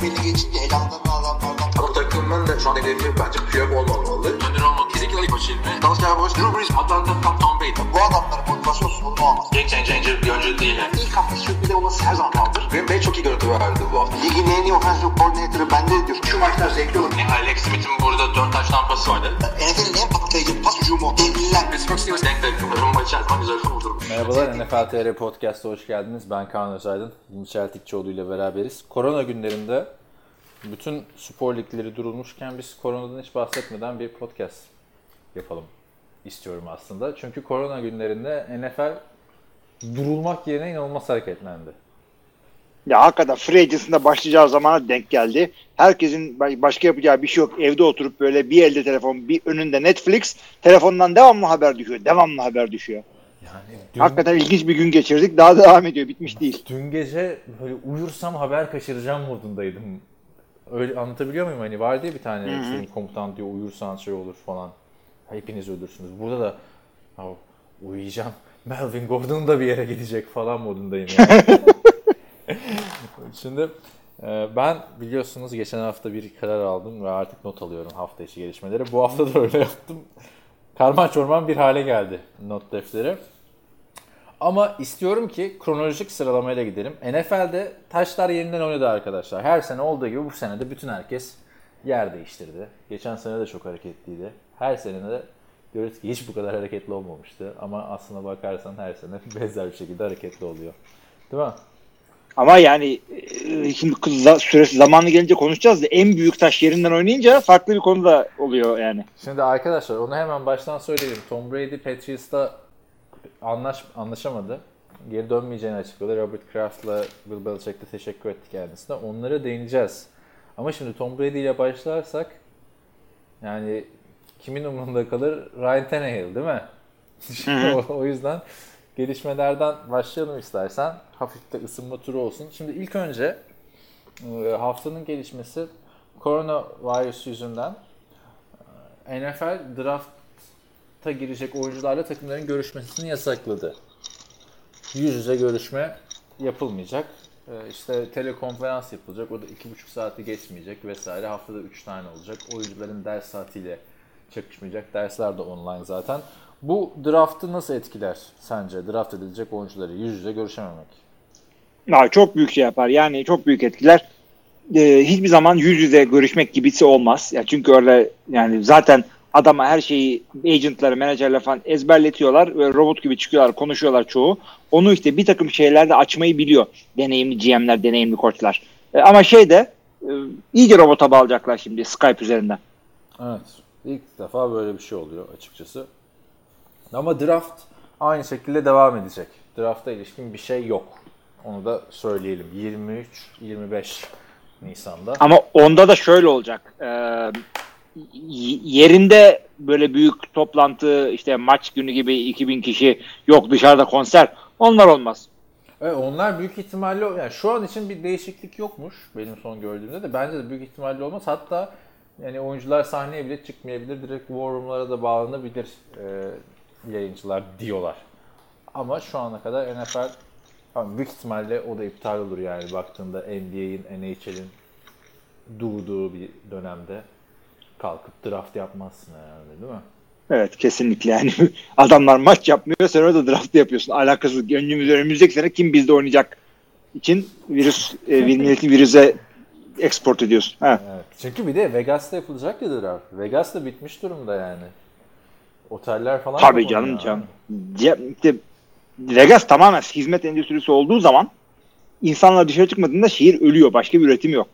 belli geçince elamdan adamlardan. Ama takımın da şu an hedefi bence Piyok olmamalı. Önder olmalı. Kesinlikle ilk maçı ilmi. Dallas Cowboys, Drew Brees, Atlanta, Tom Brady. Bu adamların motivasyon sorunu olmaz. Game changer bir oyuncu değil. Yani. İlk hafta sürpriz olması her zaman kaldır. Green Bay çok iyi görüntü verdi bu hafta. Ligin en iyi offensive coordinator'ı bende diyor. Şu maçlar zevkli olur. Alex Smith'in burada 4 taş tampası vardı. NFL'in en patlayıcı pas hücumu. Devliler. Pittsburgh Steelers denk takım. Rumba içerisinde güzel kurdurur. Merhabalar, NFL TR Podcast'a hoş geldiniz. Ben Kaan Özaydın, Hilmi Çeltikçioğlu ile beraberiz. Korona günlerinde bütün spor ligleri durulmuşken biz koronadan hiç bahsetmeden bir podcast yapalım istiyorum aslında. Çünkü korona günlerinde NFL durulmak yerine inanılmaz hareketlendi. Ya hakikaten free agency'sinde başlayacağı zamana denk geldi. Herkesin başka yapacağı bir şey yok. Evde oturup böyle bir elde telefon, bir önünde Netflix, telefondan devamlı haber düşüyor. Yani Hakikaten ilginç bir gün geçirdik. Daha da devam ediyor. Bitmiş değil. Dün gece böyle uyursam haber kaçıracağım modundaydım. Öyle anlatabiliyor muyum? Hani var diye bir tane senin komutan diyor uyursan şey olur falan. Hepiniz ölürsünüz. Burada da uyuyacağım. Melvin Gordon da bir yere gidecek falan modundayım yani. Şimdi ben biliyorsunuz geçen hafta bir karar aldım ve artık not alıyorum hafta içi gelişmeleri. Bu hafta da öyle yaptım. Karman çorman bir hale geldi not defteri. Ama istiyorum ki kronolojik sıralamayla gidelim. NFL'de taşlar yerinden oynadı arkadaşlar. Her sene olduğu gibi bu sene de bütün herkes yer değiştirdi. Geçen sene de çok hareketliydi. Her sene de görüyoruz ki hiç bu kadar hareketli olmamıştı. Ama aslına bakarsan her sene benzer bir şekilde hareketli oluyor. Değil mi? Ama yani şimdi süresi zamanı gelince konuşacağız da en büyük taş yerinden oynayınca farklı bir konu da oluyor yani. Şimdi arkadaşlar onu hemen baştan söyleyelim. Tom Brady Patriots'ta anlaşamadı. Geri dönmeyeceğini açıkladı. Robert Kraft'la Bill Belichick'te teşekkür etti kendisine. Onlara değineceğiz. Ama şimdi Tom Brady ile başlarsak yani kimin umurunda kalır? Ryan Tannehill değil mi? O yüzden gelişmelerden başlayalım istersen. Hafif de ısınma turu olsun. Şimdi ilk önce haftanın gelişmesi koronavirüs yüzünden NFL draft'a girecek oyuncularla takımların görüşmesini yasakladı. Yüz yüze görüşme yapılmayacak. İşte telekonferans yapılacak. O da 2,5 saati geçmeyecek vesaire. Haftada 3 tane olacak. Oyuncuların ders saatiyle çakışmayacak. Dersler de online zaten. Bu draft'ı nasıl etkiler sence? Draft edilecek oyuncuları yüz yüze görüşememek. Ya çok büyük şey yapar. Yani çok büyük etkiler. Hiçbir zaman yüz yüze görüşmek gibisi olmaz. Ya çünkü öyle yani zaten adama her şeyi agentları, menajerler falan ezberletiyorlar ve robot gibi çıkıyorlar, konuşuyorlar çoğu. Onu işte bir takım şeylerde açmayı biliyor. Deneyimli GM'ler, deneyimli koçlar. Ama iyice robota bağlayacaklar şimdi Skype üzerinden. Evet. İlk defa böyle bir şey oluyor açıkçası. Ama draft aynı şekilde devam edecek. Draft'a ilişkin bir şey yok. Onu da söyleyelim. 23-25 Nisan'da. Ama onda da şöyle olacak. Yerinde böyle büyük toplantı işte maç günü gibi 2000 kişi yok dışarıda konser. Onlar olmaz. Evet, onlar büyük ihtimalle yani şu an için bir değişiklik yokmuş benim son gördüğümde de. Bence de büyük ihtimalle olmaz. Hatta yani oyuncular sahneye bile çıkmayabilir. Direkt war room'lara da bağlanabilir yayıncılar diyorlar. Ama şu ana kadar NFL büyük ihtimalle o da iptal olur yani baktığında NBA'in, NHL'in durduğu bir dönemde kalkıp draft yapmazsın herhalde değil mi? Evet kesinlikle yani adamlar maç yapmıyor sen orada draft yapıyorsun. Alakasız önümüzdeki sene kim bizde oynayacak için milletin virüse export ediyorsun. Ha. Evet. Çünkü bir de Vegas'ta yapılacak ya draft. Vegas da bitmiş durumda yani. Oteller falan. Tabii canım. İşte Vegas tamamen hizmet endüstrisi olduğu zaman insanlar dışarı çıkmadığında şehir ölüyor. Başka bir üretim yok.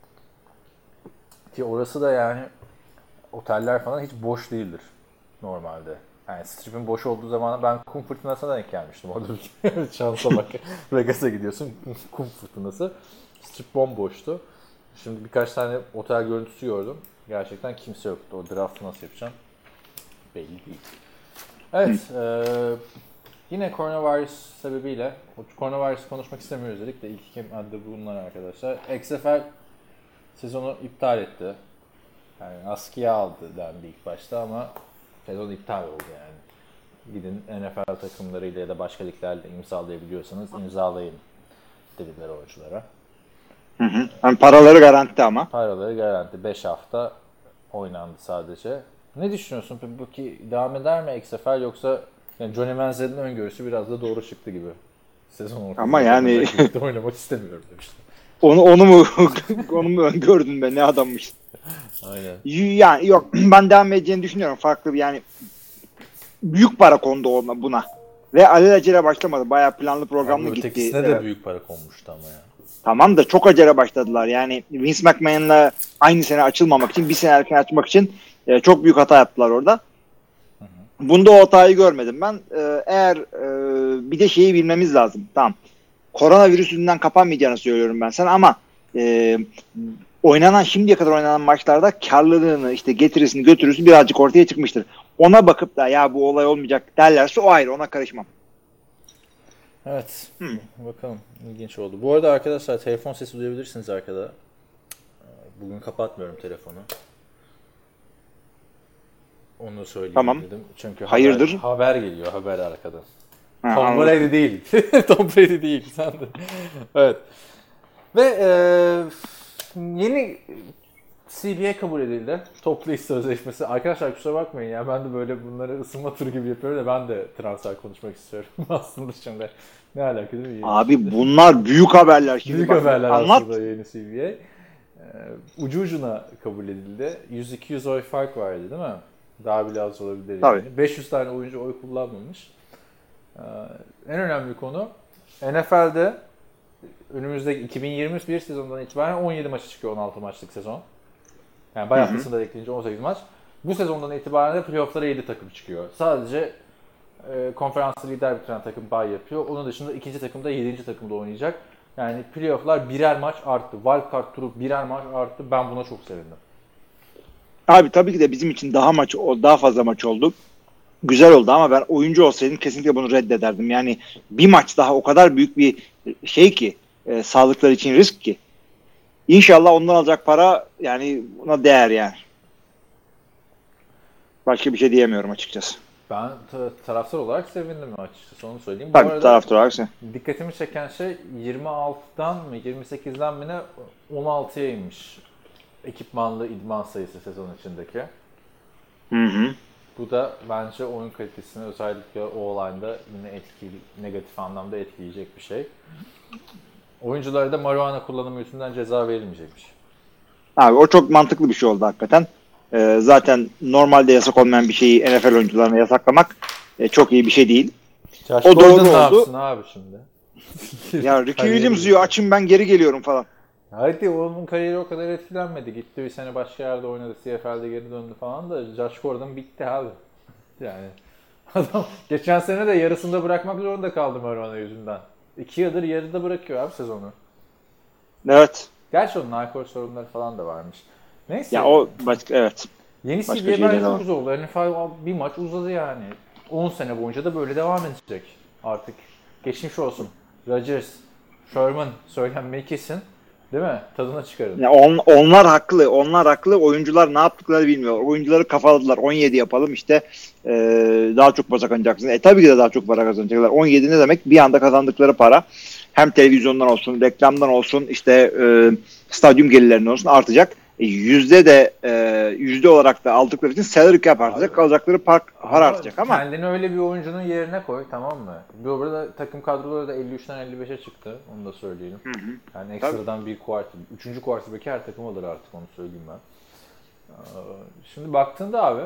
Ki orası da yani oteller falan hiç boş değildir normalde. Yani Strip'in boş olduğu zaman ben kum fırtınasına denk gelmiştim. Orada bir şansa bak. Vegas'a gidiyorsun kum fırtınası. Strip bomboştu. Şimdi birkaç tane otel görüntüsü gördüm. Gerçekten kimse yoktu. O draft'ı nasıl yapacağım belli değil. Evet. Yine koronavirüs sebebiyle koronavirüs konuşmak istemiyoruz dedik de ilk iki madde bunlar arkadaşlar. XFL sezonu iptal etti. Yani askıya aldı dendi ilk başta ama sezon iptal oldu yani. Gidin NFL takımlarıyla ya da başka liglerle imzalayabiliyorsanız imzalayın dediler oyunculara. Hı. Yani paraları garanti ama. Paraları garanti. 5 hafta oynandı sadece. Ne düşünüyorsun? Bu ki devam eder mi XFL yoksa yani Johnny Manziel'in öngörüsü biraz da doğru çıktı gibi. Sezon ortasında. Ama yani oynamak istemiyorum demişti. onu mu öngördün be, ne adammış. Aynen. Yani yok, ben devam edeceğini düşünüyorum. Farklı yani büyük para kondu buna. Ve alelacele başlamadı. Bayağı planlı programlı gitti. Ötekisine de büyük para konmuştu ama ya. Tamam da çok acele başladılar. Yani Vince McMahon'la aynı sene açılmamak için, bir sene erken açmak için çok büyük hata yaptılar orada. Bunda o hatayı görmedim ben. Eğer bir de şeyi bilmemiz lazım. Tamam. Koronavirüs yüzünden kapanmayacağını söylüyorum ben sana ama şimdiye kadar oynanan maçlarda karlılığını, işte getirisini, götürüsü birazcık ortaya çıkmıştır. Ona bakıp da ya bu olay olmayacak derlerse o ayrı, ona karışmam. Evet. Bakalım. İlginç oldu. Bu arada arkadaşlar telefon sesi duyabilirsiniz arkada. Bugün kapatmıyorum telefonu. Onu söyleyeyim tamam. dedim. Çünkü hayırdır? Haber geliyor. Haber arkadan. Ha, Tom Brady değil. Tom Brady değil. Sen de. Evet. Ve yeni CBA kabul edildi. Toplu iş sözleşmesi. Arkadaşlar kusura bakmayın ya. Ben de böyle bunları ısınma turu gibi yapıyorum da ben de transfer konuşmak istiyorum. Aslında şimdi ne alaka değil mi? Abi bunlar büyük haberler şimdi. Büyük bak, haberler anlat. aslında yeni CBA. Ucu ucuna kabul edildi. 100-200 oy fark vardı değil mi? Daha bile az olabilir yani. 500 tane oyuncu oy kullanmamış. En önemli konu NFL'de önümüzdeki 2021 sezonundan itibaren 17 maçı çıkıyor 16 maçlık sezon. Yani bay haftasında da ekleyince 18 maç. Bu sezondan itibaren de playoff'lara 7 takım çıkıyor. Sadece konferansı lider bitiren takım bay yapıyor. Onun dışında ikinci takım da 7. takımda oynayacak. Yani playoff'lar birer maç arttı. Wildcard turu birer maç arttı. Ben buna çok sevindim. Abi tabii ki de bizim için daha fazla maç oldu. Güzel oldu ama ben oyuncu olsaydım kesinlikle bunu reddederdim. Yani bir maç daha o kadar büyük bir şey ki sağlıkları için risk ki. İnşallah ondan alacak para yani buna değer yani. Başka bir şey diyemiyorum açıkçası. Ben taraftar olarak sevindim açıkçası, onu söyleyeyim. Tabii taraftar olarak sen. Dikkatimi çeken şey 26'dan mı 28'den mi ne 16'ya inmiş ekipmanlı idman sayısı sezon içindeki. Hı. Bu da bence oyun kalitesini özellikle o olayda yine negatif anlamda etkileyecek bir şey. Oyunculara da marijuana kullanımı yüzünden ceza verilmeyecekmiş. Abi o çok mantıklı bir şey oldu hakikaten. Zaten normalde yasak olmayan bir şeyi NFL oyuncularına yasaklamak çok iyi bir şey değil. Josh o Gordon doğru ne oldu. yapsın abi şimdi? Ya Ricky Williams diyor açın ben geri geliyorum falan. Haydi onun kariyeri o kadar etkilenmedi. Gitti bir sene başka yerde oynadı. CFL'de geri döndü falan da Josh Gordon bitti abi. Yani adam geçen sene de yarısında bırakmak zorunda kaldı marijuana yüzünden. 2 yıldır yarıda bırakıyor abi sezonu. Evet. Gerçi onun alkol sorunları falan da varmış. Neyse. Ya o başka evet. Yeni CBA bence çok güzel oldu. NFL bir maç uzadı yani. 10 sene boyunca da böyle devam edecek artık. Geçmiş olsun. Rodgers, Sherman söylenmeyi kesin. Değil mi? Tadına çıkarın. Ya onlar haklı. Onlar haklı. Oyuncular ne yaptıkları bilmiyorlar. Oyuncuları kafaladılar. 17 yapalım işte daha çok para kazanacaksınız. Tabii ki de daha çok para kazanacaklar. 17 ne demek? Bir anda kazandıkları para hem televizyondan olsun, reklamdan olsun, işte stadyum gelirlerinden olsun artacak. Yüzde olarak da aldıkları için salary cap artacak. Kalacakları para artacak ama. Kendini öyle bir oyuncunun yerine koy, tamam mı? Bu arada takım kadroları da 53'ten 55'e çıktı. Onu da söyleyelim. Hı. Yani ekstradan bir quarterback. 3. quarterback'i her takım alır artık, onu söyleyeyim ben. Şimdi baktığında abi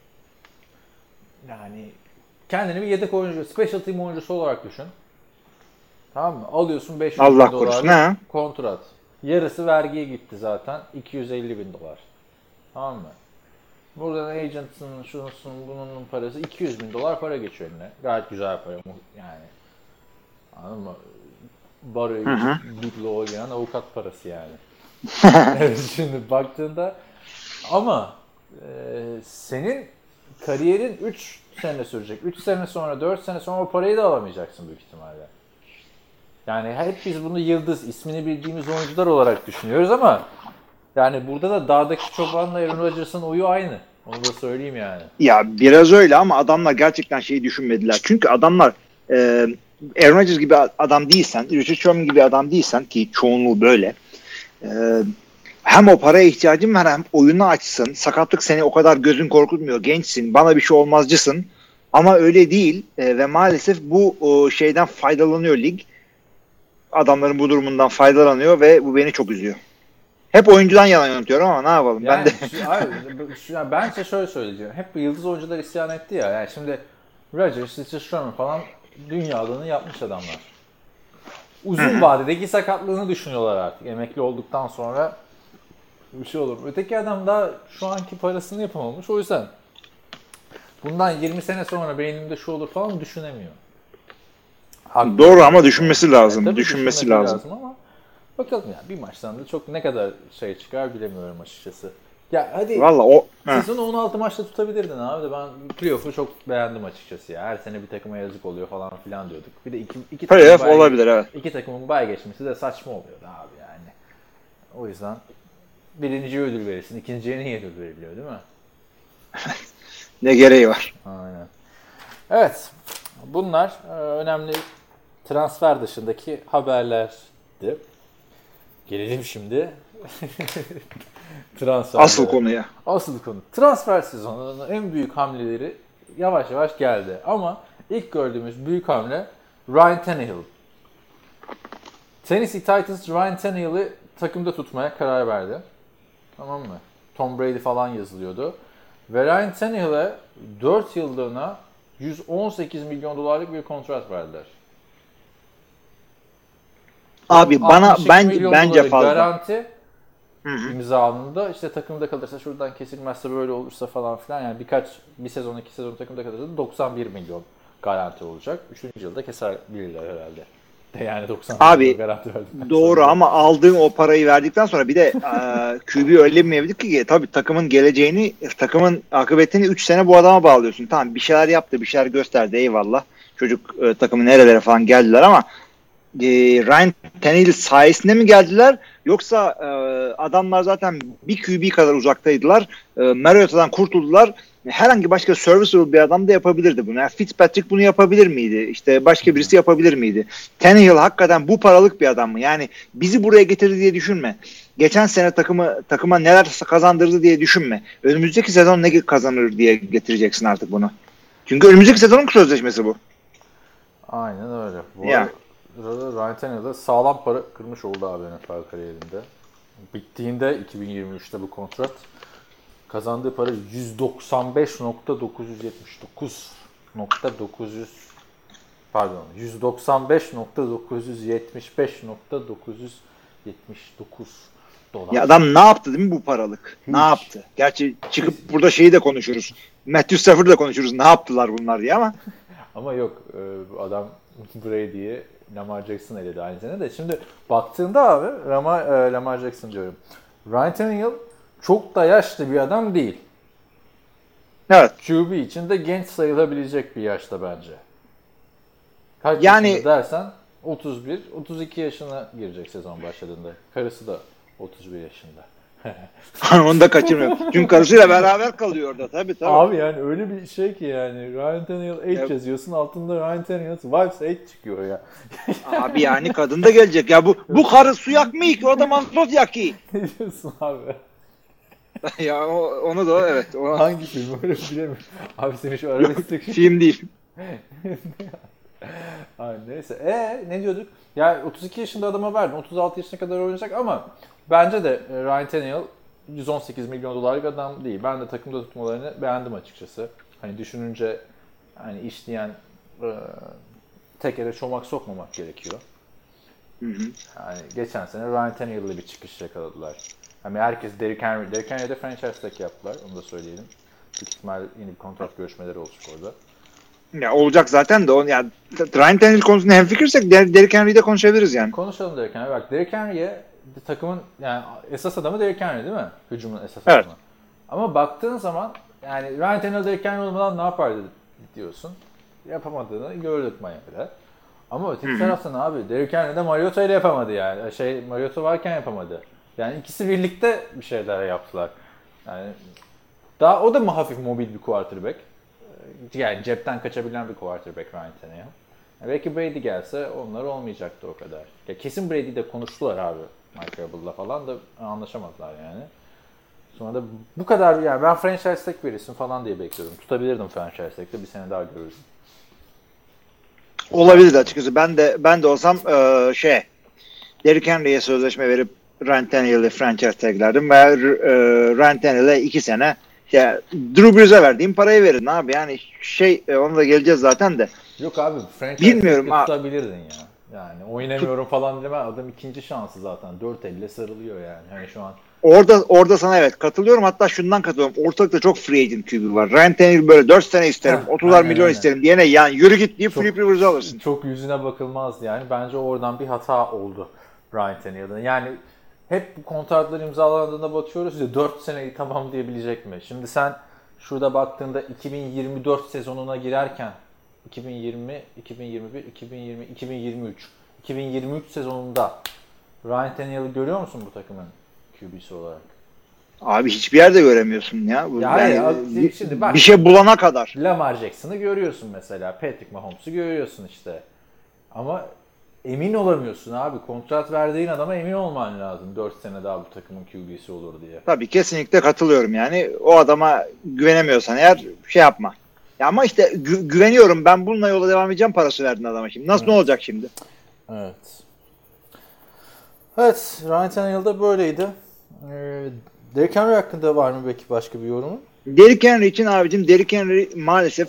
yani kendini bir yedek oyuncu, special team oyuncusu olarak düşün. Tamam mı? Alıyorsun 500 Allah bin korusun, dolar kontrat. Yarısı vergiye gitti zaten. 250 bin dolar. Tamam mı? Buradan agent'ın, şunusun, bunun parası 200 bin dolar para geçiyor eline. Gayet güzel para yani. Anladın mı? Baroya Big Law'a gelen avukat parası yani. Evet, şimdi baktığında ama senin kariyerin 3 sene sürecek. 3 sene sonra, 4 sene sonra o parayı da alamayacaksın büyük ihtimalle. Yani hep biz bunu yıldız, ismini bildiğimiz oyuncular olarak düşünüyoruz ama yani burada da dağdaki çobanla Aaron Rodgers'ın oyu aynı. Onu da söyleyeyim yani. Ya biraz öyle ama adamlar gerçekten şeyi düşünmediler. Çünkü adamlar Aaron Rodgers gibi adam değilsen, Richard Sherman gibi adam değilsen ki çoğunluğu böyle. Hem o paraya ihtiyacım var hem oyunu açsın. Sakatlık seni o kadar gözün korkutmuyor. Gençsin. Bana bir şey olmazcısın. Ama öyle değil. Ve maalesef bu şeyden faydalanıyor lig. Adamların bu durumundan faydalanıyor ve bu beni çok üzüyor. Hep oyuncudan yalan yanıtıyorum ama ne yapalım? Yani, Ben de bence şöyle söyleyeceğim. Hep yıldız oyuncular isyan etti ya. Yani şimdi Rodgers, Sherman falan dünyalığını yapmış adamlar. Uzun vadedeki sakatlığını düşünüyorlar artık. Emekli olduktan sonra bir şey olur. Öteki adam da şu anki parasını yapamamış. O yüzden bundan 20 sene sonra beynimde şu olur falan düşünemiyor. Haklı. Doğru ama düşünmesi lazım. Tabii düşünmesi lazım. ama bakalım ya bir maçtan da çok ne kadar şey çıkar bilemiyorum açıkçası. Ya hadi Valla sezonu 16 maçta tutabilirdin abi de ben playoff'u çok beğendim açıkçası ya. Her sene bir takıma yazık oluyor falan filan diyorduk. Bir de iki playoff olabilir evet. İki takımın bay geçmesi de saçma oluyordu abi yani. O yüzden birinciye ödül verirsin. İkinciye niye ödül veriliyor değil mi? Ne gereği var? Aynen. Evet. Bunlar önemli transfer dışındaki haberlerdi. Gelelim şimdi transfer. Asıl konuya. Asıl konu. Transfer sezonunun en büyük hamleleri yavaş yavaş geldi. Ama ilk gördüğümüz büyük hamle Ryan Tannehill. Tennessee Titans Ryan Tannehill'i takımda tutmaya karar verdi. Tamam mı? Tom Brady falan yazılıyordu. Ve Ryan Tannehill'e 4 yıllığına 118 milyon dolarlık bir kontrat verdiler. Abi bence fazla. Garanti imzanında işte takımda kalırsa şuradan kesilmezse böyle olursa falan filan yani bir sezon 2 sezon takımda kalırsa 91 milyon garanti olacak. 3. yılda kesebilirler herhalde. Yani 90 milyon garanti verdik. Doğru ama aldığın o parayı verdikten sonra bir de QB öyle mi ki tabii takımın geleceğini, takımın akıbetini 3 sene bu adama bağlıyorsun. Tamam bir şeyler yaptı, bir şeyler gösterdi eyvallah. Çocuk takımı nerelere falan geldiler ama Ryan Tannehill sayesinde mi geldiler yoksa adamlar zaten bir QB kadar uzaktaydılar. Mariota'dan kurtuldular. Herhangi başka serviceable bir adam da yapabilirdi bunu. Yani Fitzpatrick bunu yapabilir miydi? İşte başka birisi yapabilir miydi? Tannehill hakikaten bu paralık bir adam mı? Yani bizi buraya getirdi diye düşünme. Geçen sene takıma neler kazandırdı diye düşünme. Önümüzdeki sezon ne kazanır diye getireceksin artık bunu. Çünkü önümüzdeki sezonun sözleşmesi bu. Aynen öyle. Bu ya. Ryan Tannehill'de sağlam para kırmış oldu abi NFL kariyerinde. Bittiğinde 2023'te bu kontrat kazandığı para 195.979 dolar. Ya adam ne yaptı değil mi bu paralık? Hiç. Ne yaptı? Gerçi çıkıp burada şeyi de konuşuruz. Matthew Stafford'ı da konuşuruz. Ne yaptılar bunlar diye ama. Ama yok adam Brady'yi Lamar Jackson eledi aynı sene de. Şimdi baktığında abi Lamar Jackson diyorum. Ryan Tannehill çok da yaşlı bir adam değil. Evet. QB için de genç sayılabilecek bir yaşta bence. Kaç yani, yaşında dersen 31, 32 yaşına girecek sezon başladığında. Karısı da 31 yaşında. Onu da kaçırmıyor. Çünkü karısıyla beraber kalıyor orada tabii. Abi yani öyle bir şey ki yani Ryan Tannehill age yazıyorsun altında Ryan Tannehill wives age çıkıyor ya. Abi yani kadın da gelecek ya bu karı su yakmıyor ki o da mantos yakıyor. Ne diyorsun abi? Ya onu da evet. Hangi film öyle bilemiyorum. Abi senin şu arabesindeki film değil. Abi neyse. Ne diyorduk? Ya 32 yaşında adama verdin. 36 yaşına kadar oynayacak ama bence de Ryan Tannehill 118 milyon dolarlık adam değil. Ben de takımda tutmalarını beğendim açıkçası. Hani düşününce hani işleyen tekere çomak sokmamak gerekiyor. Yani geçen sene Ryan Tannehill'le bir çıkış yakaladılar. Hani herkes Derrick Henry'de franchise tag yaptılar. Onu da söyleyelim. Büyük ihtimal yeni bir kontrat görüşmeleri olacak orada. Ya olacak zaten de yani Ryan Tannehill konusunda hemfikirsek Derrick Henry'de konuşabiliriz yani. Konuşalım Derrick Henry. Bak Derrick Henry'e takımın yani esas adamı Derrick Henry değil mi? Hücumun esas adamı. Ama baktığın zaman yani Ryan Tannehill Derrick Henry olmadan ne yapardı diyorsun. Yapamadığını gördük Miami'de. Ama öteki taraftan abi Derrick Henry de Mariota ile yapamadı yani. Mariota varken yapamadı. Yani ikisi birlikte bir şeyler yaptılar. Yani daha o da mı hafif mobil bir quarterback? Yani cepten kaçabilen bir quarterback Ryan Tannehill. Belki Brady gelse onlar olmayacaktı o kadar. Ya kesin Brady'de konuştular abi. Mike Vrabel'la falan da anlaşamadılar yani. Sonra da bu kadar yani ben franchise tag verirsin falan diye bekliyordum. Tutabilirdim franchise tag'de bir sene daha görürdüm. Olabilir açıkçası. Ben de olsam Derrick Henry'e sözleşme verip Ryan Tannehill'i franchise taglerdim ve Ryan Tannehill'e 2 sene Drew Brees'e verdiğim parayı verin abi. Yani ona da geleceğiz zaten de. Yok abi franchise bilmiyorum tag'de tutabilirdin ya. Yani oynamıyorum falan deme adam ikinci şansı zaten. 4 elle sarılıyor yani. Hani şu an Orada sana evet katılıyorum. Hatta şundan katılıyorum. Ortalıkta çok free agent QB var. Ryan Tannehill böyle 4 sene isterim, 30'ar milyon isterim diyene yani yürü git deyip Philip Rivers'ı alırsın. Çok yüzüne bakılmazdı yani. Bence oradan bir hata oldu Ryan Tannehill'in. Yani hep bu kontratlar imzalandığında bakıyoruz ya 4 seneyi tamamlayabilecek mi? Şimdi sen şurada baktığında 2024 sezonuna girerken 2020, 2021, 2020, 2023 2023 sezonunda Ryan Tannehill'i görüyor musun bu takımın QB'si olarak? Abi hiçbir yerde göremiyorsun ya. Şimdi bak, bir şey bulana kadar. Lamar Jackson'ı görüyorsun mesela. Patrick Mahomes'u görüyorsun işte. Ama emin olamıyorsun abi. Kontrat verdiğin adama emin olman lazım. 4 sene daha bu takımın QB'si olur diye. Tabii kesinlikle katılıyorum yani. O adama güvenemiyorsan eğer yapma. Ya ama işte güveniyorum ben bununla yola devam edeceğim parası verdin adama şimdi. Nasıl ne olacak şimdi? Evet. Evet, Ryan Tannehill'da böyleydi. Derrick Henry hakkında var mı belki başka bir yorumu? Derrick Henry için abicim Derrick Henry maalesef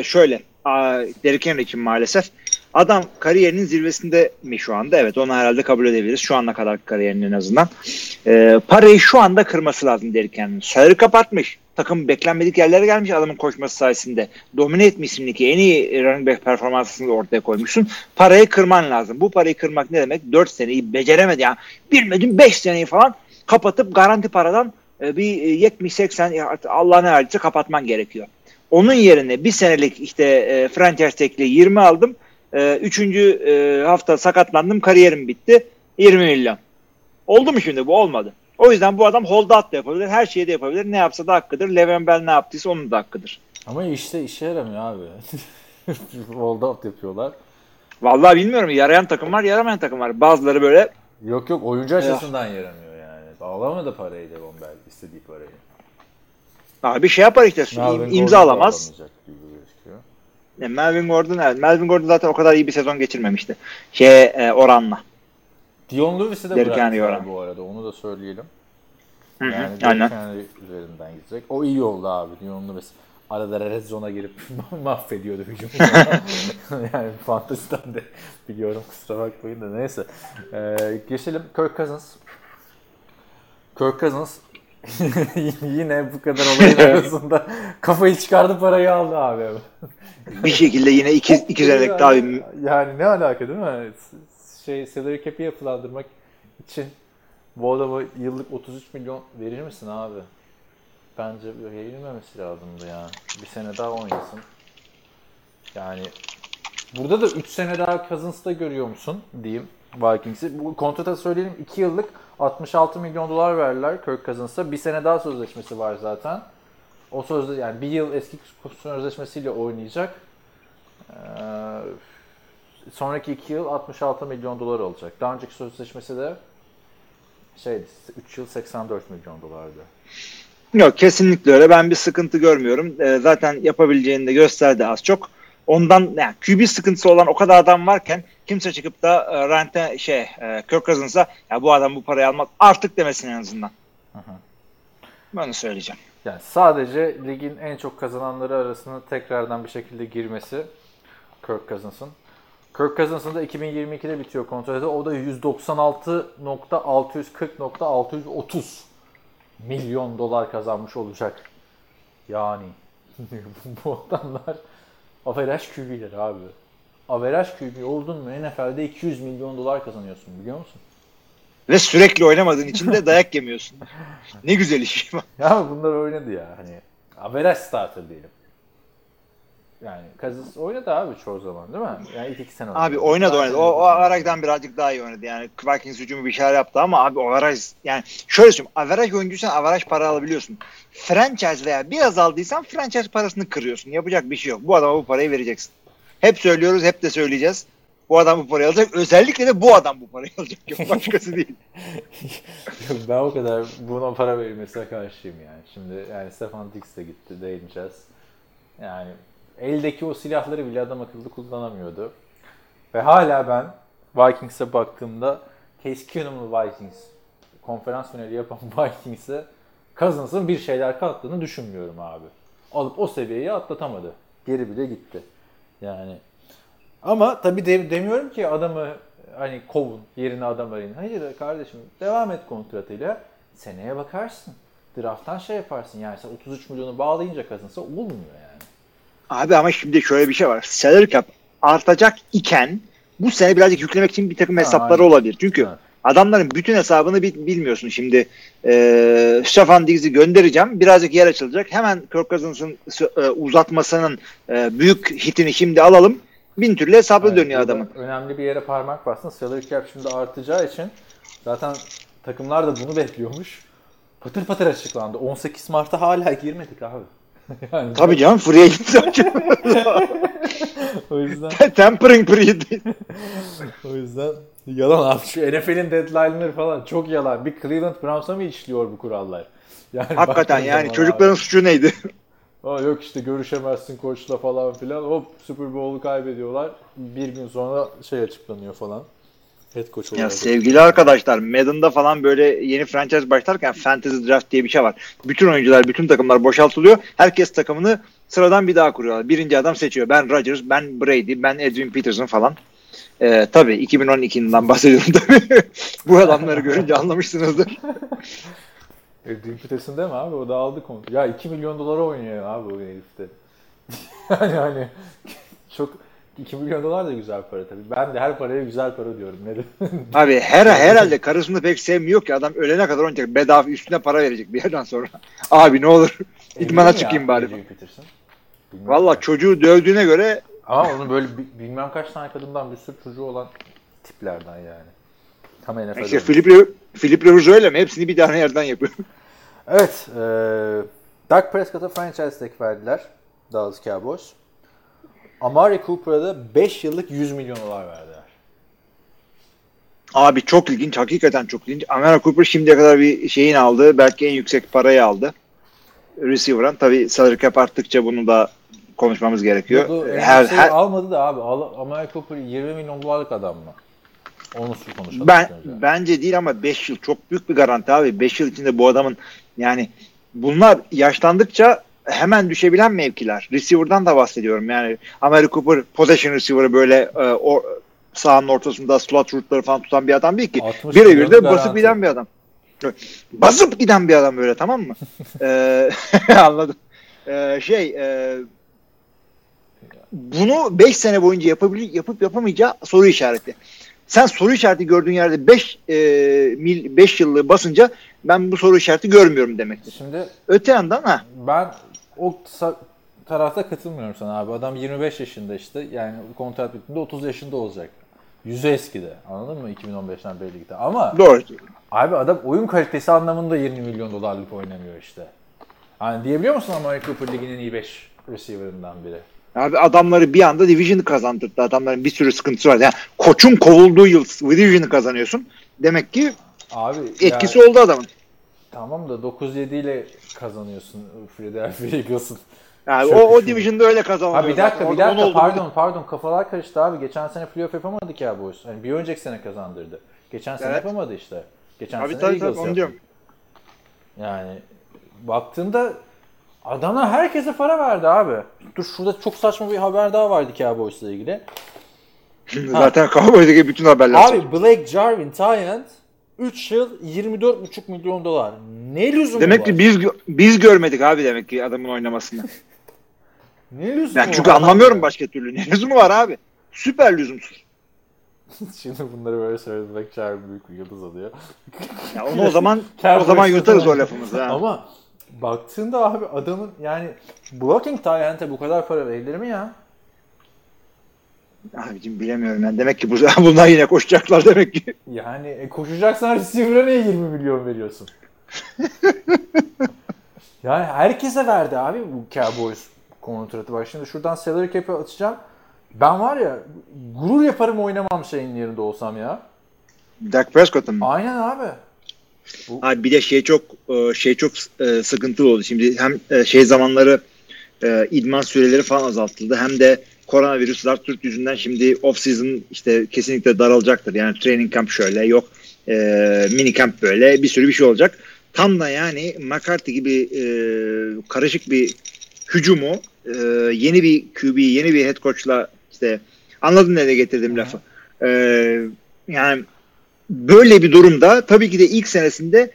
Derrick Henry için maalesef adam kariyerinin zirvesinde mi şu anda? Evet onu herhalde kabul edebiliriz. Şu ana kadar kariyerinin en azından. Parayı şu anda kırması lazım Derrick Henry. Sayarı kapatmış. Takım beklenmedik yerlere gelmiş adamın koşması sayesinde. Domine etmişsin ki en iyi running back performansını ortaya koymuşsun. Parayı kırman lazım. Bu parayı kırmak ne demek? 4 seneyi beceremedi yani. Bilmedim 5 seneyi falan kapatıp garanti paradan bir 70-80 Allah ne verdiyse kapatman gerekiyor. Onun yerine bir senelik franchise tag'li 20 aldım. 3. hafta sakatlandım. Kariyerim bitti. 20 milyon. Oldu mu şimdi? Bu olmadı. O yüzden bu adam hold out da yapabilir. Her şeyi de yapabilir. Ne yapsa da hakkıdır. Le'Veon Bell ne yaptıysa onun da hakkıdır. Ama işte işe yaramıyor abi. Hold out yapıyorlar. Vallahi bilmiyorum. Yarayan takım var, yaramayan takım var. Bazıları böyle Yok oyuncu açısından yaramıyor yani. Alamadı parayı Le'Veon Bell istediği parayı. abi yapar işte. İmza alamaz. Melvin Gordon evet. Melvin Gordon zaten o kadar iyi bir sezon geçirmemişti. Oranla. Dion Lewis'i de bıraktılar bu arada. Onu da söyleyelim. Yani Derrick Henry üzerinden gidecek. O iyi oldu abi. Dion Lewis arada red zone'a girip mahvediyordu hücumu. Yani fanteziden de biliyorum kusura bakmayın da neyse. Geçelim Kirk Cousins. Kirk Cousins yine bu kadar olayın arasında kafayı çıkardı parayı aldı abi. Bir şekilde yine iki senelik daha yani ne alaka değil mi? Salary cap'i yapılandırmak için bu adama yıllık 33 milyon verir misin abi? Bence verilmemesi lazımdı ya. Bir sene daha oynasın. Yani burada da 3 sene daha Cousins'ta görüyor musun diyeyim Vikings'i. Bu kontrata söyleyelim 2 yıllık 66 milyon dolar verdiler Kirk Cousins'a. Bir sene daha sözleşmesi var zaten. O sözde yani bir yıl eski sözleşmesiyle oynayacak. Sonraki 2 yıl 66 milyon dolar olacak. Daha önceki sözleşmesi de 3 yıl 84 milyon dolardı. Yok kesinlikle öyle. Ben bir sıkıntı görmüyorum. Zaten yapabileceğini de gösterdi az çok. Ondan yani QB sıkıntısı olan o kadar adam varken kimse çıkıp da Kirk Cousins'a ya bu adam bu parayı almaz artık demesin en azından. Ben onu söyleyeceğim. Yani sadece ligin en çok kazananları arasında tekrardan bir şekilde girmesi Kirk Cousins'ın. Kirk Cousins'ın da 2022'de bitiyor kontratı. O da 196.640.630 milyon dolar kazanmış olacak. Yani bu adamlar average QB'ler abi. Average QB oldun mu NFL'de 200 milyon dolar kazanıyorsun biliyor musun? Ve sürekli oynamadığın için de dayak yemiyorsun. Ne güzel iş. Ya bunlar oynadı ya hani average starter diyelim. Yani Cousins oynadı abi çoğu zaman değil mi? Yani ilk 2 sene oynadı. Abi oynadı. O averajdan birazcık daha iyi oynadı. Yani Vikings hücumu bir şeyler yaptı ama abi averaj yani şöyle söyleyeyim. Averaj oyuncuysan averaj para alabiliyorsun. Franchise veya biraz aldıysan franchise parasını kırıyorsun. Yapacak bir şey yok. Bu adama bu parayı vereceksin. Hep söylüyoruz, hep de söyleyeceğiz. Bu adam bu parayı alacak. Özellikle de bu adam bu parayı alacak. Yok başkası değil. Ben o kadar buna para verilmesine karşıyım yani. Şimdi yani Stefan Diggs de gitti, değineceğiz. Yani eldeki o silahları bile adam akıllı kullanamıyordu. Ve hala ben Vikings'e baktığımda Case Keenum'lu Vikings, konferans finali yapan Vikings'e Cousins'ın bir şeyler kattığını düşünmüyorum abi. Alıp o seviyeyi atlatamadı. Geri bile gitti. Yani ama tabii demiyorum ki adamı hani kovun, yerine adam arayın. Hayır kardeşim, devam et kontratıyla. Seneye bakarsın. Draft'tan şey yaparsın. Yani sen 33 milyonu bağlayınca Cousins'a olmuyor yani. Abi ama şimdi şöyle bir şey var. Salary cap artacak iken bu sene birazcık yüklemek için bir takım hesapları aynen. olabilir. Çünkü adamların bütün hesabını bilmiyorsun. Şimdi Stefan Diggs'i göndereceğim. Birazcık yer açılacak. Hemen Kirk Cousins'ın uzatmasının büyük hitini şimdi alalım. Bin türlü hesaplı dönüyor adamın. Önemli bir yere parmak bastın. Salary cap şimdi artacağı için zaten takımlar da bunu bekliyormuş. Patır patır açıklandı. 18 Mart'a hala girmedik abi. Yani tabii canım, free agent. o yüzden tempering period. o yüzden yalan abi. Şu NFL'in deadline'ları falan çok yalan. Bir Cleveland Browns'a mı işliyor bu kurallar? Yani hakikaten yani çocukların suçu neydi? Yok işte görüşemezsin koçla falan filan. Hop Super Bowl'u kaybediyorlar. Bir gün sonra şey açıklanıyor falan. Head coach olarak. Ya sevgili arkadaşlar, Madden'da falan böyle yeni franchise başlarken fantasy draft diye bir şey var. Bütün oyuncular, bütün takımlar boşaltılıyor. Herkes takımını sıradan bir daha kuruyorlar. Birinci adam seçiyor. Ben Rodgers, ben Brady, ben Adrian Peterson falan. Tabii 2012'den bahsediyorum tabii. Bu adamları görünce anlamışsınızdır. Adrian Peterson değil mi abi? O da aldı konu. Ya 2 milyon dolara oynuyor abi o herifte. yani hani çok 2 milyon dolar da güzel para tabii. Ben de her paraya güzel para diyorum. Abi herhalde karısını pek sevmiyor ki, adam ölene kadar oynayacak. Bedava üstüne para verecek bir yerden sonra. Abi ne olur idmana çıkayım bari. Valla çocuğu dövdüğüne göre. Ama onun böyle bilmem kaç tane kadından bir sürü çocuğu olan tiplerden yani. Tam NFL'de. İşte Philip Rivers öyle mi? Hepsini bir tane yerden yapıyor. Evet. Dak Prescott'a franchise tag verdiler. Dallas Cowboys. Amari Cooper'a da 5 yıllık 100 milyon dolar verdiler. Abi çok ilginç. Hakikaten çok ilginç. Amari Cooper şimdiye kadar bir şeyin aldı. Belki en yüksek parayı aldı. Receiver'ın. Tabii salary cap arttıkça bunu da konuşmamız gerekiyor. Her almadı da abi. Amari Cooper 20 milyon dolarlık adam mı? Onu konuşalım. Bence değil ama 5 yıl çok büyük bir garanti abi. 5 yıl içinde bu adamın, yani bunlar yaşlandıkça hemen düşebilen mevkiler. Receiver'dan da bahsediyorum. Yani Amari Cooper possession receiver'ı böyle sahanın ortasında slot route'ları falan tutan bir adam değil ki. Birebir de basıp giden bir adam. Basıp giden bir adam böyle, tamam mı? Anladım. Bunu 5 sene boyunca yapıp yapamayacağı soru işareti. Sen soru işareti gördüğün yerde 5 yıllığı basınca ben bu soru işareti görmüyorum demektir. Şimdi öte yandan ben o tarafta katılmıyorum sana abi. Adam 25 yaşında işte. Yani kontrat bittiğinde 30 yaşında olacak. Yüzü eskide. Anladın mı? 2015'ten beri gitti. Ama doğru. Abi adam oyun kalitesi anlamında 20 milyon dolarlık oynamıyor işte. Hani diyebiliyor musun Amari Cooper ligin en iyi 5 receiver'ından biri? Abi adamları bir anda division'ı kazandırdı. Adamların bir sürü sıkıntısı var. Yani koçun kovulduğu yıl division'ı kazanıyorsun. Demek ki abi etkisi oldu adamın. Tamam da 9-7 ile kazanıyorsun Philadelphia Eagles'ın. Yani o division'da öyle kazanılıyor. Bir dakika pardon kafalar karıştı abi. Geçen sene playoff yapamadık ya bu. Yani bir önceki sene kazandırdı. Geçen sene yapamadı işte. Geçen sene Eagles yaptı. Yani baktığında adamlar herkese para verdi abi. Dur şurada çok saçma bir haber daha vardı Cowboys'la ilgili. Zaten Cowboys'daki bütün haberler. Abi Blake Jarwin Tyent 3 yıl 24,5 milyon dolar. Ne lüzumu demek var? Demek ki biz görmedik abi demek ki adamın oynamasını. Ne lüzumu ben çünkü anlamıyorum başka türlü. Ne lüzumu var abi? Süper lüzumsuz. Şimdi bunları böyle söyledim. Blake Jarwin büyük bir yıldız alıyor. Ya onu o zaman yutarız o lafımızı. Ama baktığında abi adamın yani blocking Tyent'e bu kadar para verilir mi ya? Abicim bilemiyorum yani. Demek ki bunlar yine koşacaklar demek ki. Yani koşacaksan receiver'a niye 20 milyon veriyorsun? Yani herkese verdi abi bu Cowboys kontratı. Bak şimdi şuradan salary cap'i açacağım. Ben var ya gurur yaparım oynamam şeyin yerinde olsam ya. Dak Prescott'un mu? Aynen abi. Abi bir de çok sıkıntılı oldu. Şimdi hem şey zamanları idman süreleri falan azaltıldı. Hem de koronavirüs Zart yüzünden şimdi off season işte kesinlikle daralacaktır. Yani training camp şöyle yok. Mini camp böyle bir sürü bir şey olacak. Tam da yani McCarthy gibi karışık bir hücumu yeni bir QB, yeni bir head coach'la işte anladın nereye getirdiğim lafı. Yani böyle bir durumda tabii ki de ilk senesinde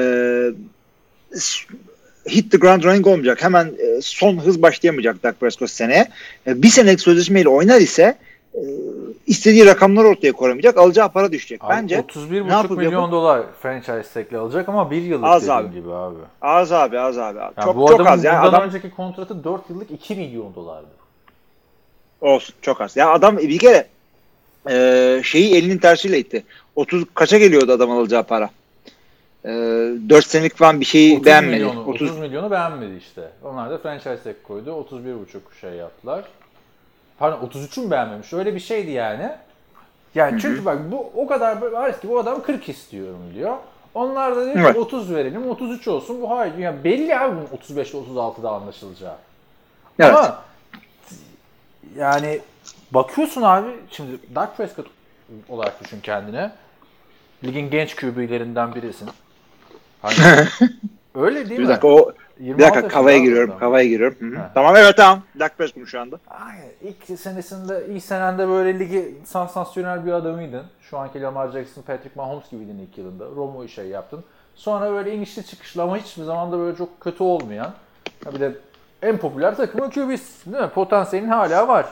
hit the ground running olmayacak. Hemen son hız başlayamayacak Dak Prescott seneye. Bir senelik sözleşmeyle oynar ise istediği rakamlar ortaya koyamayacak. Alacağı para düşecek. Abi, bence 31,5 milyon dolar franchise tag'le alacak ama 1 yıllık az dediğin abi. gibi abi. Az abi. Yani Çok bu çok az ya. Bundan Adam önceki kontratı 4 yıllık 2 milyon dolardı. olsun çok az. Ya adam bir kere şeyi elinin tersiyle itti. 30 kaça geliyordu adam alacağı para? 4 senelik falan bir şeyi beğenmedi. 30 milyonu beğenmedi işte. Onlar da franchise tag koydu. 31,5 şey yaptılar. Pardon 33'ü mü beğenmemiş? Öyle bir şeydi yani. Yani çünkü bak bu o kadar var ki bu adam 40 istiyorum diyor. Onlar da diyor ki 30 verelim, 33 olsun. Bu hayır. Yani belli abi bunun 35'te 36'da anlaşılacağı. Evet. Ama yani bakıyorsun abi şimdi Dak Prescott olarak düşün kendine. Ligin genç QB'lerinden birisin. Hani öyle değil mi? Bir dakika kavaya giriyorum. Tamam tamam. Dak Prescott şu anda. Aynen. İlk senende böyle ligi sansasyonel bir adamıydın. Şu anki Lamar Jackson, Patrick Mahomes gibiydin ilk yılında. Romo'yu şey yaptın. Sonra böyle inişli çıkışlı ama hiçbir zaman da böyle çok kötü olmayan. Bir de en popüler takımın QB'si değil mi? Potansiyelin hala var.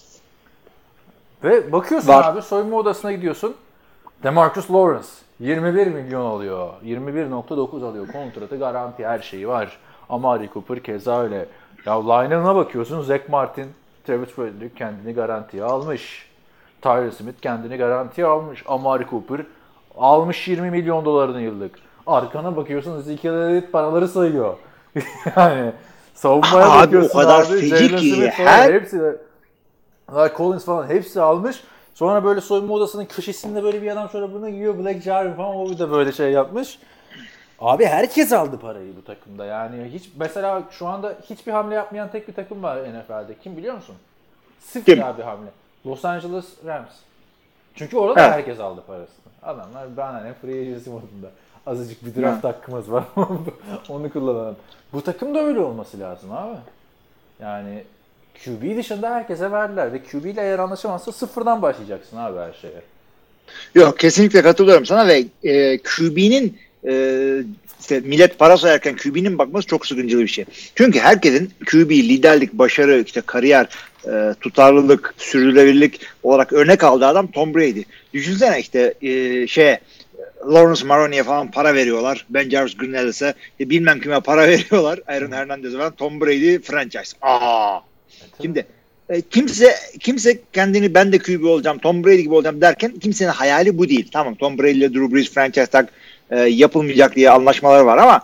Ve bakıyorsun abi soyunma odasına gidiyorsun. DeMarcus Lawrence 21 milyon alıyor. 21,9 alıyor. Kontratı garanti her şeyi var. Amari Cooper keza öyle. Ya line'ına bakıyorsun. Zach Martin, Travis Frederick kendini garantiye almış. Tyler Smith kendini garantiye almış. Amari Cooper almış 20 milyon dolarını yıllık. Arkana bakıyorsun Ezekiel Elliott paraları sayıyor. Yani savunmaya abi, bakıyorsun o kadar abi. feci ki. Hepsi de Collins falan hepsi almış. Sonra böyle soyunma odasının köşesinde böyle bir adam şöyle bunu yiyor. Black Jarvin falan o da böyle şey yapmış. Abi herkes aldı parayı bu takımda. Yani hiç mesela şu anda hiçbir hamle yapmayan tek bir takım var NFL'de. Kim biliyor musun? Sıfır abi hamle. Los Angeles Rams. Çünkü orada da herkes aldı parasını. Adamlar bana ne free agency modunda. Azıcık bir draft hakkımız var. Onu kullanalım. Bu takım da öyle olması lazım abi. Yani QB dışında herkese verdiler ve QB ile eğer anlaşamazsa sıfırdan başlayacaksın abi her şeye. Yok kesinlikle katılıyorum sana ve QB'nin işte millet para sayarken QB'nin bakması çok sıkıntılı bir şey. Çünkü herkesin QB, liderlik, başarı, işte kariyer, tutarlılık, sürdürülebilirlik olarak örnek aldığı adam Tom Brady. Düşünsene işte Lawrence Maroney'e falan para veriyorlar. Ben Jarvis Greenellis'e bilmem kime para veriyorlar. Aaron Hernandez'e falan. Tom Brady franchise. Şimdi kimse kendini ben de QB olacağım, Tom Brady gibi olacağım derken kimsenin hayali bu değil. Tamam Tom Brady ile Drew Brees franchise tag yapılmayacak diye anlaşmalar var ama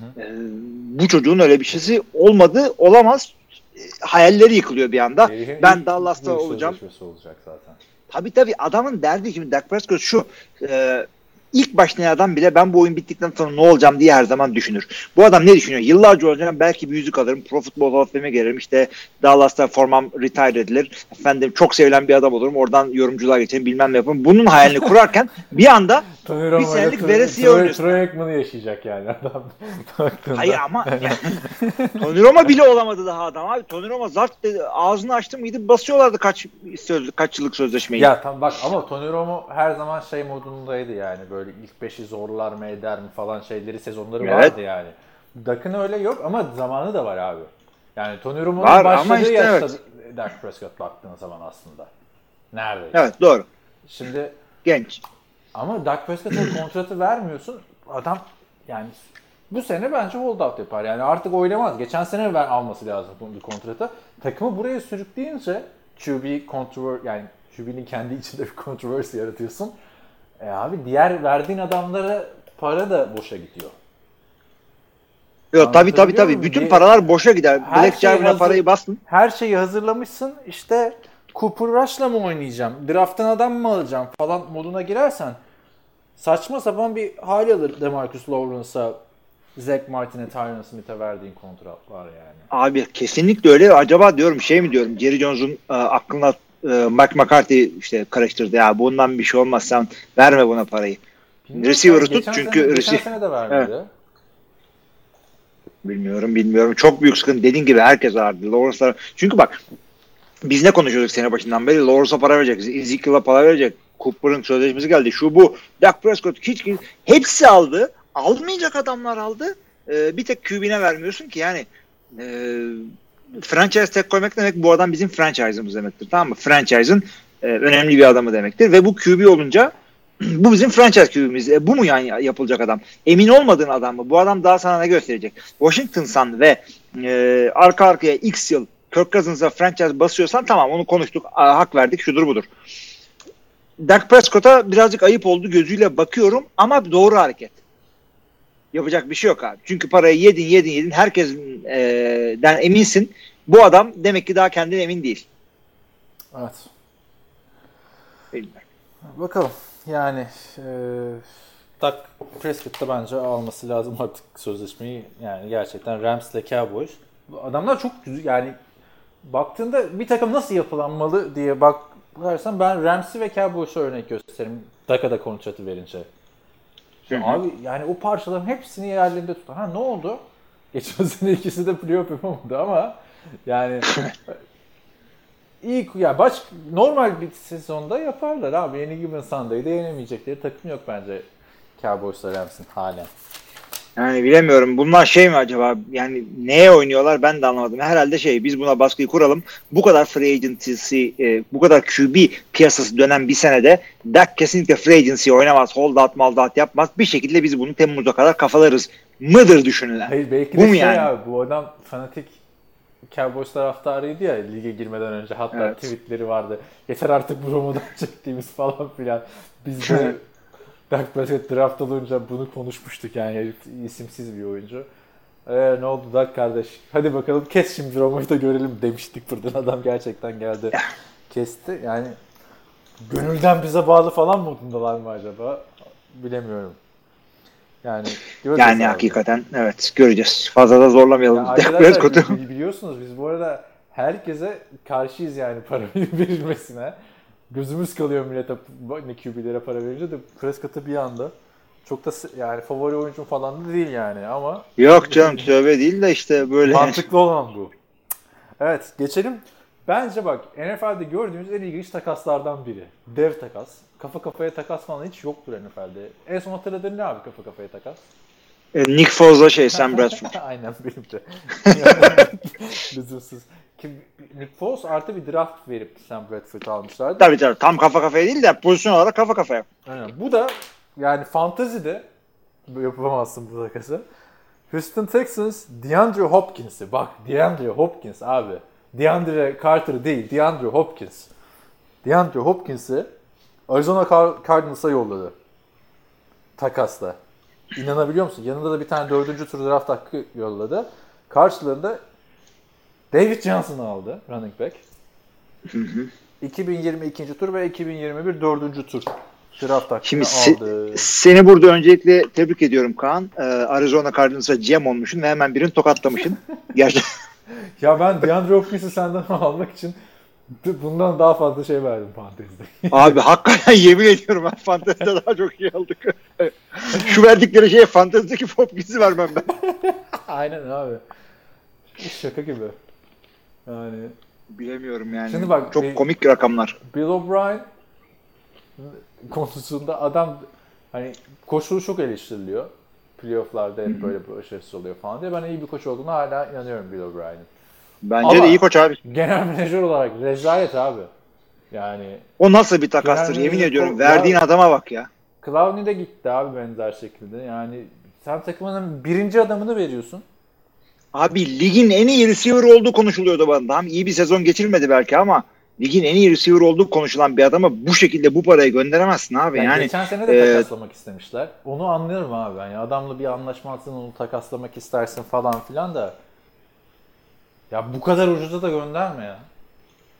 bu çocuğun öyle bir şeysi olmadı, olamaz. Hayalleri yıkılıyor bir anda. Ben Dallas'ta olacağım. Olacak zaten. Tabii adamın derdi şimdi Dak Prescott şu ilk başlayan adam bile ben bu oyun bittikten sonra ne olacağım diye her zaman düşünür. Bu adam ne düşünüyor? Yıllarca olacağım belki bir yüzük alırım. Pro Football Hall of Fame'e gelirim. İşte Dallas'ta formam retire edilir. Efendim çok sevilen bir adam olurum. Oradan yorumculuğa geçerim. Bilmem ne yaparım. Bunun hayalini kurarken bir anda bir senelik veresiye oynuyorsun. Troy Aikman'ı yaşayacak yani adam. Hayır ama Tony Romo bile olamadı daha adam abi. Tony Romo zart dedi, ağzını açtı mıydı basıyorlardı kaç yıllık sözleşmeyi. Ya tamam bak ama Tony Romo her zaman şey modundaydı yani böyle ilk 5'i zorlar mı eder mi falan sezonları vardı yani. Dak'ın öyle yok ama zamanı da var abi. Yani Tony Romo'nun başladığı yaşta Dak Prescott baktığın zaman aslında. Neredeyse. Evet doğru. Şimdi genç. Ama Dak Prescott'a kontratı vermiyorsun. Adam yani bu sene bence holdout yapar. Yani artık oynamaz. Geçen sene alması lazım bu kontratı. Takımı buraya sürükleyince QB'nin kendi içinde bir controversy yaratıyorsun. Abi diğer verdiğin adamlara para da boşa gidiyor. Yok tabii. Bütün paralar boşa gider. Black Jarvin'e parayı bastın. Her şeyi hazırlamışsın. İşte Cooper Rush'la mı oynayacağım? Draft'tan adam mı alacağım falan moduna girersen saçma sapan bir hal alır DeMarcus Lawrence'a, Zach Martin'e, Tyron Smith'e verdiğin kontratlar yani. Abi kesinlikle öyle. Acaba diyorum şey mi diyorum, Jerry Jones'un aklına Mike McCarthy işte karıştırdı ya, bundan bir şey olmaz, sen verme buna parayı. Receiver'ı tut çünkü geçen sene de vermedi. Evet. Bilmiyorum. Çok büyük sıkıntı. Dediğin gibi herkes ağırdı. Lawrence'lar. Çünkü bak, biz ne konuşuyorduk sene başından beri? Lawrence'a para verecek, Ezekiel'a para verecek, Cooper'ın sözleşmesi geldi. Şu bu. Dak Prescott hepsi aldı. Almayacak adamlar aldı. Bir tek QB'ne vermiyorsun ki yani. Franchise tag koymak demek bu adam bizim franchise'ımız demektir. Tamam mı? Franchise'ın önemli bir adamı demektir. Ve bu QB olunca bu bizim franchise QB'miz. Bu mu yani yapılacak adam? Emin olmadığın adam mı? Bu adam daha sana ne gösterecek? Washington'san ve arka arkaya X yıl Kirk Cousins'a franchise basıyorsan tamam, onu konuştuk. Hak verdik, şudur budur. Dak Prescott'a birazcık ayıp oldu gözüyle bakıyorum ama doğru hareket. Yapacak bir şey yok abi. Çünkü parayı yedin. Herkesten eminsin. Bu adam demek ki daha kendine emin değil. Evet. Bilmiyorum. Bakalım. Yani Dak Prescott'ta bence alması lazım artık sözleşmeyi. Yani gerçekten Rams ile Cowboys. Adamlar çok güzel. Yani baktığında bir takım nasıl yapılanmalı diye bakarsan ben Rams'i ve Cowboys'a örnek gösteririm. Dak'a da kontratı verince. Abi yani o parçaların hepsini yerlerinde tutar. Ha ne oldu? Geçen sene ikisi de playoff yapamadı ama yani iyi ya normal bir sezonda yaparlar abi. Yeni gibi Sunday'da yenemeyecekleri takım yok bence Cowboys'la Rams'in halen. Yani bilemiyorum. Bunlar şey mi acaba? Yani neye oynuyorlar ben de anlamadım. Herhalde biz buna baskıyı kuralım. Bu kadar free agency, bu kadar QB piyasası dönen bir senede Dak kesinlikle free agency oynamaz. Hold out yapmaz. Bir şekilde biz bunu Temmuz'a kadar kafalarız mıdır düşünülen. Hayır, belki bu de mu yani? Abi, bu adam fanatik Cowboys taraftarıydı ya lige girmeden önce. Hatta evet. Tweetleri vardı. Yeter artık bu Romo'dan çektiğimiz falan filan. Biz de Dak Prescott draft olunca bunu konuşmuştuk yani, isimsiz bir oyuncu. Ne oldu Dak kardeş? Hadi bakalım kes şimdi Romo'yu da görelim demiştik buradan. Adam gerçekten geldi. Kesti. Yani gönülden bize bağlı falan modundalar mı acaba? Bilemiyorum. Yani hakikaten evet, göreceğiz. Fazla da zorlamayalım. Arkadaşlar biliyorsunuz biz bu arada herkese karşıyız yani para verilmesine. Gözümüz kalıyor millete QB'lere para verince de Prescott'ı bir anda çok da yani favori oyuncum falan da değil yani ama. Yok canım, tövbe değil de işte böyle. Mantıklı olan bu. Evet, geçelim. Bence bak NFL'de gördüğümüz en ilginç takaslardan biri. Dev takas. Kafa kafaya takas falan hiç yoktur NFL'de. En son hatırladığın ne abi kafa kafaya takas? Nick Foles'la Sam Bradford. Aynen benim de. Lüzumsuz. Nick Foles artı bir draft verip Sam Bradford'u almışlardı. Tabii. Tam kafa kafaya değil de pozisyon olarak kafa kafaya. Aynen. Bu da yani fantezide yapamazsın bu takası. Houston Texans DeAndre Hopkins'i. Bak DeAndre Hopkins abi. DeAndre Carter değil. DeAndre Hopkins. DeAndre Hopkins'i Arizona Cardinals'a yolladı. Takasla. İnanabiliyor musun? Yanında da bir tane 4. tur draft hakkı yolladı. Karşılığında David Johnson'ı aldı running back. 2022. tur ve 2021 4. tur draft hakkını aldı. Seni burada öncelikle tebrik ediyorum Kaan. Arizona Cardinals'a GM olmuşsun ve hemen birini tokatlamışsın. Gerçekten. Ya ben DeAndre Hopkins'i senden almak için bundan daha fazla şey verdim fantezide. Abi hakikaten yemin ediyorum ben fantezide daha çok iyi aldık. Şu verdikleri şeye fantezideki Hopkins'i vermem ben. Aynen abi. Şaka gibi. Yani bilemiyorum yani. Şimdi bak, çok komik rakamlar. Bill O'Brien konusunda adam hani koçluğu çok eleştiriliyor. Playoff'larda hep böyle bir başarısız oluyor falan diye. Ben iyi bir koç olduğuna hala inanıyorum Bill O'Brien'in. Bence de iyi koç abi. Genel menajer olarak rezalet abi. Yani o nasıl bir takastır yemin ediyorum. Verdiğin adama bak ya. Clowney de gitti abi benzer şekilde. Yani sen takımının birinci adamını veriyorsun. Abi ligin en iyi receiver olduğu konuşuluyordu bana. Tamam iyi bir sezon geçirmedi belki ama ligin en iyi receiver olduğu konuşulan bir adama bu şekilde bu parayı gönderemezsin abi. Yani geçen sene de takaslamak istemişler. Onu anlıyorum abi. Yani adamla bir anlaşmalısın, onu takaslamak istersin falan filan da. Ya bu kadar ucuza da gönderme ya.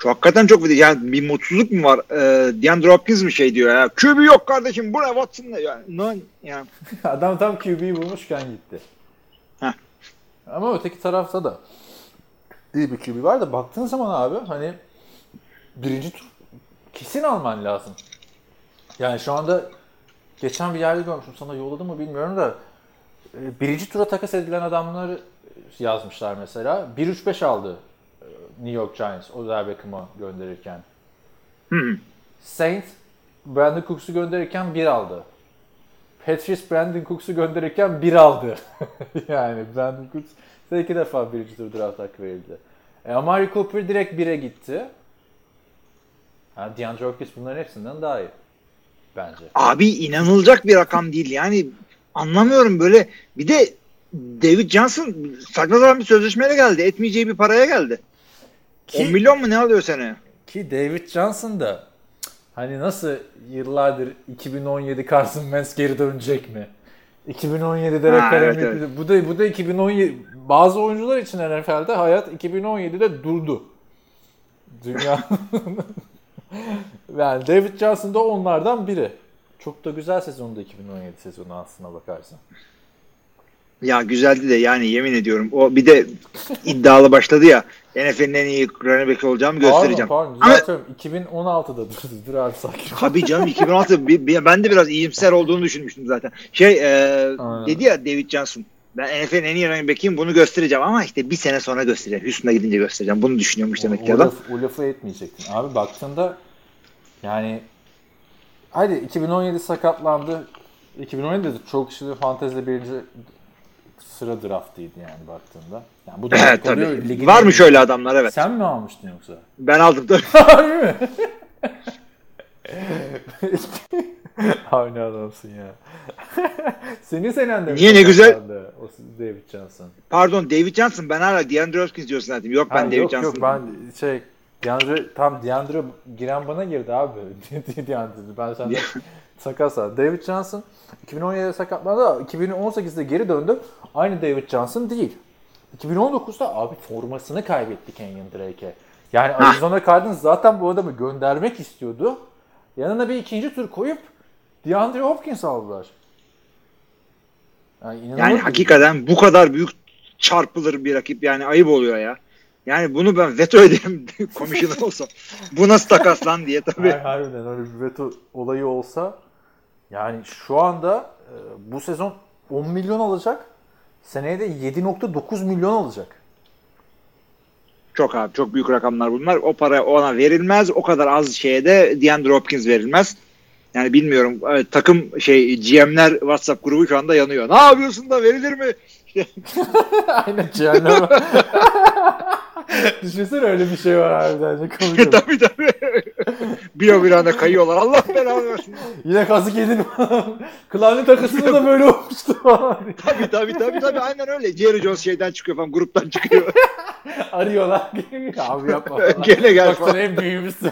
Hakikaten çok yani bir mutsuzluk mu var? DeAndre Hopkins mi şey diyor ya? QB yok kardeşim, bu ne Watson'la yani. Adam tam QB'yi bulmuşken gitti. Heh. Ama öteki tarafta da iyi bir QB var da baktığın zaman abi hani birinci tur kesin alman lazım. Yani şu anda geçen bir yerde görmüştüm, sana yolladım mı bilmiyorum da birinci tura takas edilen adamları yazmışlar mesela. 1-3-5 aldı New York Giants Odell Beckham'ı gönderirken. Saints Brandon Cooks'u gönderirken 1 aldı. Patriots Brandon Cooks'u gönderirken 1 aldı. Yani Brandon Cooks 2 defa birinci tur draft hakkı verildi. Amari Cooper direkt 1'e gitti. Yani DeAndre Hopkins bunların hepsinden daha iyi. Bence. Abi inanılacak bir rakam değil. Yani anlamıyorum böyle. Bir de David Johnson saçma sapan bir sözleşmeyle geldi. Etmeyeceği bir paraya geldi. 10 milyon mu ne alıyor sene? Ki David Johnson da hani nasıl yıllardır 2017 Carson Wentz geri dönecek mi? 2017'de evet. Bu da 2017 bazı oyuncular için NFL'de hayat 2017'de durdu. Dünya yani David Johnson da onlardan biri. Çok da güzel sezonda 2017 sezonu aslına bakarsan. Ya güzeldi de yani yemin ediyorum. O bir de iddialı başladı ya. NFL'in en iyi running back olacağımı göstereceğim. Pardon. Ama 2016'da dur abi sakin. tabii canım 2016 ben de biraz iyimser olduğunu düşünmüştüm zaten. Dedi ya David Johnson. Ben NFL'in en iyi running back'iyim, bunu göstereceğim ama işte bir sene sonra göstereceğim. Houston'a gidince göstereceğim. Bunu düşünüyormuş demek ki adam. O lafı etmeyecektin. Abi baktığında yani hadi 2017 sakatlandı. 2017'de çok kişi fantezide birinci sıra draftıydı yani baktığında. Yani bu da tabii. Var mı şöyle adamlar, evet. Sen mi almıştın yoksa? Ben aldım tabii. Harbi mi? Aynı adamsın ya. Senin senende niye, ne güzel. O David Johnson. Pardon, David Johnson, ben hala DeAndre Hopkins diyorsun zaten. Yok ben David Johnson. Yok ben DeAndre giren bana girdi abi. DeAndre ben senden sakatsa. David Johnson 2017'de sakatlandı, 2018'de geri döndü. Aynı David Johnson değil. 2019'da abi formasını kaybetti Kenyon Drake'e. Yani Arizona Cardinals zaten bu adamı göndermek istiyordu. Yanına bir ikinci tur koyup DeAndre Hopkins aldılar. Yani hakikaten bu kadar büyük çarpılır bir rakip, yani ayıp oluyor ya. Yani bunu ben veto ederim komisyoner olsam. Bu nasıl takas lan diye tabii. Harbiden öyle bir veto olayı olsa yani şu anda bu sezon 10 milyon alacak. Seneye de 7.9 milyon alacak. Çok abi, çok büyük rakamlar bunlar. O para ona verilmez. O kadar az şeye de DeAndre Hopkins verilmez. Yani bilmiyorum, takım GM'ler WhatsApp grubu şu anda yanıyor. Ne yapıyorsun da verilir mi? Aynen cehennem. Düşünsene öyle bir şey var harbiden. Tabii. Bir anda kayıyorlar. Allah belanı versin. Yine kazık yedin. Klavye takısında da böyle olmuştu. Tabii aynen öyle. Jerry Jones şeyden çıkıyor falan, gruptan çıkıyor. Arıyorlar. Abi yapma. Gene gel bak falan. sen en büyüğümüzsün.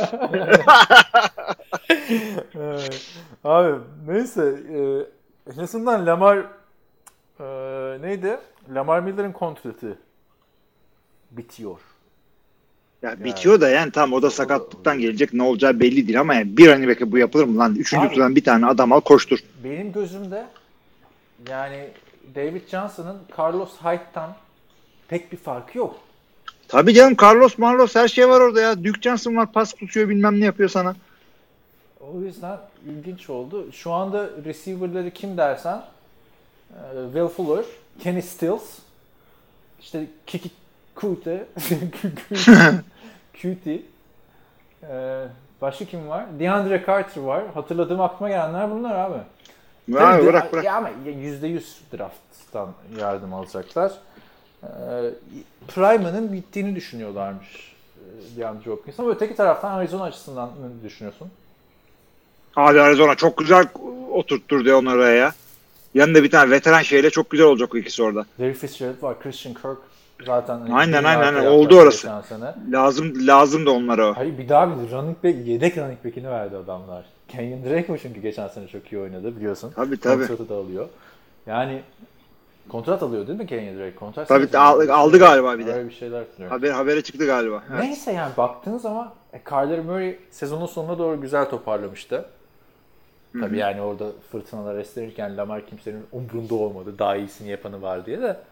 Abi neyse. En azından Lamar neydi? Lamar Miller'ın kontratı bitiyor. Ya bitiyor da yani tam o da sakatlıktan gelecek, ne olacağı belli değil ama yani bir running back'e bu yapılır mı lan? Üçüncü turdan bir tane adam al, koştur. Benim gözümde yani David Johnson'ın Carlos Hyde'tan pek bir farkı yok. Tabii canım, Carlos her şey var orada ya. Duke Johnson var, pas tutuyor, bilmem ne yapıyor sana. O yüzden ilginç oldu. Şu anda receiver'ları kim dersen Will Fuller, Kenny Stills, işte Kiki Kute, Cutie, başka kim var? DeAndre Carter var. Hatırladığım aklıma gelenler bunlar abi. Abi, bırak. Ya ama %100 draft'tan yardım alacaklar. Prime'ının bittiğini düşünüyorlarmış DeAndre Hopkins. Ama öteki taraftan Arizona açısından ne düşünüyorsun? Abi Arizona çok güzel oturtturdu onu oraya ya. Yanında bir tane veteran şeyle çok güzel olacak o ikisi orada. Larry Fitzgerald var, Christian Kirk zaten. Aynen oldu orası. Lazım da onlara o. Hayır bir daha running back, yedek running back'ini verdi adamlar. Kenyon Drake mi çünkü geçen sene çok iyi oynadı biliyorsun. Tabii. Kontratı da alıyor. Yani Kontrat alıyor değil mi Kenny Drake? Kontrat Tabii aldı galiba bir de. Öyle bir şeyler hatırlıyorum. Habere çıktı galiba. Evet. Neyse yani baktığın zaman Kyler Murray sezonun sonuna doğru güzel toparlamıştı. Tabii yani orada fırtınalar estirirken Lamar kimsenin umrunda olmadı. Daha iyisini yapanı var diye de.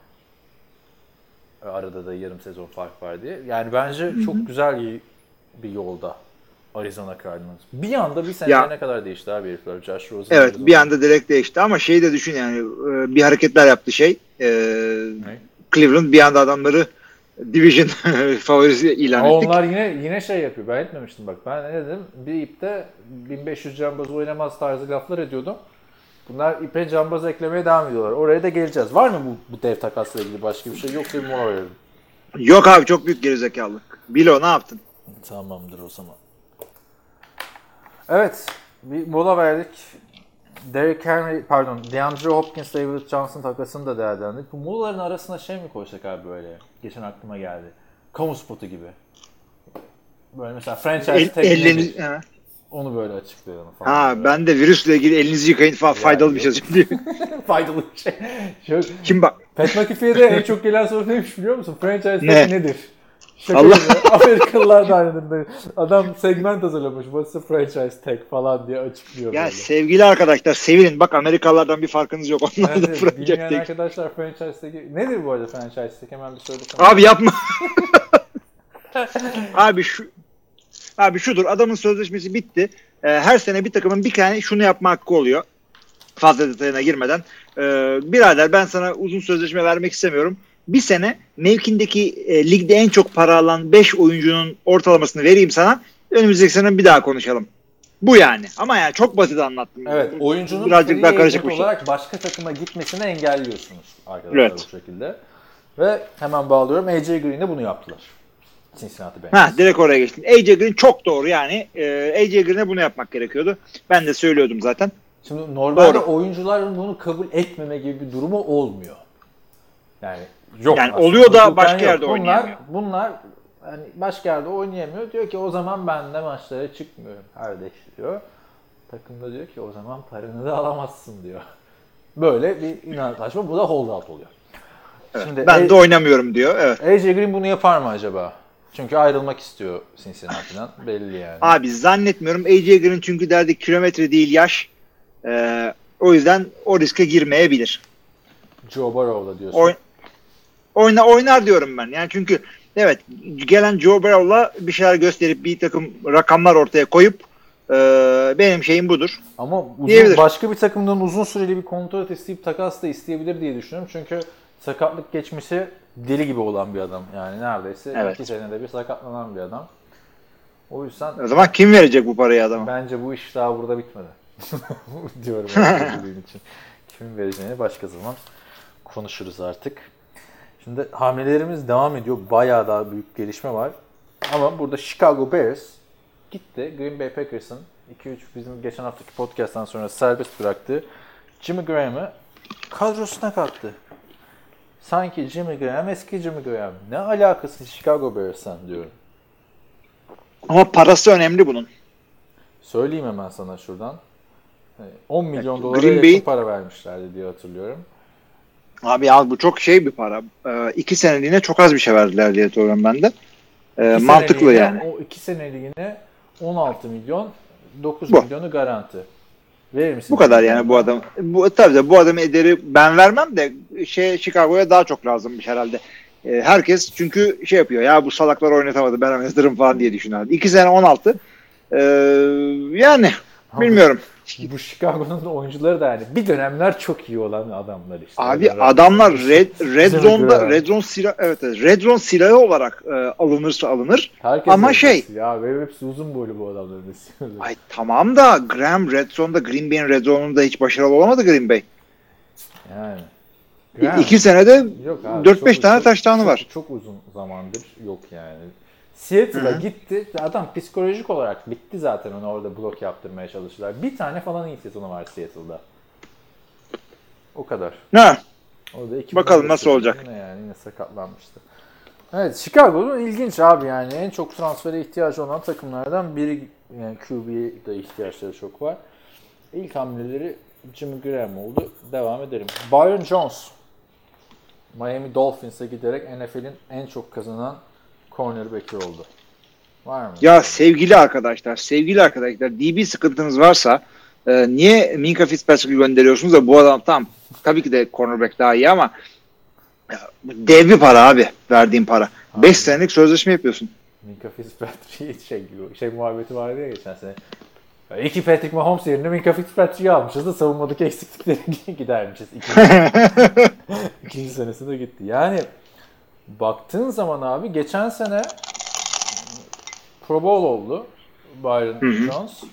Arada da yarım sezon fark var diye. Yani bence çok güzel bir yolda Arizona Cardinals. Bir anda bir senede ne kadar değişti abi herifler. Josh Rosen. Evet bir anda direkt değişti ama şeyi de düşün yani bir hareketler yaptı Cleveland bir anda adamları division favorisi ilan ettik. Onlar yine şey yapıyor. Ben etmemiştim bak. Ben ne dedim? Bir ipte 1500 cambaz oynamaz tarzı laflar ediyordum. Bunlar ipe cambaz eklemeye devam ediyorlar. Oraya da geleceğiz. Var mı bu dev takasla ilgili başka bir şey? Yoksa bir mola verelim. Yok abi çok büyük gerizekalılık. Bilo ne yaptın? Tamamdır o zaman. Evet. Bir mola verdik. DeAndre Hopkins, David Johnson takasını da değerlendirdik. Bu molaların arasına şey mi koysak abi böyle? Geçen aklıma geldi. Kamu spotu gibi. Böyle mesela franchise tag nedir? Onu böyle açıklayalım falan. Ha ben de virüsle ilgili elinizi yıkayın falan faydalı bir şey diye. Faydalı bir şey. Kim bak? Pat McAfee'de en çok gelen soru neymiş biliyor musun? Franchise tag nedir? Allah. Amerikalılar da aynı. Adam segment hazırlamış. What's the franchise tag falan diye açıklıyor. Ya böyle. sevgili arkadaşlar sevinin. Bak Amerikalılardan bir farkınız yok. Onlar da franchise bilmeyen tag. arkadaşlar franchise tag'i. Nedir bu arada franchise tag? Hemen bir söylesene. Abi yapma. Abi şudur. Adamın sözleşmesi bitti. Her sene bir takımın bir tane şunu yapma hakkı oluyor. Fazla detayına girmeden. Birader ben sana uzun sözleşme vermek istemiyorum. Bir sene mevkindeki ligde en çok para alan 5 oyuncunun ortalamasını vereyim sana. Önümüzdeki sene bir daha konuşalım. Bu yani. Ama yani çok basit anlattım. Evet. Oyuncunun birazcık daha karışık free bir agent şey. olarak başka takıma gitmesini engelliyorsunuz arkadaşlar Evet. bu şekilde. Ve hemen bağlıyorum. AJ Green'de bunu yaptılar. Cincinnati Bengals. Direkt oraya geçtin. AJ Green çok doğru yani. AJ Green'e bunu yapmak gerekiyordu. Ben de söylüyordum zaten. Şimdi normalde Doğru. oyuncuların bunu kabul etmeme gibi bir durumu olmuyor. Yani yok. Yani aslında. oluyor da Hukuken başka yok. yerde oynayamıyor. Bunlar hani başka yerde oynayamıyor. Diyor ki o zaman ben de maçlara çıkmıyorum kardeş diyor. Takım da diyor ki o zaman paranı da alamazsın diyor. Böyle bir inatlaşma. Bu da holdout oluyor. Evet, Şimdi ben de oynamıyorum diyor. Evet. AJ Green bunu yapar mı acaba? Çünkü ayrılmak istiyor Cincinnati'den. Belli yani. Abi zannetmiyorum. AJ Green çünkü derdi kilometre değil yaş. O yüzden o riske girmeyebilir. Joe Burrow'la diyorsun. Oynar diyorum ben. Yani çünkü evet gelen Joe Burrow'la bir şeyler gösterip bir takım rakamlar ortaya koyup benim şeyim budur. Ama diyebilir. Başka bir takımdan uzun süreli bir kontrat isteyip takas da isteyebilir diye düşünüyorum. Çünkü sakatlık geçmişi deli gibi olan bir adam. Yani neredeyse 2 senede bir sakatlanan bir adam. O yüzden o zaman kim verecek bu parayı adama? bence bu iş daha burada bitmedi. Diyorum benim için. Kimin vereceğini başka zaman konuşuruz artık. Şimdi hamlelerimiz devam ediyor. Bayağı daha büyük gelişme var. Ama burada Chicago Bears gitti. Green Bay Packers'ın 2-3 bizim geçen haftaki podcast'tan sonra serbest bıraktığı Jimmy Graham'ı kadrosuna kattı. Sanki Jimmy Graham eski Jimmy Graham. Ne alakası Chicago Bears'tan diyorum. Ama parası önemli bunun. Söyleyeyim hemen sana şuradan. 10 milyon dolara Green yakın Bay para vermişlerdi diye hatırlıyorum. Abi ya bu çok bir para. 2 seneliğine çok az bir şey verdiler diye hatırlıyorum ben de. Mantıklı yani. O 2 seneliğine 16 milyon 9 bu. milyonu garanti. Verir misin? Bu kadar yani bu adam. Tabii de bu adamın ederi ben vermem de Chicago'ya daha çok lazımmış herhalde. Herkes çünkü yapıyor ya bu salaklar oynatamadı ben oynatırım falan diye düşünüyor. 2 sene 16. Yani bilmiyorum. Bu Chicago'nun da oyuncuları da yani bir dönemler çok iyi olan adamlar işte. Abi adamlar Red Zone silahı olarak alınırsa alınır. Herkes ama ya benim hepsi uzun boylu bu adamların. Ay tamam da Graham Red Zone'da Green Bay'in Red Zone'unda hiç başarılı olamadı Green Bay. Yani. 2 senede 4-5 tane touchdown'u var. Çok uzun zamandır yok yani. Seattle'a gitti. Adam psikolojik olarak bitti zaten onu orada blok yaptırmaya çalıştılar. Bir tane falan iyi sezonu var Seattle'da. O kadar. Ne? Orada bakalım nasıl olacak. Yine sakatlanmıştı. Evet Chicago'nun ilginç abi yani en çok transfere ihtiyacı olan takımlardan biri. Yani QB'ye de ihtiyaçları çok var. İlk hamleleri Jimmy Graham oldu. Devam edelim. Byron Jones Miami Dolphins'e giderek NFL'in en çok kazanan cornerback'i oldu. Var mı? Ya sevgili arkadaşlar, DB sıkıntınız varsa niye Minkah Fitzpatrick'i gönderiyorsunuz da bu adam tabii ki de cornerback daha iyi ama ya, dev bir para abi verdiğim para. 5 senelik sözleşme yapıyorsun. Minkah Fitzpatrick'i şey muhabbeti vardı ya geçen sene. Ya iki Patrick Mahomes yerine Minkah Fitzpatrick'i almışız da savunmadaki eksiklikleri gidermişiz. İkinci senesi de gitti. Yani baktığın zaman abi geçen sene Pro Bowl oldu Byron Jones.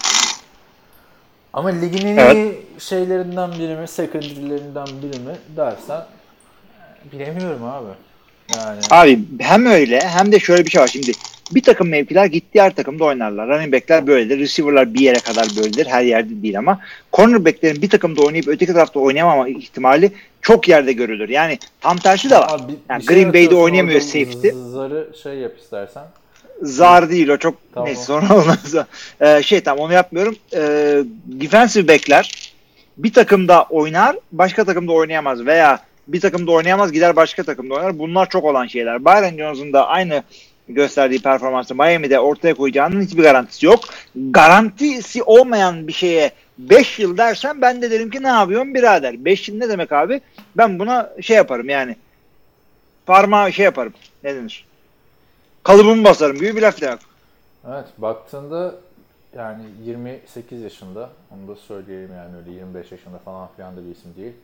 Ama ligin en iyi şeylerinden biri mi, secondary'lerinden biri mi dersen bilemiyorum abi. Yani Abi hem öyle hem de şöyle bir şey var şimdi. Bir takım mevkiler gitti, diğer takımda oynarlar. Running back'ler böyledir. Receiver'lar bir yere kadar böyledir. Her yerde değil ama cornerback'lerin bir takımda oynayıp öteki tarafta oynayamama ihtimali çok yerde görülür. Yani tam tersi de var. abi, Yani şey Green Bay'de yapıyorsun, oynayamıyor orada safety. Zarı şey yap istersen. Zar değil o çok Tamam. neyse sonra olmaz. Onu yapmıyorum. Defensive back'ler bir takımda oynar, başka takımda oynayamaz veya bir takımda oynayamaz gider başka takımda oynar. Bunlar çok olan şeyler. Byron Jones'un da aynı gösterdiği performansı Miami'de ortaya koyacağının hiçbir garantisi yok. Garantisi olmayan bir şeye 5 yıl dersen ben de derim ki ne yapıyorsun birader? 5 yıl ne demek abi? Ben buna şey yaparım yani. Parmağı şey yaparım. Ne denir? Kalıbımı basarım gibi bir laf demek. Evet baktığında yani 28 yaşında onu da söyleyelim yani öyle 25 yaşında falan filan da bir isim değil.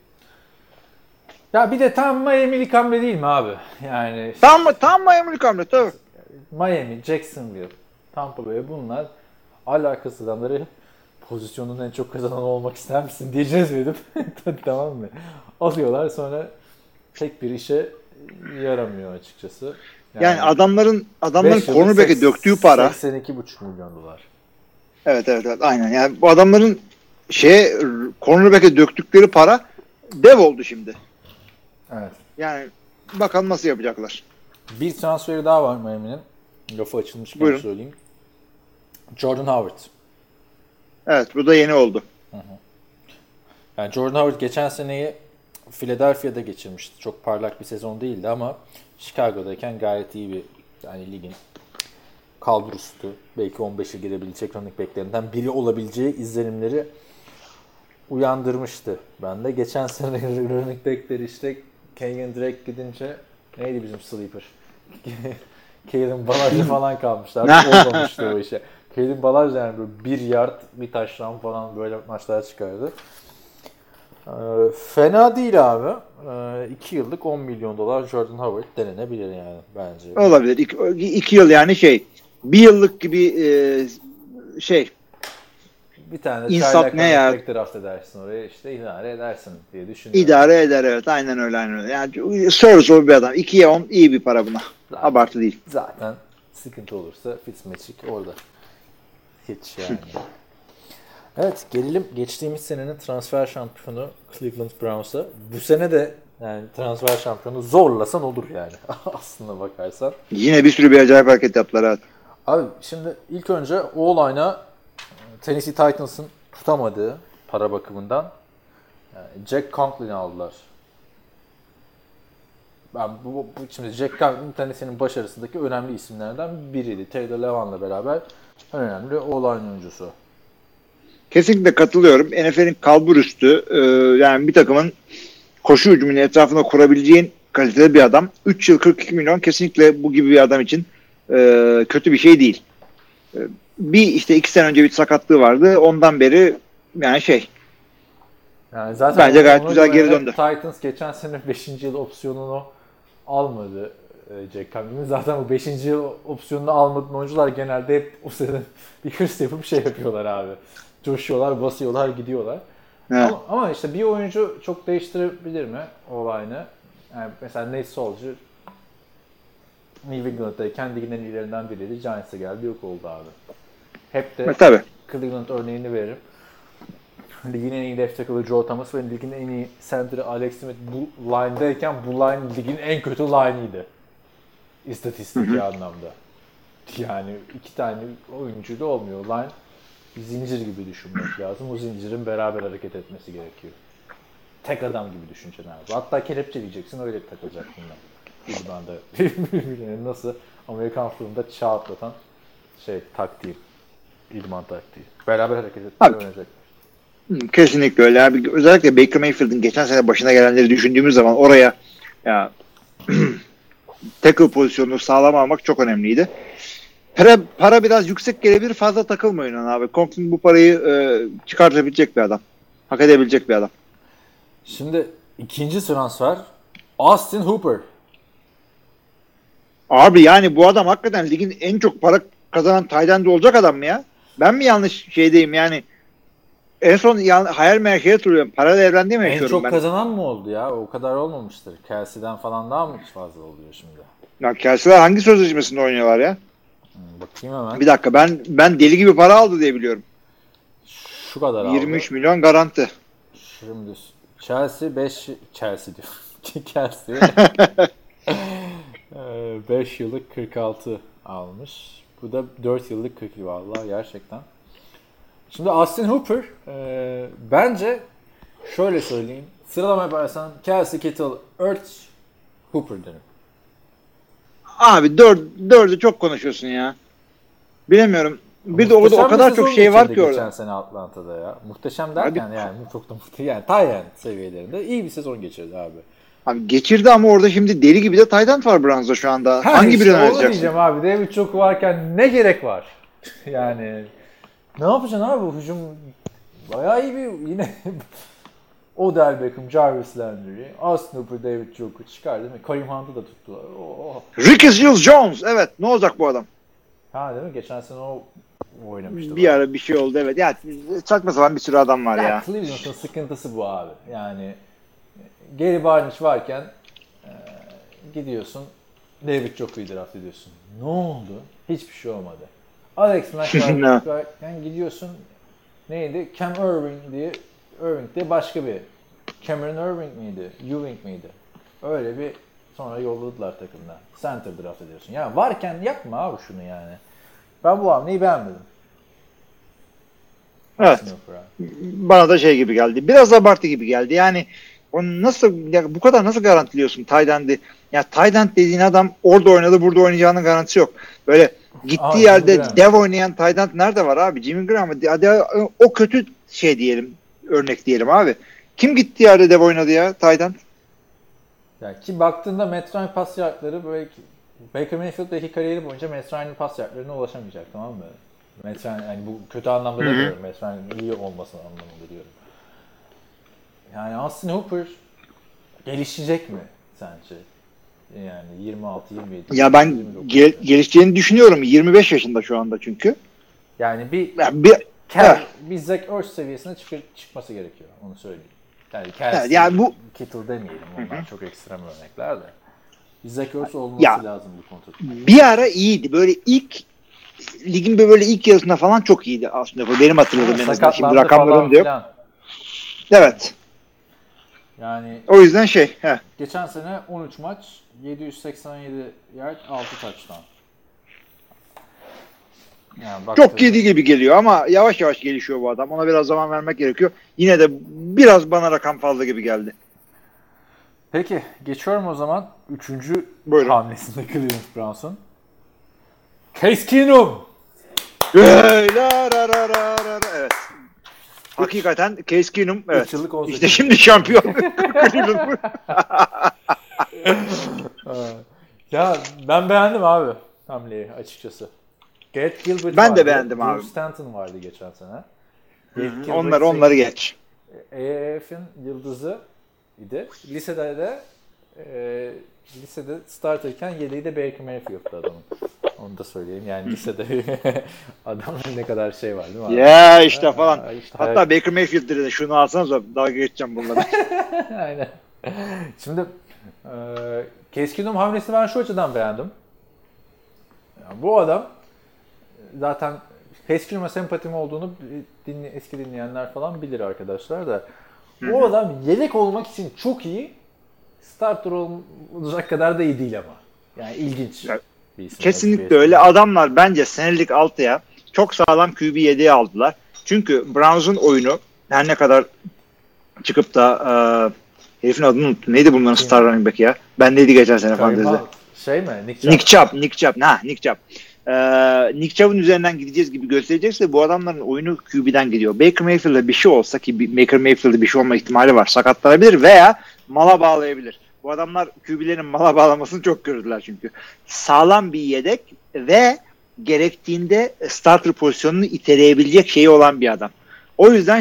Ya bir de tam Miami'lik hamle değil mi abi? Yani Tam Miami'lik hamle tabii. Miami, Jacksonville, Tampa Bay bunlar alakasız adamları pozisyonun en çok kazanan olmak ister misin diyeceğiz dedim. Tamam mı? Alıyorlar sonra tek bir işe yaramıyor açıkçası. Yani adamların cornerback'e döktüğü para 82,5 milyon dolar. Evet aynen. Yani bu adamların cornerback'e döktükleri para dev oldu şimdi. Evet. Yani bakalım nasıl yapacaklar. Bir transferi daha var Miami'nin. Lafı açılmışken Buyurun. söyleyeyim. Jordan Howard. Evet bu da yeni oldu. Yani Jordan Howard geçen seneyi Philadelphia'da geçirmişti. Çok parlak bir sezon değildi ama Chicago'dayken gayet iyi bir yani ligin kalburustu. Belki 15'e girebilecek running backlerinden biri olabileceği izlenimleri uyandırmıştı. Ben de geçen sene running backleri işte Kenyon Drake gidince neydi bizim sleeper? Kalen Balaj'da falan kalmışlar. Olmamıştı o işe. Kalen Balaj yani böyle 1 yard, bir taştan falan böyle maçlar çıkardı. Fena değil abi. 2 yıllık 10 milyon dolar Jordan Howard denenebilir yani bence. Olabilir. 2 yıl yani bir yıllık gibi bir tane İnsat çaylak ne ya? draft edersin oraya işte idare edersin diye düşünüyorum. İdare eder evet. Aynen öyle. Yani serviceable bir adam. 2'ye 10 iyi bir para buna. Abartı değil. Zaten sıkıntı olursa Fitzmagic orada. Hiç yani. Evet gelelim geçtiğimiz senenin transfer şampiyonu Cleveland Browns'a. Bu sene de yani transfer şampiyonu zorlasan olur yani aslına bakarsan. Yine bir sürü bir acayip hareket yaptılar evet. Abi şimdi ilk önce O-line'a Tennessee Titans'ın tutamadığı para bakımından Jack Conklin'i aldılar. Ben şimdi Jack Conklin Tennessee'nin başarısındaki önemli isimlerden biriydi. Taylor Lewan'la beraber en önemli O-line oyuncusu. Kesinlikle katılıyorum. NFL'in kalburüstü yani bir takımın koşu hücumunun etrafında kurabileceğin kalitede bir adam. 3 yıl 42 milyon kesinlikle bu gibi bir adam için kötü bir şey değil. Bir işte 2 sene önce bir sakatlığı vardı. Ondan beri yani yani zaten bence gayet güzel geri döndü. Titans geçen sene 5. yıl opsiyonunu almadı Jack Conklin'in. Zaten bu 5. yıl opsiyonunu almadan oyuncular genelde hep o sene bir hırs yapıp şey yapıyorlar abi. Coşuyorlar, basıyorlar, gidiyorlar. Evet. Ama işte bir oyuncu çok değiştirebilir mi olayını? Yani mesela Nate Soldier New England'dayken ligin en iyilerinden biriydi. Giants'a geldi, yok oldu abi. Hep de Tabii. Cleveland örneğini veririm. Ligin en iyi left tackle'ı Joe Thomas ve ligin en iyi center'ı Alex Smith bu line'dayken bu line ligin en kötü line'ıydı. İstatistik anlamda. Yani 2 tane oyuncuyla olmuyor. Line bir zincir gibi düşünmek lazım. O zincirin beraber hareket etmesi gerekiyor. tek adam gibi düşüneceksin abi. Hatta kelepçeleyeceksin, öyle takılacak bunlar. İdmanda nasıl Amerikan filminde çağ atlatan taktiği. İdman taktiği. Beraber hareket etmeyi öğrenecek. Kesinlikle öyle abi. Özellikle Baker Mayfield'ın geçen sene başına gelenleri düşündüğümüz zaman oraya ya tackle pozisyonunu sağlam almak çok önemliydi. Para biraz yüksek gelebilir, fazla takılmayın ona abi. Conklin bu parayı çıkartabilecek bir adam. Hak edebilecek bir adam. Şimdi ikinci transfer Austin Hooper. Abi yani bu adam hakikaten ligin en çok para kazanan tight end olacak adam mı ya? Ben mi yanlış şeydeyim yani? En son hayal meyal oturuyorum. Paralel evrende mi En yaşıyorum çok ben? kazanan mı oldu ya? O kadar olmamıştır. Kelsey'den falan daha mı fazla oluyor şimdi? Ya Kelsey'ler hangi sözleşmesinde oynuyorlar ya? Bakayım hemen. Bir dakika ben deli gibi para aldı diye biliyorum. Şu kadar aldı. 23 milyon garanti. Şimdi Chelsea diyor. Chelsea 5 yıllık 46 almış. Bu da 4 yıllık 40 vallahi gerçekten. Şimdi Austin Hooper bence şöyle söyleyeyim. Sıralama yaparsan Kelsey, Kittle, Ertz, Hooper derim. Abi dördü çok konuşuyorsun ya. Bilemiyorum. Bir de orada o kadar çok şey var ki orada. Geçen sene Atlanta'da ya. Muhteşem derken yani çok da muhteşem. Yani Tayland seviyelerinde iyi bir sezon geçirdi abi. Abi geçirdi ama orada şimdi deli gibi de tight end var Browns'da şu anda. Hangi işte birini onu oynayacaksın? diyeceğim abi. David Njoku varken ne gerek var? Yani ne yapacaksın abi? Bu hücum bayağı iyi bir yine Odell Beckham, Jarvis Landry, Austin Hooper, David Njoku çıkar değil mi? Kareem Hunt'ı da tuttular. Ricky Seals-Jones. Evet. Ne olacak bu adam? Ha değil mi? Geçen sene o oynamıştı. Bir ara bir şey oldu evet. Ya saçma sapan bir sürü adam var ya. Cleveland'ın sıkıntısı bu abi. Yani Gary Barnidge varken gidiyorsun David Njoku'yu draft ediyorsun. Ne oldu? Hiçbir şey olmadı. Alex Mack varken gidiyorsun neydi? Irving diye başka bir Cameron Irving miydi? Ewing miydi? Öyle bir sonra yolladılar takımdan. Center draft ediyorsun. Ya varken yapma abi şunu yani. Ben bu hamleyi beğenmedim. Evet. Bana da şey gibi geldi. Biraz abartı gibi geldi. Yani onu nasıl ya bu kadar nasıl garantiliyorsun tight end'i? Ya tight end dediğin adam orada oynadı, burada oynayacağının garantisi yok. Böyle gittiği yerde dev oynayan tight end nerede var abi? Jimmy Graham. Hadi o kötü şey diyelim, örnek diyelim abi. Kim gittiği yerde dev oynadı ya tight end? Ya ki baktığında Matt Ryan pas yardları böyle Baker Mayfield belki kariyeri boyunca Matt Ryan'ın pas yardlarına ulaşamayacak, tamam mı? Matt Ryan, yani bu kötü anlamda demiyorum. Matt Ryan'ın iyi olmasının anlamında diyorum. Yani Austin Hooper gelişecek mi sence? Yani 26, 27. Ya ben gelişeceğini düşünüyorum. 25 yaşında şu anda çünkü. Yani bir Zach Ertz seviyesine çıkması gerekiyor. Onu söyleyeyim. Yani Kelsey, yani bu Kittle demeyelim. Onlar çok ekstrem örnekler de. Bir Zach Ertz olması lazım bu konuda. Bir ara iyiydi. Böyle ligin böyle ilk yarısında falan çok iyiydi aslında. Benim hatırladığım en azından. Şimdi rakamlarım da yok. Evet. Yani o yüzden geçen sene 13 maç, 787 yard, 6 touchdown. Yani çok yedi gibi geliyor ama yavaş yavaş gelişiyor bu adam. Ona biraz zaman vermek gerekiyor. Yine de biraz bana rakam fazla gibi geldi. Peki geçiyorum o zaman 3. hamlesinde Cleveland Browns'un. Case Keenum. Evet. Hakikaten Case Keenum. Evet. İşte şimdi şampiyon. Ya ben beğendim abi hamleyi açıkçası. Garrett Gilbert ben vardı. de beğendim abi. Drew Stanton vardı geçen sene. Onları geç. AAF'in yıldızı idi. Lisede starterken yedeği de Baker Mayfield'dı adamın. Onu da söyleyeyim. Yani lisede adamın ne kadar şey var değil mi? Ya işte falan. Hatta Baker Mayfield dedi şunu alsanız dalga geçeceğim bunlara. Aynen. Şimdi Case Keenum hamlesini ben şu açıdan beğendim. Yani bu adam zaten Case Keenum'a sempatim olduğunu eski dinleyenler falan bilir arkadaşlar da. Bu adam yedek olmak için çok iyi, starter olacak kadar da iyi değil ama. Yani ilginç bir isim. Kesinlikle öyle. Adamlar bence senelik altıya çok sağlam QB yedeği aldılar. Çünkü Browns'un oyunu her ne kadar çıkıp da herifin adını unuttum. Neydi bunların star running back ya? Bendeydi geçen sene fantezide. Şey mi? Nick Chubb. Nick Chubb. Nick Chubb. Nick Chubb'ın üzerinden gideceğiz gibi gösterecekse bu adamların oyunu QB'den gidiyor. Baker Mayfield'da bir şey olsa ki Baker Mayfield'da bir şey olma ihtimali var. Sakatlanabilir veya mala bağlayabilir. Bu adamlar QB'lerin mala bağlamasını çok gördüler çünkü. Sağlam bir yedek ve gerektiğinde starter pozisyonunu iteleyebilecek şeyi olan bir adam. O yüzden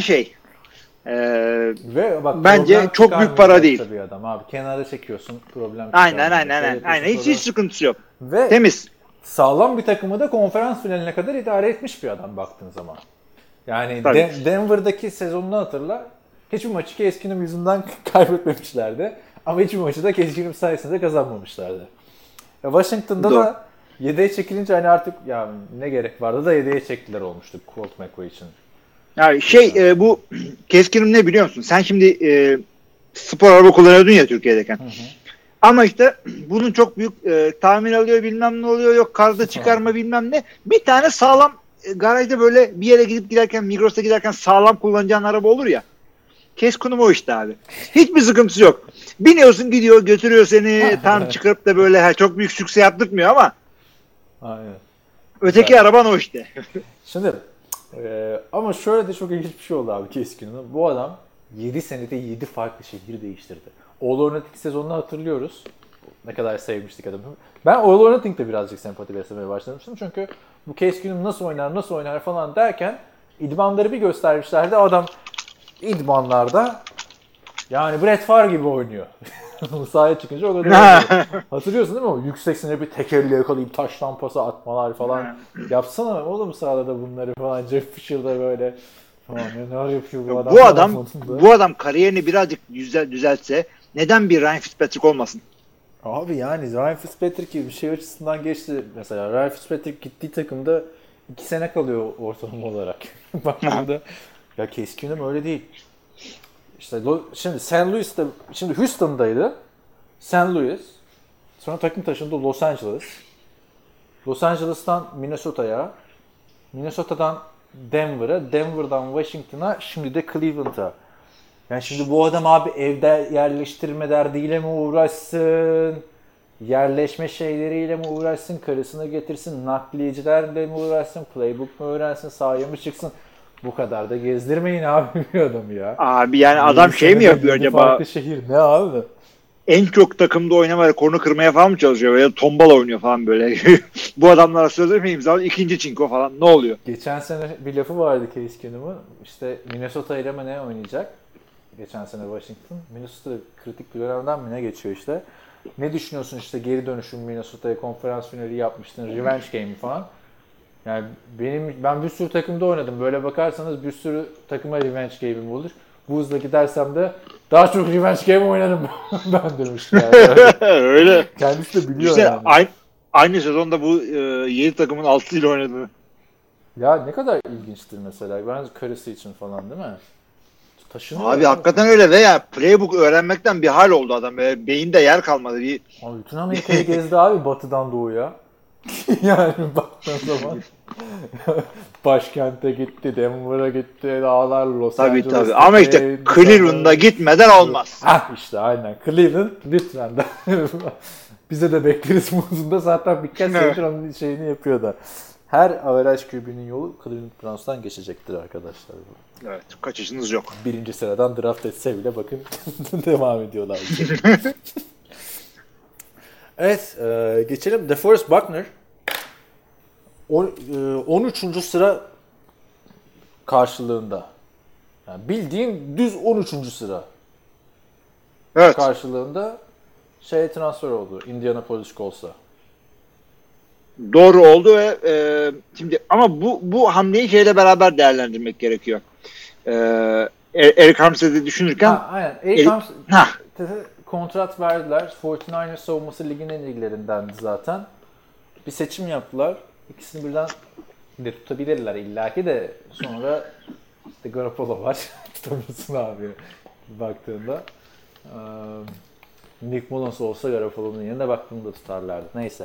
ve bak, bence çok büyük para değil. Bir adam abi. Kenara çekiyorsun, problem Aynen. Hiç sıkıntısı yok. Ve temiz. Sağlam bir takımı da konferans finaline kadar idare etmiş bir adam baktığın zaman. Yani Denver'daki sezonunu hatırla. Hiçbir maçı Case Keenum yüzünden kaybetmemişlerdi. Ama hiçbir maçı da Case Keenum sayesinde kazanmamışlardı. Washington'da da yedeğe çekilince hani artık ya ne gerek vardı da yedeğe çektiler olmuştu Colt McCoy için. Yani bu Case Keenum ne biliyor musun? Sen şimdi spor araba kullanıyordun ya Türkiye'deyken. Hı. Ama işte bunun çok büyük tahmin alıyor, bilmem ne oluyor, yok karda çıkarma bilmem ne. Bir tane sağlam garajda böyle bir yere gidip giderken, Migros'a giderken sağlam kullanacağın araba olur ya. Case Keenum o işte abi. Hiçbir sıkıntısı yok. Biniyorsun, gidiyor, götürüyor seni, tam çıkarıp da böyle çok büyük sükse yaptırmmıyor ama aynen. Öteki araban o işte. Şimdi ama şöyle de çok ilginç bir şey oldu abi Case Keenum'da. Bu adam 7 senede 7 farklı şehir değiştirdi. All or Nothing sezonunu hatırlıyoruz. Ne kadar sevmiştik adamı. Ben All or Nothing'de birazcık sempati beslemeye başlamıştım. Çünkü bu Case Keenum nasıl oynar falan derken idmanları bir göstermişlerdi. Adam idmanlarda yani Brett Favre gibi oynuyor. Sahaya çıkınca o kadar hatırlıyorsun değil mi? O yüksek sinirli bir tek elle yakalayıp taş lampası atmalar falan. Yapsana oğlum sahada da bunları falan. Jeff Fisher'da böyle neler yapıyor bu adam. Bu adam kariyerini birazcık düzeltse neden bir Ryan Fitzpatrick olmasın? Abi yani Ryan Fitzpatrick gibi bir şey açısından geçti. Mesela Ryan Fitzpatrick gittiği takımda 2 sene kalıyor ortalama olarak. Baktığımda ya Case Keenum öyle değil. İşte şimdi şimdi Houston'daydı. St. Louis. Sonra takım taşındı Los Angeles. Los Angeles'tan Minnesota'ya. Minnesota'dan Denver'a. Denver'dan Washington'a. Şimdi de Cleveland'a. Yani şimdi bu adam abi evde yerleştirme derdiyle mi uğraşsın? Yerleşme şeyleriyle mi uğraşsın? Karısını getirsin? Nakliyecilerle mi uğraşsın? Playbook mu öğrensin? Sahaya mı çıksın? Bu kadar da gezdirmeyin abi bir adamı ya. Abi yani adam mi yapıyor acaba? Farklı şehir ne abi? En çok takımda oynamaya, kornu kırmaya falan mı çalışıyor? Veya tombala oynuyor falan böyle. Bu adamlara sözleşme imzalı ikinci çinko falan. Ne oluyor? Geçen sene bir lafı vardı Case Keenum'un. İşte Minnesota ile mi ne oynayacak? Geçen sene Washington. Minnesota kritik bir dönemden mi ne geçiyor işte. Ne düşünüyorsun işte geri dönüşüm Minnesota'ya konferans finali yapmıştın. Revenge game falan. Yani ben bir sürü takımda oynadım. Böyle bakarsanız bir sürü takıma revenge game'im olur. Bu hızla gidersem de daha çok revenge game oynadım ben demiştim yani. Öyle. Kendisi de biliyor işte yani. Aynı sezonda bu 7 takımın 6'sıyla oynadı. Ya ne kadar ilginçtir mesela. Bence karısı için falan değil mi? Taşınıyor. Abi hakikaten öyle ve ya playbook öğrenmekten bir hal oldu adam. Beyinde yer kalmadı. Abi bütün Amerika'yı gezdi abi batıdan doğuya. Yani baktığın zaman başkente gitti, Denver'a gitti, dağlar, Los Angeles'a. Tabii. Ama işte Cleveland'a gitmeden olmaz. İşte aynen. Cleveland lütfen de. Bize de bekleriz modunda zaten birkaç senedir onun şeyini yapıyor da. Her average QB'nin yolu Cleveland Browns'tan geçecektir arkadaşlar. Evet, kaçışınız yok. Birinci sıradan draft etse bile bakın devam ediyorlar. Evet, geçelim. DeForest Buckner 13. sıra karşılığında. Yani bildiğin düz 13. sıra karşılığında transfer oldu Indianapolis Colts'a. Doğru oldu ve şimdi ama bu hamleyi şeyle beraber değerlendirmek gerekiyor. Eric Armstead'i düşünürken aynen. Eric Armstead'e kontrat verdiler. 49ers savunması ligin en ilgilerindendi zaten. Bir seçim yaptılar. İkisini birden de tutabilirler illaki de sonra işte Garoppolo var. Tutamıyorsun abi baktığında. Nick Mullins olsa Garoppolo'nun yerine baktığında tutarlardı. Neyse.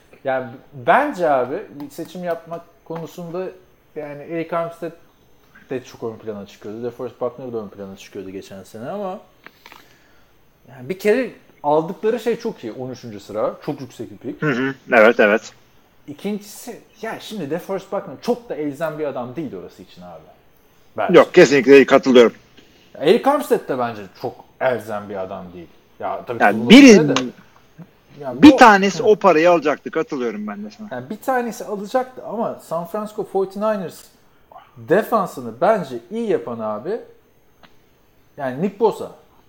Yani bence abi bir seçim yapmak konusunda yani Eric Armstead de çok ön plana çıkıyordu. DeForest Buckner da ön plana çıkıyordu geçen sene ama yani bir kere aldıkları şey çok iyi. 13. sıra. Çok yüksek bir pick. Evet. İkincisi ya şimdi DeForest Buckner çok da elzem bir adam değil orası için abi. Bence. Yok, kesinlikle katılıyorum. Eric Armstead de bence çok elzem bir adam değil. Ya tabii Yani bir bu, tanesi o parayı alacaktı. Katılıyorum ben de sana. yani bir tanesi alacaktı ama San Francisco 49ers defansını bence iyi yapan abi yani Nick Bosa.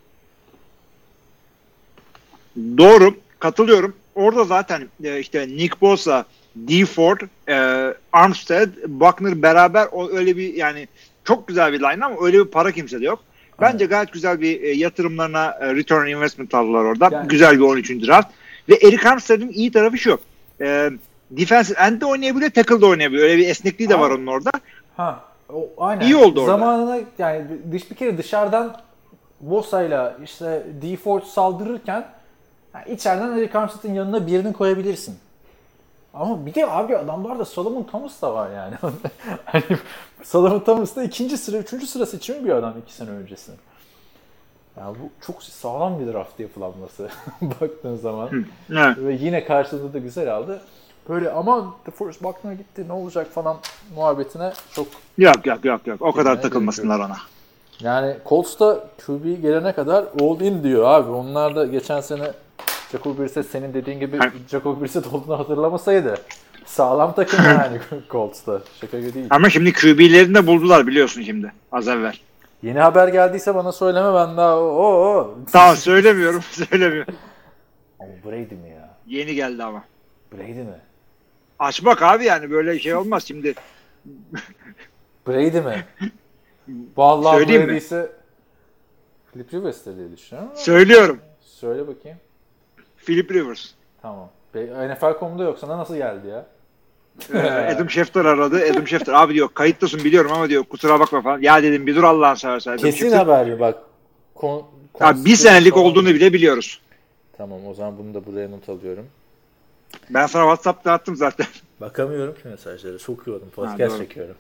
Doğru. Katılıyorum. Orada zaten işte Nick Bosa, Dee Ford, Armstead, Buckner beraber öyle bir yani çok güzel bir line ama öyle bir para kimsede yok. Bence gayet güzel bir yatırımlarına return investment aldılar orada. Yani, güzel bir 13. draft. Ve Eric Armstead'in iyi tarafı şu. Defensive end de oynayabiliyor, tackle de oynayabiliyor. Öyle bir esnekliği de var onun orada. Aynen. İyi oldu orada. Zamanına yani bir kere dışarıdan Bosa'yla işte Dee Ford saldırırken yani içeriden Eric Armstead'in yanına birini koyabilirsin. Ama bir de abi adamlarda Solomon Thomas da var yani. Hani Solomon Thomas da 2. sıra, 3. sıra seçimi bir adam 2 sene öncesinde. Yani bu çok sağlam bir draft yapılanması baktığın zaman. Evet. Ve yine karşılığında da güzel aldı. Böyle ama DeForest Buckner gitti ne olacak falan muhabbetine çok... Yok. O kadar takılmasınlar ona. Yani Colts'ta QB gelene kadar all in diyor abi. Onlar da geçen sene Jacob Brissett senin dediğin gibi Jacob Brissett olduğunu hatırlamasaydı sağlam takım yani Colts'ta. Şaka gibi değil. Ama şimdi QB'lerini de buldular biliyorsun şimdi az evvel. Yeni haber geldiyse bana söyleme ben daha Tamam söylemiyorum. Ama Brady mi ya? Yeni geldi ama. Brady mi? Açmak abi yani böyle şey olmaz şimdi. Brady mi? Vallahi Söyleyeyim Brady mi? ise Philip Rivers'te diye düşünüyorum ama. Söylüyorum. Söyle bakayım. Philip Rivers. Tamam. NFL.com'da yok. Sana nasıl geldi ya? Adam Schefter aradı. Adam Schefter abi diyor kayıttasın biliyorum ama diyor kusura bakma falan. Ya dedim bir dur Allah'ın seversen. Adam Kesin Schefter. haber mi? Bak. Abi bir senelik olduğunu bile biliyoruz. Tamam o zaman bunu da buraya not alıyorum. Ben sana WhatsApp'ta attım zaten. Bakamıyorum ki mesajları. Sokuyorum. Podcast çekiyorum.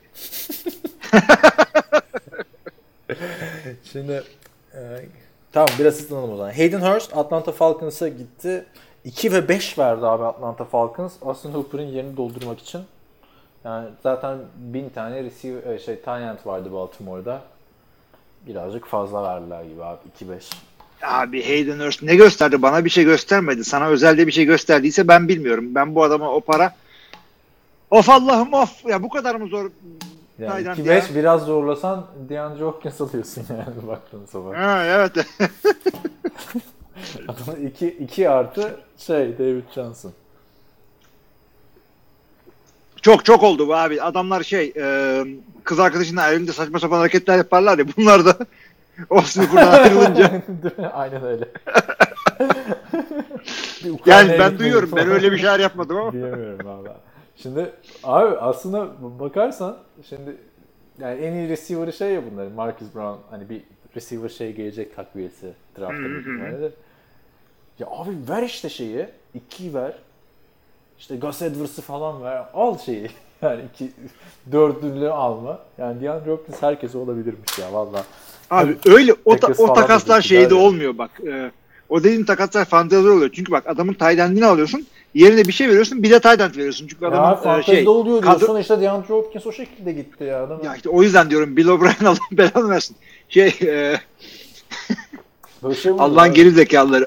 Şimdi tamam biraz hızlanalım o zaman. Hayden Hurst Atlanta Falcons'a gitti. 2 ve 5 verdi abi Atlanta Falcons. Austin Hooper'ın yerini doldurmak için. Yani zaten 1000 tane receiver tight end vardı Baltimore'da. Birazcık fazla verdiler gibi abi 2-5. Abi Hayden Hurst ne gösterdi? Bana bir şey göstermedi. Sana özelde bir şey gösterdiyse ben bilmiyorum. Ben bu adama o para of Allah'ım of. Ya bu kadar mı zor? Yani 2-5 biraz zorlasan DeAndre Hopkins alıyorsun yani baktığın zaman. Ha, evet. Adamın 2 artı David Johnson. Çok oldu bu abi. Adamlar kız arkadaşının ayrılınca saçma sapan hareketler yaparlar ya. Bunlar da Austin Hooper'dan ayrılınca. Aynen öyle. Yani ben duyuyorum. Ben öyle bir şeyler yapmadım ama. Diyemiyorum valla. Şimdi abi aslında bakarsan şimdi yani en iyi receiver'ı ya bunların. Marcus Brown hani bir receiver gelecek takviyesi draft'ta büyük. Ya abi ver işte 2'yi ver. İşte Gus Edwards'ı falan ver. Al Yani 4'lünü alma. Yani DeAndre Hopkins herkese olabilirmiş ya valla. Abi öyle o takaslar şeyde olmuyor bak. O dediğin takaslar fantezi oluyor. Çünkü bak adamın tight end'ini alıyorsun. Yerine bir şey veriyorsun. Bir de tight end veriyorsun. Çünkü adamın fantezide oluyor diyorsun işte DeAndre Hopkins o şekilde gitti ya. Adamın. Ya işte o yüzden diyorum Bill O'Brien Allah'ın belanı versin. Allah'ın geri zekalıları.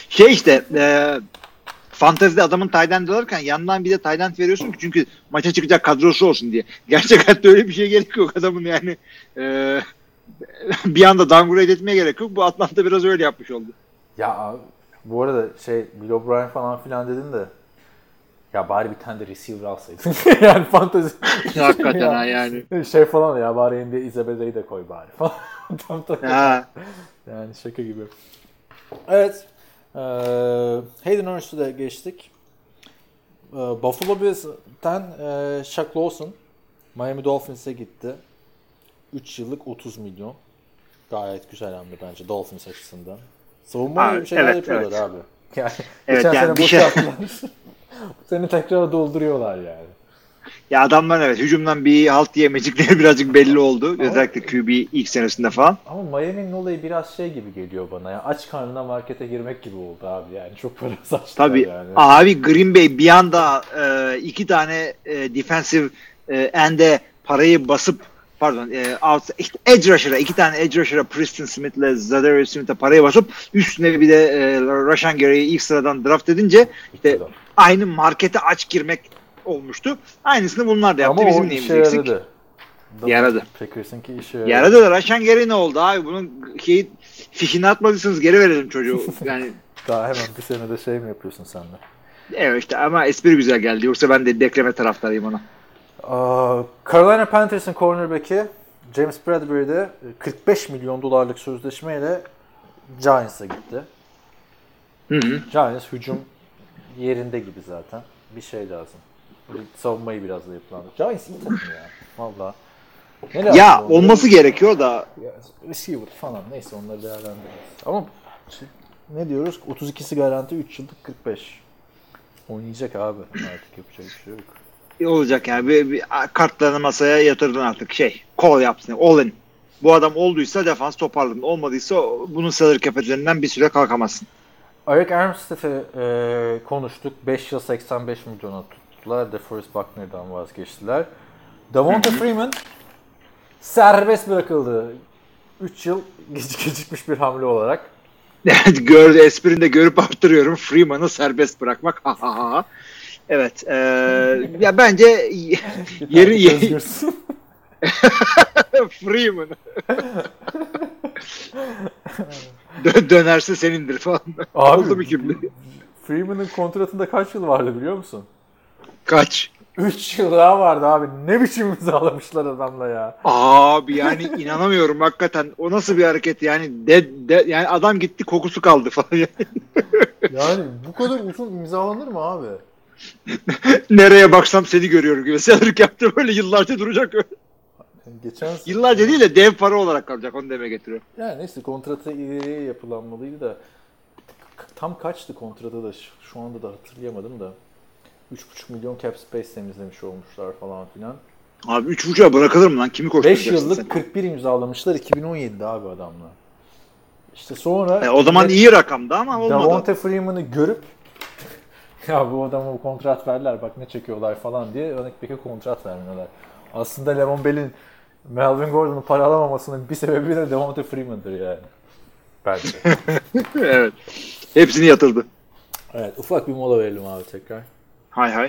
Fantezide adamın tight end alırken yandan bir de tight end veriyorsun ki çünkü maça çıkacak kadrosu olsun diye. Gerçek hayatta öyle bir şey gerek yok adamın yani. Bir anda downgrade etmeye gerek yok. Bu Atlanta biraz öyle yapmış oldu. Ya abi, bu arada Bill O'Brien falan filan dedin de ya bari bir tane de receiver alsaydın. Yani fantezi. Hakikaten yani. Falan ya bari NBA Isabella'yı da koy bari falan. Tam yani şaka gibi. Evet. Hayden Hurst'u da geçtik. Buffalo Bills'ten Shaq Lawson Miami Dolphins'e gitti. 3 yıllık 30 milyon. Gayet güzel hamle bence Dolphins açısından. Savunma bir şeyler yapıyorlar abi. Yani geçen sene boş yaptılar. Bu sene tekrar dolduruyorlar yani. Ya adamlar evet hücumdan bir halt yemeyecekleri birazcık belli oldu. Özellikle QB ilk senesinde falan. Ama Miami'nin olayı biraz şey gibi geliyor bana ya. Aç karnına markete girmek gibi oldu abi yani. Çok para saçtılar Tabii yani. abi Green Bay bir anda iki tane defensive end'e parayı basıp işte edge rusher'a iki tane edge rusher'a Preston Smith'le Zadarius Smith'e parayı basıp üstüne bir de Rashan Gary'i ilk sıradan draft edince işte aynı markete aç girmek olmuştu. Aynısını bunlar da yaptı. Ama Bizim o neyimiz işe eksik? yaradı. Yaradı. Packers'ınki işe yaradı. Yaradı da Rashan Gary ne oldu abi? Bunun fişini atmadıysanız geri verelim çocuğu. Yani Daha hemen bir senede şey mi yapıyorsun sen de? evet işte ama espri güzel geldi. Yoksa ben de dekleme taraftarıyım ona. Carolina Panthers'ın cornerback'i James Bradbury'de 45 milyon dolarlık sözleşmeyle Giants'a gitti. Giants hücum yerinde gibi zaten. Bir şey lazım. Savunmayı biraz da yapılandı. Giants iyi takım ya. Valla. Ya olması gerekiyor da. Receiver falan neyse onları değerlendiririz. Ama ne diyoruz? 32'si garanti 3 yıllık 45. Oynayacak abi. Artık yapacak bir şey yok. Olacak yani. Bir kartlarını masaya yatırdın artık. Call yapsın. All in. Bu adam olduysa defans toparladın. Olmadıysa bunun salary cap üzerinden bir süre kalkamazsın. Eric Armstead'i konuştuk. 5 yıl 85 milyona tuttular. DeForest Buckner'dan vazgeçtiler. Devonta Freeman serbest bırakıldı. 3 yıl gecikmiş bir hamle olarak. Esprini de görüp arttırıyorum. Freeman'ı serbest bırakmak. Evet. Ya bence yeri Freeman. Dönerse senindir falan. Oldu mu şimdi? Freeman'ın kontratında kaç yıl vardı biliyor musun? Kaç? 3 yıl daha vardı abi. Ne biçim imzalamışlar adamla ya. Abi yani inanamıyorum hakikaten. O nasıl bir hareket yani? Yani adam gitti kokusu kaldı falan. Yani bu kadar uzun imzalanır mı abi? Nereye baksam seni görüyorum gibi. Salary cap'te böyle yıllarca duracak. Yıllarca değil de dev para olarak kalacak. Onu demeye getiriyor. Yani neyse kontratı ileriye yapılanmalıydı da tam kaçtı kontratı da şu anda da hatırlayamadım da 3,5 milyon cap space temizlemiş olmuşlar falan filan. Abi 3,5'a bırakılır mı lan? Kimi koşturacaksın 5 yıllık sen? 41 imzalamışlar 2017'de abi adamla. İşte sonra o zaman iyi rakamdı ama olmadı. Devonta Freeman'ı görüp ya bu adama kontrat verdiler bak ne çekiyorlar falan diye örnek peki kontrat vermiyorlar. Aslında Le'Veon Bell'in Melvin Gordon'u para alamamasının bir sebebi de Devonta Freeman'dır yani. Bence. Evet. Hepsini yatırdı. Evet ufak bir mola verelim abi tekrar. Hay.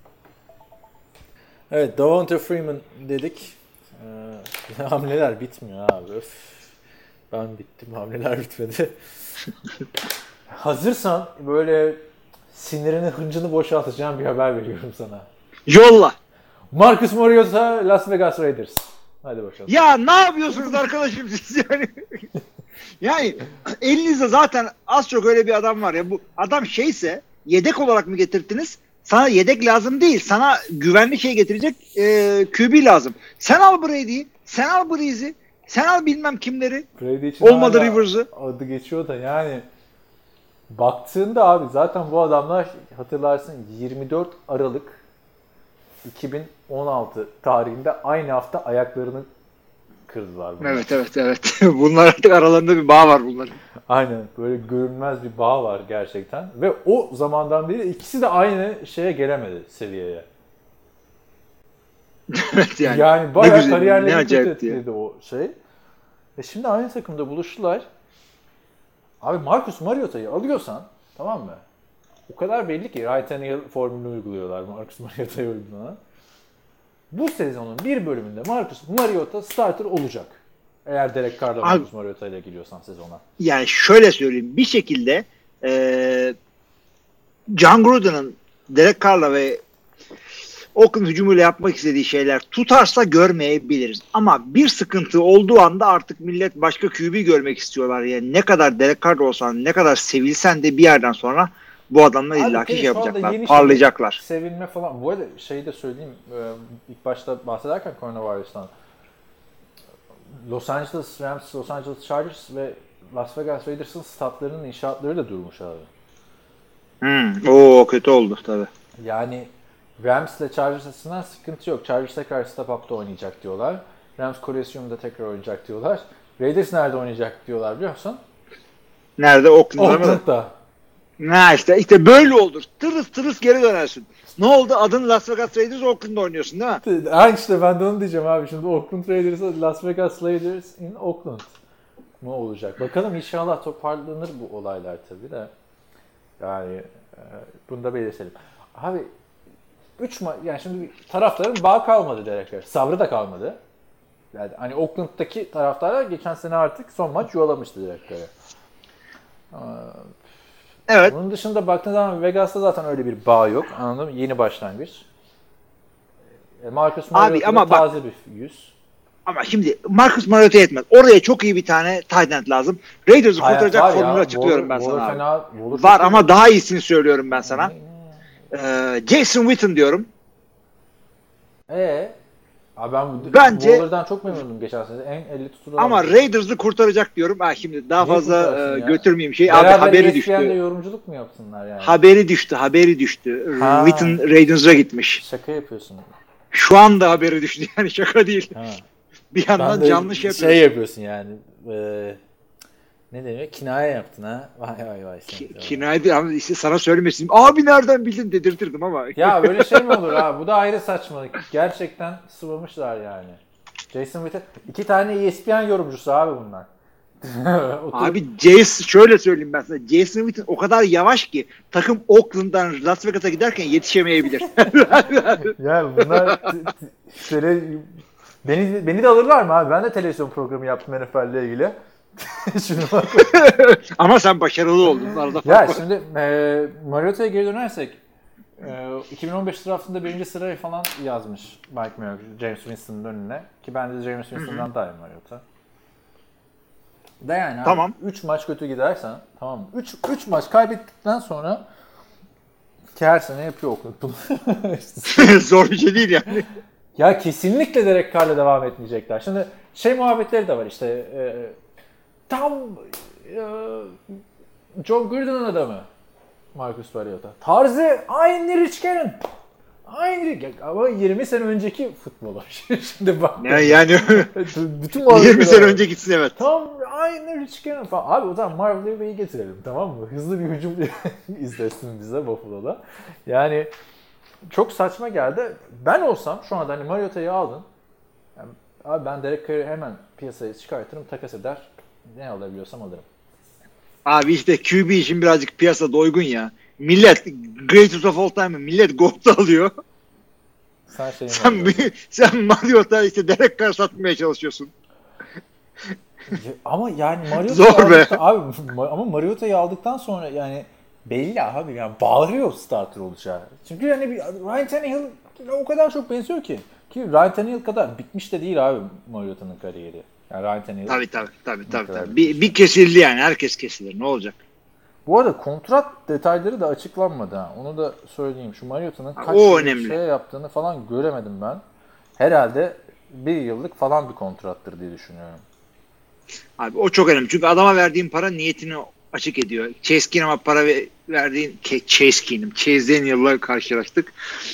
Evet Devonta Freeman dedik. Hamleler bitmiyor abi. Öf. Ben bittim hamleler bitmedi. Hazırsan böyle sinirini hıncını boşaltacağım bir haber veriyorum sana. Yolla. Marcus Mariota Las Vegas Raiders. Hadi bakalım. Ya ne yapıyorsunuz arkadaşım siz yani? Yani elinizde zaten az çok öyle bir adam var ya bu adam yedek olarak mı getirttiniz? Sana yedek lazım değil. Sana güvenli şey getirecek QB lazım. Sen al Brady'yi, sen al Breeze'i, sen al bilmem kimleri. Brady için olmadı Rivers'ı. Adı geçiyor da yani baktığında abi zaten bu adamlar hatırlarsın 24 Aralık 2016 tarihinde aynı hafta ayaklarını kırdılar. Bunlar. Evet. Bunlar artık aralarında bir bağ var bunların. Aynen. Böyle görünmez bir bağ var gerçekten. Ve o zamandan beri ikisi de aynı şeye gelemedi seviyeye. Evet yani bayağı kariyerlerini kötü etkiledi etkiledi o şey. Ve şimdi aynı takımda buluştular. Abi Marcus Mariota'yı alıyorsan tamam mı? O kadar belli ki Ryan Tannehill formülünü uyguluyorlar Marcus Mariota'ya uygulanan. Bu sezonun bir bölümünde Marcus Mariota starter olacak. Eğer Derek Carr'la Marcus Mariota ile giriyorsan sezona. Yani şöyle söyleyeyim. Bir şekilde John Gruden'ın Derek Carr'la ve Oakland hücumuyla yapmak istediği şeyler tutarsa görmeyebiliriz. Ama bir sıkıntı olduğu anda artık millet başka QB görmek istiyorlar. Yani ne kadar Derek Carr olsan, ne kadar sevilsen de bir yerden sonra bu adamlar illaki şey yapacaklar. Parlayacaklar. Sevilme falan. Bu arada şeyi de söyleyeyim. İlk başta bahsederken coronavirus'tan. Los Angeles Rams, Los Angeles Chargers ve Las Vegas Raiders'ın statlarının inşaatları da durmuş abi. O kötü oldu tabii. Yani Rams'le Chargers açısından sıkıntı yok. Chargers tekrar step-up'ta oynayacak diyorlar. Rams Coliseum'da tekrar oynayacak diyorlar. Raiders nerede oynayacak diyorlar biliyor musun? Nerede? Oakland'da mı? Oakland'da. Ha işte böyle olur. Tırıs geri dönersin. Ne oldu? Adın Las Vegas Raiders, Oakland'da oynuyorsun değil mi? Ha işte ben de onu diyeceğim abi. Şimdi Oakland Raiders, Las Vegas Raiders in Oakland mı olacak? Bakalım inşallah toparlanır bu olaylar tabii de. Yani bunu da belirtelim. Abi 3 yani şimdi taraftarın bağ kalmadı Derek. Sabrı da kalmadı. Yani hani Oakland'daki taraftarlar geçen sene artık son maç yuvalamıştı Derek. Evet. Bunun dışında baktığın zaman Vegas'ta zaten öyle bir bağ yok. Anladın mı? Yeni başlangıç. Marcus Mariota taze bir yüz. Ama şimdi Marcus Mariota yetmez. Oraya çok iyi bir tane tight end lazım. Raiders'ı kurtaracak formülü açıklıyorum ben sana abi. Var ama daha iyisini söylüyorum ben sana. Jason Witten diyorum. Abi Bence Waller'dan çok memnunum geçen sene. En 50 tutulan. Ama Raiders'ı kurtaracak diyorum. Şimdi daha fazla götürmeyeyim şeyi. Beraber abi haberi düştü. ESPN'de yorumculuk mu yapsınlar yani? Haberi düştü. Witten Raiders'a gitmiş. Şaka yapıyorsun. Şu anda haberi düştü yani şaka değil. Ha. Bir yandan canlı şey yapıyorsun. Şey yapıyorsun yani. Ne deniyor? Kinaye yaptın ha. Vay. Kinaye değil ama işte sana söylemesin. Abi nereden bildin dedirtirdim ama. Ya böyle şey mi olur abi? Bu da ayrı saçmalık. Gerçekten sıvamışlar yani. Jason Witten 2 tane ESPN yorumcusu abi bunlar. Abi şöyle söyleyeyim ben sana. Jason Witten o kadar yavaş ki takım Oakland'dan Las Vegas'a giderken yetişemeyebilir. Yani bunlar beni de alırlar mı abi? Ben de televizyon programı yaptım NFL ile ilgili. Şunu bak. Ama sen başarılı oldun. Ya şimdi Mariota'ya geri dönersek 2015 draftında 1. sırayı falan yazmış Mike Mayock James Winston'ın önüne. Ki ben de James Winston'dan daha iyi Mariota. Da yani tamam. 3 maç kötü gidersen tamam 3 maç kaybettikten sonra ki her sene yapıyor Oakland. Zor bir şey değil yani. Ya kesinlikle Derek Carr'la devam etmeyecekler. Şimdi muhabbetleri de var işte tam John Gruden'ın adamı Marcus Mariota. Tarzı aynı Rich Gannon. Ama 20 sene önceki futbolu. Şimdi bak. Yani bütün 20 sene önce gitsin evet. Tam aynı Rich Gannon falan. Abi o zaman Marv Levy'yi getirelim tamam mı? Hızlı bir hücum izlesin bize Buffalo'da. Yani çok saçma geldi. Ben olsam şu anda hani Mariota'yı aldın. Yani, abi ben Derek Carr'ı hemen piyasaya çıkartırım, takas eder. Ne alabiliyorsam alırım. Abi işte QB için birazcık piyasa doygun ya. Millet greatest of all time millet Gold'u alıyor. Sen Mariota işte Derek Carr satmaya çalışıyorsun. Ama yani Zor be. Abi ama Mariota'yı aldıktan sonra yani belli abi yani bağırıyor starter olacağı. Çünkü yani Ryan Tannehill o kadar çok benziyor ki Ryan Tannehill kadar bitmiş de değil abi Mariota'nın kariyeri. Yani Ryan Tannehill. Tabii. Bir kesildi yani herkes kesilir ne olacak? Bu arada kontrat detayları da açıklanmadı ha. Onu da söyleyeyim. Şu Mariota'nın kaç şey yaptığını falan göremedim ben. Herhalde 1 yıllık falan bir kontrattır diye düşünüyorum. Abi o çok önemli. Çünkü adama verdiğin para niyetini açık ediyor. Chase Keenum'a para verdiğin Chase Daniel'la karşılaştık.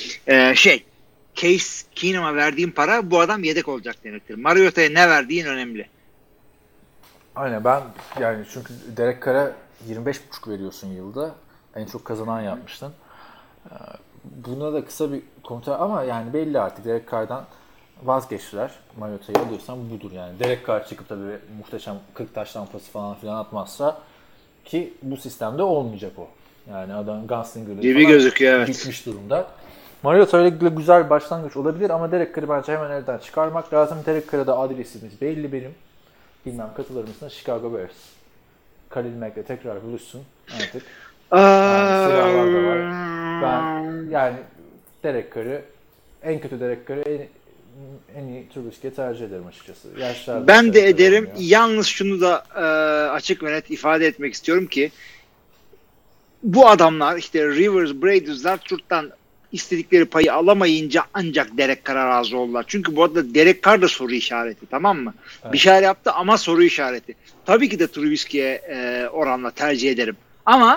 Case Keenum'a verdiğin para bu adam yedek olacak demektir. Mariota'ya ne verdiğin önemli. Aynen ben yani çünkü Derek Carr'a 25,5 veriyorsun yılda. En çok kazanan yapmıştın. Buna da kısa bir kontrat ama yani belli artık Derek Carr'dan vazgeçtiler. Mariota'yı alıyorsan budur yani. Derek Carr çıkıp tabii muhteşem 40 taş lampası falan filan atmazsa ki bu sistemde olmayacak o. Yani adam Gunslinger'ı gibi gözüküyor evet. Bitmiş durumda. Mariota öyle güzel bir başlangıç olabilir ama Derek Carr'ı bence hemen elden çıkarmak lazım. Derek Carr'a da adresimiz belli benim. Bilmem katılır mısın? Chicago Bears. Khalil Mack'le tekrar buluşsun artık. Yani silahlar da var. Ben yani Derek Carr'ı en kötü Derek Carr'ı en iyi Trubisky'ye tercih ederim açıkçası. Ben de ederim. Olmuyor. Yalnız şunu da açık ve net ifade etmek istiyorum ki bu adamlar işte Rivers, Brady, Zartürk'tan istedikleri payı alamayınca ancak Derek Carr'a razı oldular. Çünkü bu arada Derek Carr da soru işareti tamam mı? Evet. Bir şeyler yaptı ama soru işareti. Tabii ki de Trubisky'ye oranla tercih ederim. Ama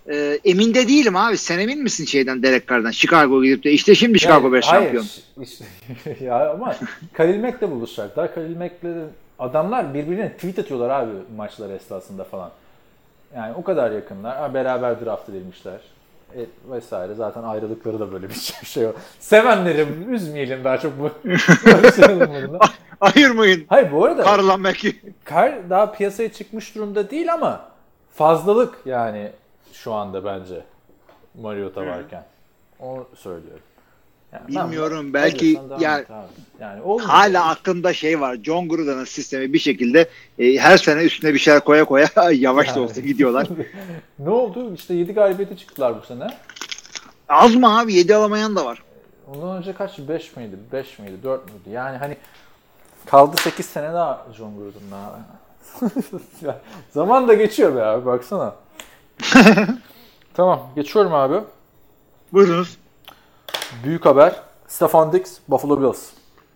emin de değilim abi. Sen emin misin şeyden, Derek Carr'dan? Chicago gidip de işte şimdi Chicago Bears şampiyon. Işte, ya ama Khalil Mack'le buluşacaklar. Khalil Mack'le adamlar birbirine tweet atıyorlar abi maçlar esnasında falan. Yani o kadar yakınlar. Beraber draft edilmişler. Vesaire. Zaten ayrılıkları da böyle bir şey yok. Sevenleri üzmeyelim daha çok bu. Ayırmayın. Hayır bu arada Carr'la Mack'i. Carr daha piyasaya çıkmış durumda değil ama fazlalık yani şu anda bence Mariota varken. Onu söylüyorum. Yani bilmiyorum belki yani hala aklımda şey var. John Gruden'ın sistemi bir şekilde her sene üstüne bir şeyler koya koya yavaş da olsa gidiyorlar. Ne oldu? İşte 7 galibiyete çıktılar bu sene. Az mı abi? 7 alamayan da var. Ondan önce kaç? 5 miydi? 5 miydi? 4 müydü? Yani hani kaldı 8 sene daha John Gruden'la. Zaman da geçiyor be abi baksana. Tamam geçiyorum abi. Buyurunuz. Büyük haber. Stefon Diggs, Buffalo Bills.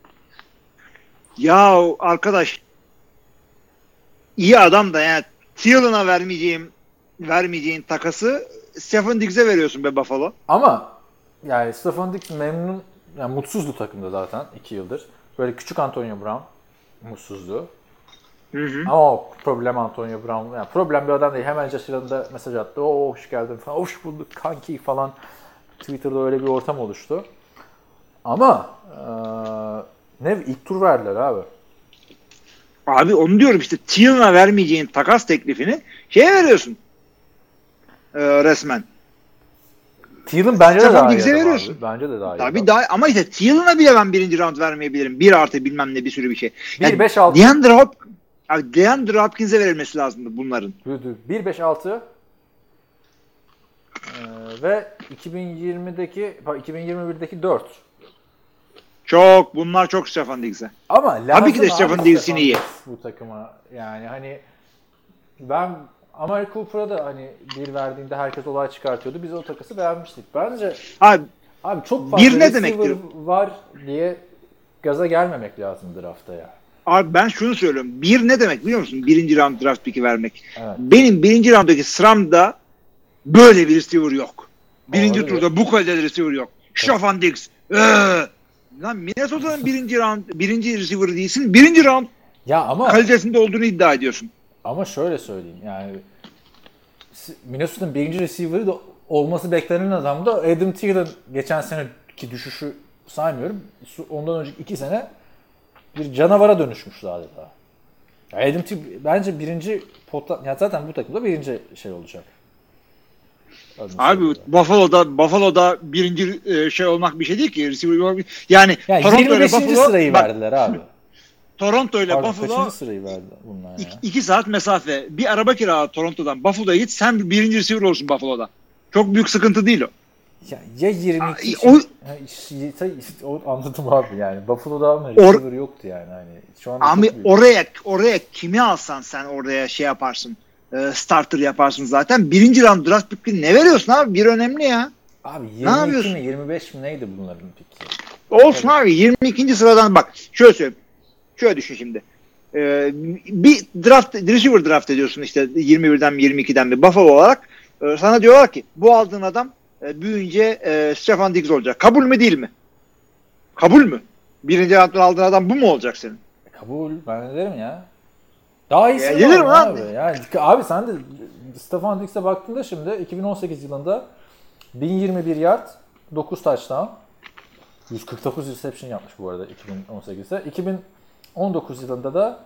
Ya arkadaş iyi adam da yani Thielen'a vermeyeceğin takası Stefon Diggs'e veriyorsun be Buffalo. Ama yani Stefon Diggs memnun, yani mutsuzdu takımda zaten 2 yıldır. Böyle küçük Antonio Brown mutsuzdu. Hı. Ama o problem Antonio Brown. Yani problem bir adam değil. Hemen Caşır'da mesaj attı. Hoş geldin falan. Hoş bulduk kanki falan. Twitter'da öyle bir ortam oluştu. Ama ilk tur verdiler abi. Abi onu diyorum işte Thielen'a vermeyeceğin takas teklifini veriyorsun. Resmen. Thielen bence de daha iyi veriyorsun. Abi. Bence de daha iyi. Tabii daha ama işte Thielen'a bile ben birinci round vermeyebilirim. 1 artı bilmem ne bir sürü bir şey. 1-5-6. DeAndre Hopkins'e verilmesi lazımdı bunların. 1-5-6 ve 2021'deki 4. Bunlar çok Stefon Diggs'e. Ama lazım tabii ki de Stefon Diggs'in iyi. Bu takıma yani hani ben Amari Cooper'a da hani bir verdiğinde herkes olay çıkartıyordu. Biz o takası beğenmiştik. Bence abi çok fazla bir ne demektir var diye gaza gelmemek lazım draftta ya. Abi ben şunu söylüyorum. Bir ne demek biliyor musun? Birinci round draft pick'i vermek. Evet. Benim birinci rounddaki sıramda böyle bir receiver yok. Birinci turda bu kalitede receiver yok. Stefon Diggs. Lan Minnesota'nın birinci receiver değilsin. Birinci round kalitesinde olduğunu iddia ediyorsun. Ama şöyle söyleyeyim yani Minnesota'nın birinci receiver'ı da olması beklenen adam da Adam Thielen, geçen seneki düşüşü saymıyorum. Ondan önceki 2 sene bir canavara dönüşmüş adeta. Adam Thielen bence birinci zaten bu takımda birinci şey olacak. Abi Buffalo'da birinci olmak bir şey değil ki. Receiver yani Toronto 25. sırayı verdiler abi. Toronto ile Buffalo kaçıncı sırayı verdi bunlar ya? 2 saat mesafe. Bir araba kirala Toronto'dan Buffalo'ya git. Sen birinci receiver olursun Buffalo'da. Çok büyük sıkıntı değil o. Ya 22 o anladım abi yani. Buffalo'da ama receiver yoktu yani. Hani şu anda abi oraya kimi alsan sen oraya yaparsın. Starter yaparsın zaten. Birinci round draft pick'i ne veriyorsun abi? Bir önemli ya. Abi 22 mi 25 mi neydi bunların pick'i? Olsun abi 22. sıradan bak şöyle söyleyeyim. Şöyle düşün şimdi. Bir receiver draft ediyorsun işte 21'den mi 22'den mi Buffalo olarak. Sana diyorlar ki bu aldığın adam büyüyünce Stefon Diggs olacak. Kabul mü değil mi? Kabul mü? Birinci round'dan aldığın adam bu mu olacak senin? Kabul. Ben derim ya. Daha iyisi var mı abi? Yani, abi sen de Stefon Diggs'e baktığında şimdi 2018 yılında 1021 yard, 9 touchdown, 149 reception yapmış bu arada 2018'de. 2019 yılında da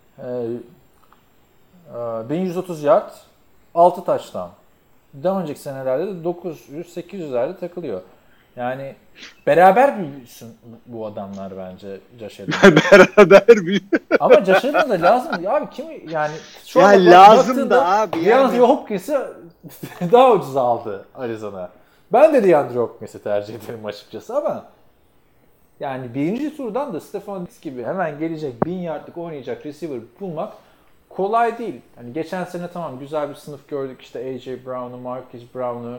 1130 yard, 6 touchdown. Daha önceki senelerde de 900-800'lerde takılıyor. Yani beraber büyüsün bu adamlar bence Josh Allen. Beraber büyü. Ama Josh Allen da lazım. Ya abi kim yani şu ya anda lazım da abi. DeAndre Hopkins'i daha ucuza aldı Arizona. Ben de DeAndre Hopkins'i tercih ederim açıkçası ama yani birinci turdan da Stefon Diggs gibi hemen gelecek 1000 yardlık oynayacak receiver bulmak kolay değil. Yani geçen sene tamam güzel bir sınıf gördük işte AJ Brown'u, Marquise Brown'u,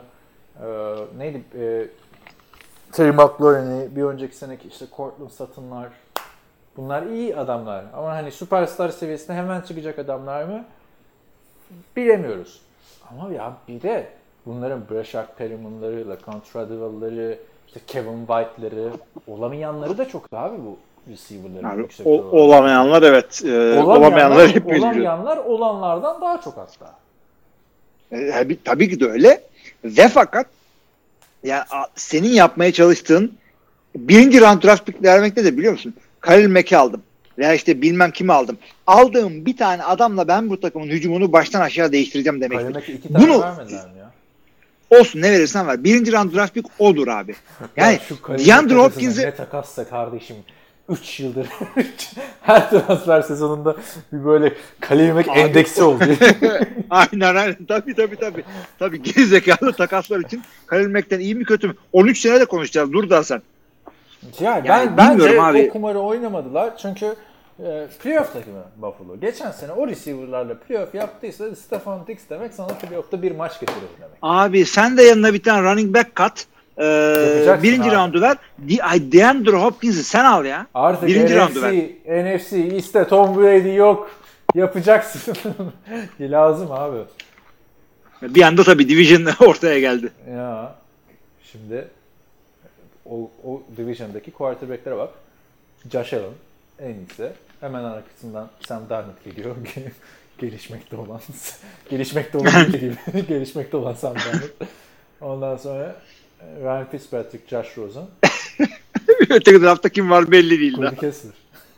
Terry McLaurin'i, bir önceki seneki işte Courtland Sutton'lar. Bunlar iyi adamlar. Ama hani süperstar seviyesine hemen çıkacak adamlar mı? Bilemiyoruz. Ama ya bir de bunların Brashard Perriman'ları, LaQuantre Duval'ları, işte Kevin White'ları, olamayanları da çok abi bu receiver'ların. Yani yüksek olarak. olamayanlar evet. Olamayanlar hep üzülüyor. Olamayanlar olanlardan daha çok hatta. Tabii ki de öyle. Ve fakat ya senin yapmaya çalıştığın birinci round draft pick vermek ne de biliyor musun? Khalil Mack'i aldım. Veya işte bilmem kimi aldım. Aldığım bir tane adamla ben bu takımın hücumunu baştan aşağı değiştireceğim demek. Khalil Mack'e 2 tane vermediler mi ya? Olsun, ne verirsen ver. Birinci round draft pick odur abi. Yani ya DeAndre Hopkins'i ne takassa kardeşim 3 yıldır her transfer sezonunda bir böyle Khalil Mack endeksi oldu. aynen. Tabii. Tabii gerizekalı takaslar için Khalil Mack'ten iyi mi kötü mü? 13 sene de konuşacağız. Dur da sen. Yani bence abi, o kumarı oynamadılar çünkü playoff takımı Buffalo. Geçen sene o receiver'larla playoff yaptıysa Stefan Diggs demek sana playoff'ta bir maç getirir demek. Abi sen de yanına bir tane running back kat. Birinci roundu ver. DeAndre Hopkins'i sen al ya. Artık birinci roundu ver. NFC iste Tom Brady yok. Yapacaksın. Lazım abi. Bir anda tabii division ortaya geldi. Ya şimdi o division'daki quarterback'lere bak. Josh Allen en iyisi. Hemen arkasından Sam Darnold geliyor. gelişmekte olan gelişmekte olan Sam Darnold. Ondan sonra Ryan Fitzpatrick, Josh Rosen. Öteki tarafta kim var belli değil. Cody Kessler.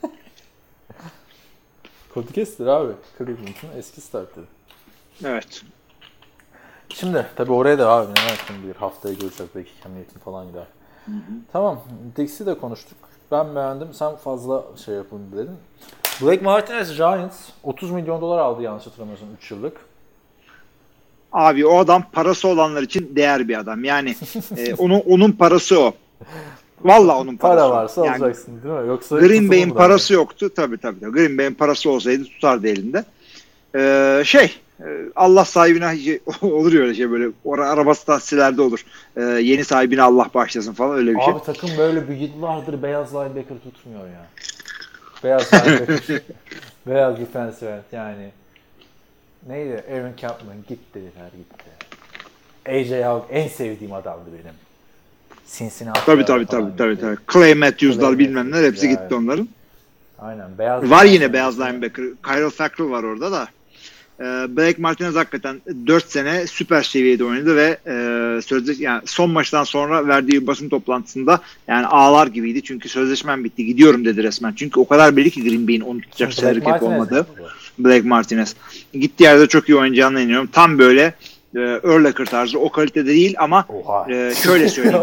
Cody Kessler abi. Cleveland'ın eski starteri. Evet. Şimdi tabii oraya da abi ne bir haftaya göreceğiz, belki Cam Newton falan gider. Hı. Tamam. Dix'i de konuştuk. Ben beğendim. Sen fazla şey yapın dedin. Blake Martinez Giants 30 milyon dolar aldı yanlış hatırlamıyorsam 3 yıllık. Abi o adam parası olanlar için değer bir adam. Yani onun parası o. Vallahi onun parası. Para varsa yani, alacaksın değil mi? Yoksa Green Bay'in parası yoktu. Tabii. Green Bay'in parası olsaydı tutardı elinde. Allah sahibine olur ya öyle şey, böyle arabası tahsillerde olur. Yeni sahibine Allah bağışlasın falan, öyle bir şey. Abi takım böyle bir yıllardır beyaz linebacker tutmuyor ya. Beyaz linebacker. Beyaz defensive end yani. Neydi? Aaron Campbell gitti. AJ Hawk en sevdiğim adamdı benim. Cincinnati. Tabii. Clay Matthews'lar bilmem neler hepsi gitti onların. Aynen. Beyaz var yine beyaz linebacker. Kyle Fackrell var orada da. Blake Martinez hakikaten 4 sene süper seviyede oynadı ve yani son maçtan sonra verdiği basın toplantısında yani ağlar gibiydi. Çünkü sözleşmem bitti, gidiyorum dedi resmen. Çünkü o kadar belli ki Green Bay'in onu tutacak salary cap olmadı. Blake Martinez. Gittiği yerde çok iyi oynayacağına inanıyorum. Tam böyle Urlacher tarzı, o kalitede değil ama şöyle söyleyeyim.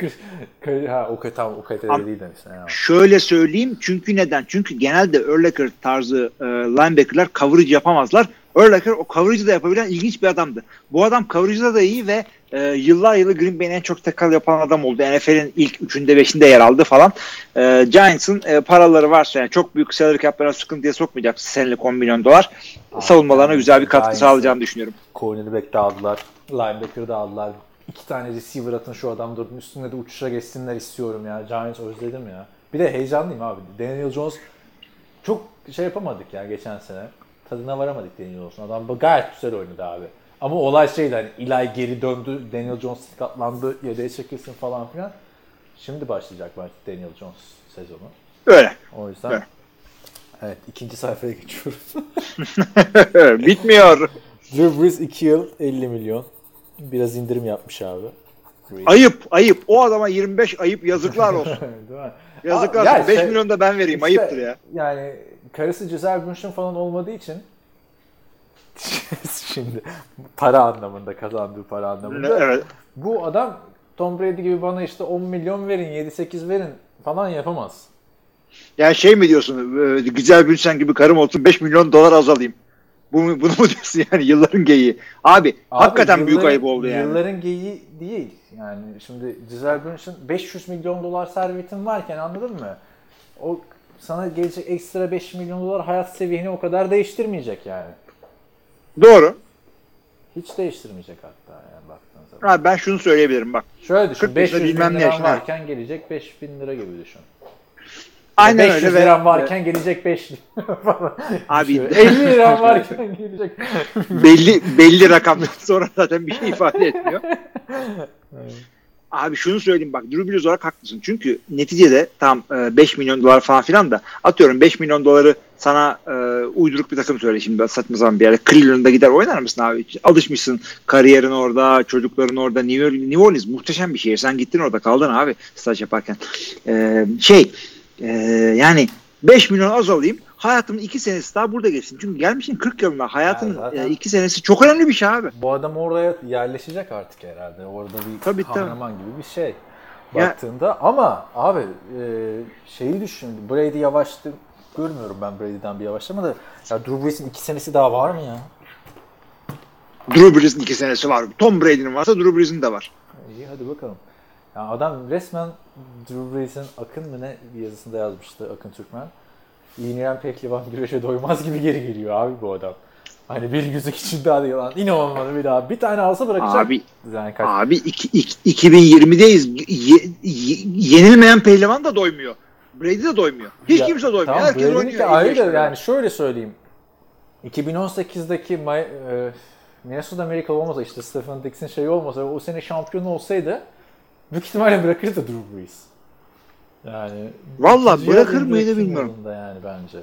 o kalitede değil demişsin. Şöyle söyleyeyim, çünkü neden? Çünkü genelde Urlacher tarzı linebacker'lar coverage yapamazlar. Urlacher o coverage'ı da yapabilen ilginç bir adamdı. Bu adam coverage'da da iyi ve yıllar yılı Green Bay'in en çok tackle yapan adam oldu. NFL'in ilk 3'ünde 5'inde yer aldı falan. Giants'ın paraları varsa yani çok büyük salary cap'larına sıkıntıya sokmayacak senelik 10 milyon dolar. Savunmalarına güzel bir katkı sağlayacağını düşünüyorum. Cornerback de aldılar. Linebacker da aldılar. 2 tane receiver atın şu adam durdun üstünde de uçuşa geçsinler istiyorum ya. Giants özledim ya. Bir de heyecanlıyım abi. Daniel Jones çok şey yapamadık ya geçen sene. Tadına varamadık Daniel Jones'un. Adam gayet güzel oynadı abi. Ama olay şeydi hani Eli geri döndü. Daniel Jones sakatlandı. Yedeğe çekilsin falan filan. Şimdi başlayacak belki Daniel Jones sezonu. Öyle. O yüzden öyle. Evet, ikinci sayfaya geçiyoruz. Bitmiyor. Drew Brees 2 yıl 50 milyon. Biraz indirim yapmış abi. Ayıp. O adama 25 ayıp, yazıklar olsun. Değil mi? Yazıklar olsun. 5 milyon da ben vereyim. İşte, ayıptır ya. Yani karısı Gisele Bündchen falan olmadığı için şimdi para anlamında, kazandığı para anlamında. Evet. Bu adam Tom Brady gibi bana işte 10 milyon verin, 7-8 verin falan yapamaz. Yani şey mi diyorsun? Güzel Bündchen gibi karım olsun, 5 milyon dolar az alayım. Bunu mu diyorsun yani, yılların geyiği? Abi hakikaten büyük ayıp oldu yani. Yılların geyiği değil. Yani şimdi Gisele Bündchen 500 milyon dolar servetin varken, anladın mı? O sana gelecek ekstra 5 milyon dolar hayat seviyeni o kadar değiştirmeyecek yani. Doğru. Hiç değiştirmeyecek hatta yani baktığın zaman. Abi ben şunu söyleyebilirim bak. Şöyle düşün, 500 bin liran varken gelecek 5 bin lira gibi düşün. Aynen 500 öyle. liram varken gelecek 5 lira falan. Abi 50 liram varken gelecek. belli rakamdan sonra zaten bir şey ifade etmiyor. Abi şunu söyleyeyim bak, Drew Brees olarak haklısın. Çünkü neticede tam 5 milyon dolar falan filan da atıyorum 5 milyon doları sana uyduruk bir takım söyle şimdi saçma zaman bir yerde. Cleveland'da gider oynar mısın abi? Alışmışsın, kariyerin orada, çocukların orada. New Orleans muhteşem bir şehir. Sen gittin orada kaldın abi staj yaparken. Yani 5 milyon az alayım. Hayatımın 2 senesi daha burada geçsin. Çünkü gelmişsin 40 yılına. Hayatın 2 senesi çok önemli bir şey abi. Bu adam oraya yerleşecek artık herhalde. Orada bir Tabii, kahraman gibi bir şey baktığında. Ya. Ama abi şeyi düşün. Brady yavaştı. Görmüyorum ben Brady'den bir yavaşlama da. Ya Drew Brees'in 2 senesi daha var mı ya? Drew Brees'in 2 senesi var. Tom Brady'nin varsa Drew Brees'in de var. İyi hadi bakalım. Yani adam resmen Drew Brees'in Akın mı ne bir yazısında yazmıştı Akın Türkmen. İğneyen pehlivan güreşe doymaz gibi geri geliyor abi bu adam. Hani bir yüzük için daha değil lan. Yine olmadı bir daha. Bir tane alsa bırakacak. Abi 2020'deyiz. Yenilmeyen pehlivan da doymuyor. Brady de doymuyor. Hiç kimse doymuyor. Tamam, herkes Brady'nin oynuyor. Ayrı yani şöyle söyleyeyim. 2018'deki Minnesota Miracle olmasa işte Stephen Dix'in şeyi olmasa o sene şampiyon olsaydı büyük ihtimalle bırakırdı Drew Brees. Yani vallahi bırakır mıydı bilmiyorum. Yani bence.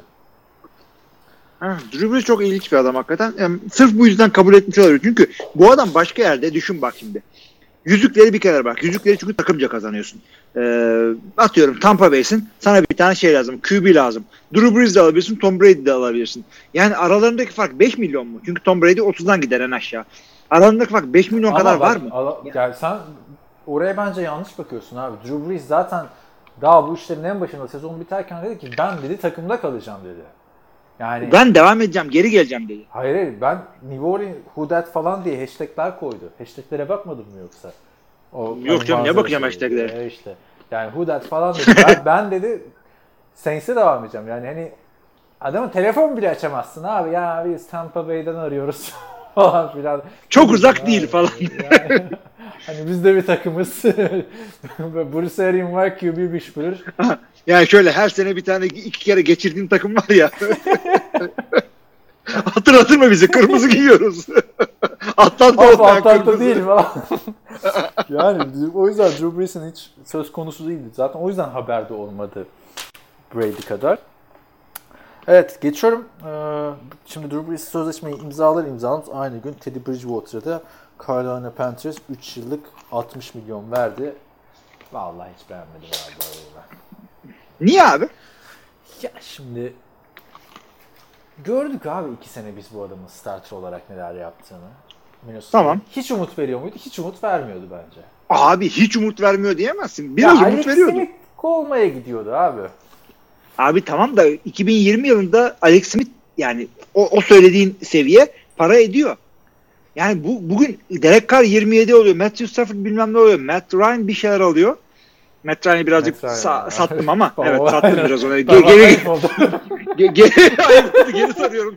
Drew Brees çok ilginç bir adam hakikaten. Yani sırf bu yüzden kabul etmiş olabilir. Çünkü bu adam başka yerde düşün bak şimdi. Yüzükleri bir kere bak. Yüzükleri çünkü takımca kazanıyorsun. Atıyorum Tampa Bay'sin. Sana bir tane şey lazım. QB lazım. Drew Brees de alabilirsin. Tom Brady de alabilirsin. Yani aralarındaki fark 5 milyon mu? Çünkü Tom Brady 30'dan gider en aşağı. Aralarındaki fark 5 milyon kadar var mı? Yani sen oraya bence yanlış bakıyorsun abi. Drew Brees zaten daha bu işlerin en başında sezon biterken dedi ki ben dedi takımda kalacağım dedi. Yani ben devam edeceğim, geri geleceğim dedi. Hayır ben New Orleans who that falan diye hashtagler koydu. Hashtaglere bakmadın mı yoksa? Yok canım ne bakacağım hashtaglere? İşte. Yani who that falan dedi. ben dedi Saints'e devam edeceğim. Yani hani adamın telefon bile açamazsın abi. Ya biz Tampa Bay'den arıyoruz falan filan. Çok uzak değil falan. Yani, hani biz de bir takımız. Bruce Arians var QB Whisperer. Yani şöyle her sene bir tane 2 kere geçirdiğin takım var ya. Hatırlatır bizi? Kırmızı giyiyoruz. Atlanta değil falan. Yani o yüzden Drew Brees'in hiç söz konusu değildi. Zaten o yüzden haberde olmadı Brady kadar. Evet geçiyorum. Şimdi Drew Brees sözleşmeyi imzalamaz aynı gün Teddy Bridgewater'a da Carolina Panthers 3 yıllık 60 milyon verdi. Vallahi hiç beğenmedim abi. Niye abi? Ya şimdi gördük abi 2 sene biz bu adamın starter olarak neler yaptığını. Tamam. Hiç umut veriyor muydu? Hiç umut vermiyordu bence. Abi hiç umut vermiyor diyemezsin. Biraz umut veriyordu. Alex Smith olmaya gidiyordu abi. Abi tamam da 2020 yılında Alex Smith yani o söylediğin seviye para ediyor. Yani bugün Derek Carr 27 oluyor. Matthew Stafford bilmem ne oluyor. Matt Ryan bir şeyler alıyor. Matt Ryan'ı birazcık sattım ama. Evet sattım biraz ona. Geri sarıyorum.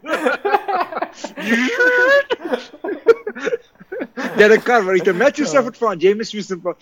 Derek Carr var işte. Matthew Stafford falan. James Winston falan.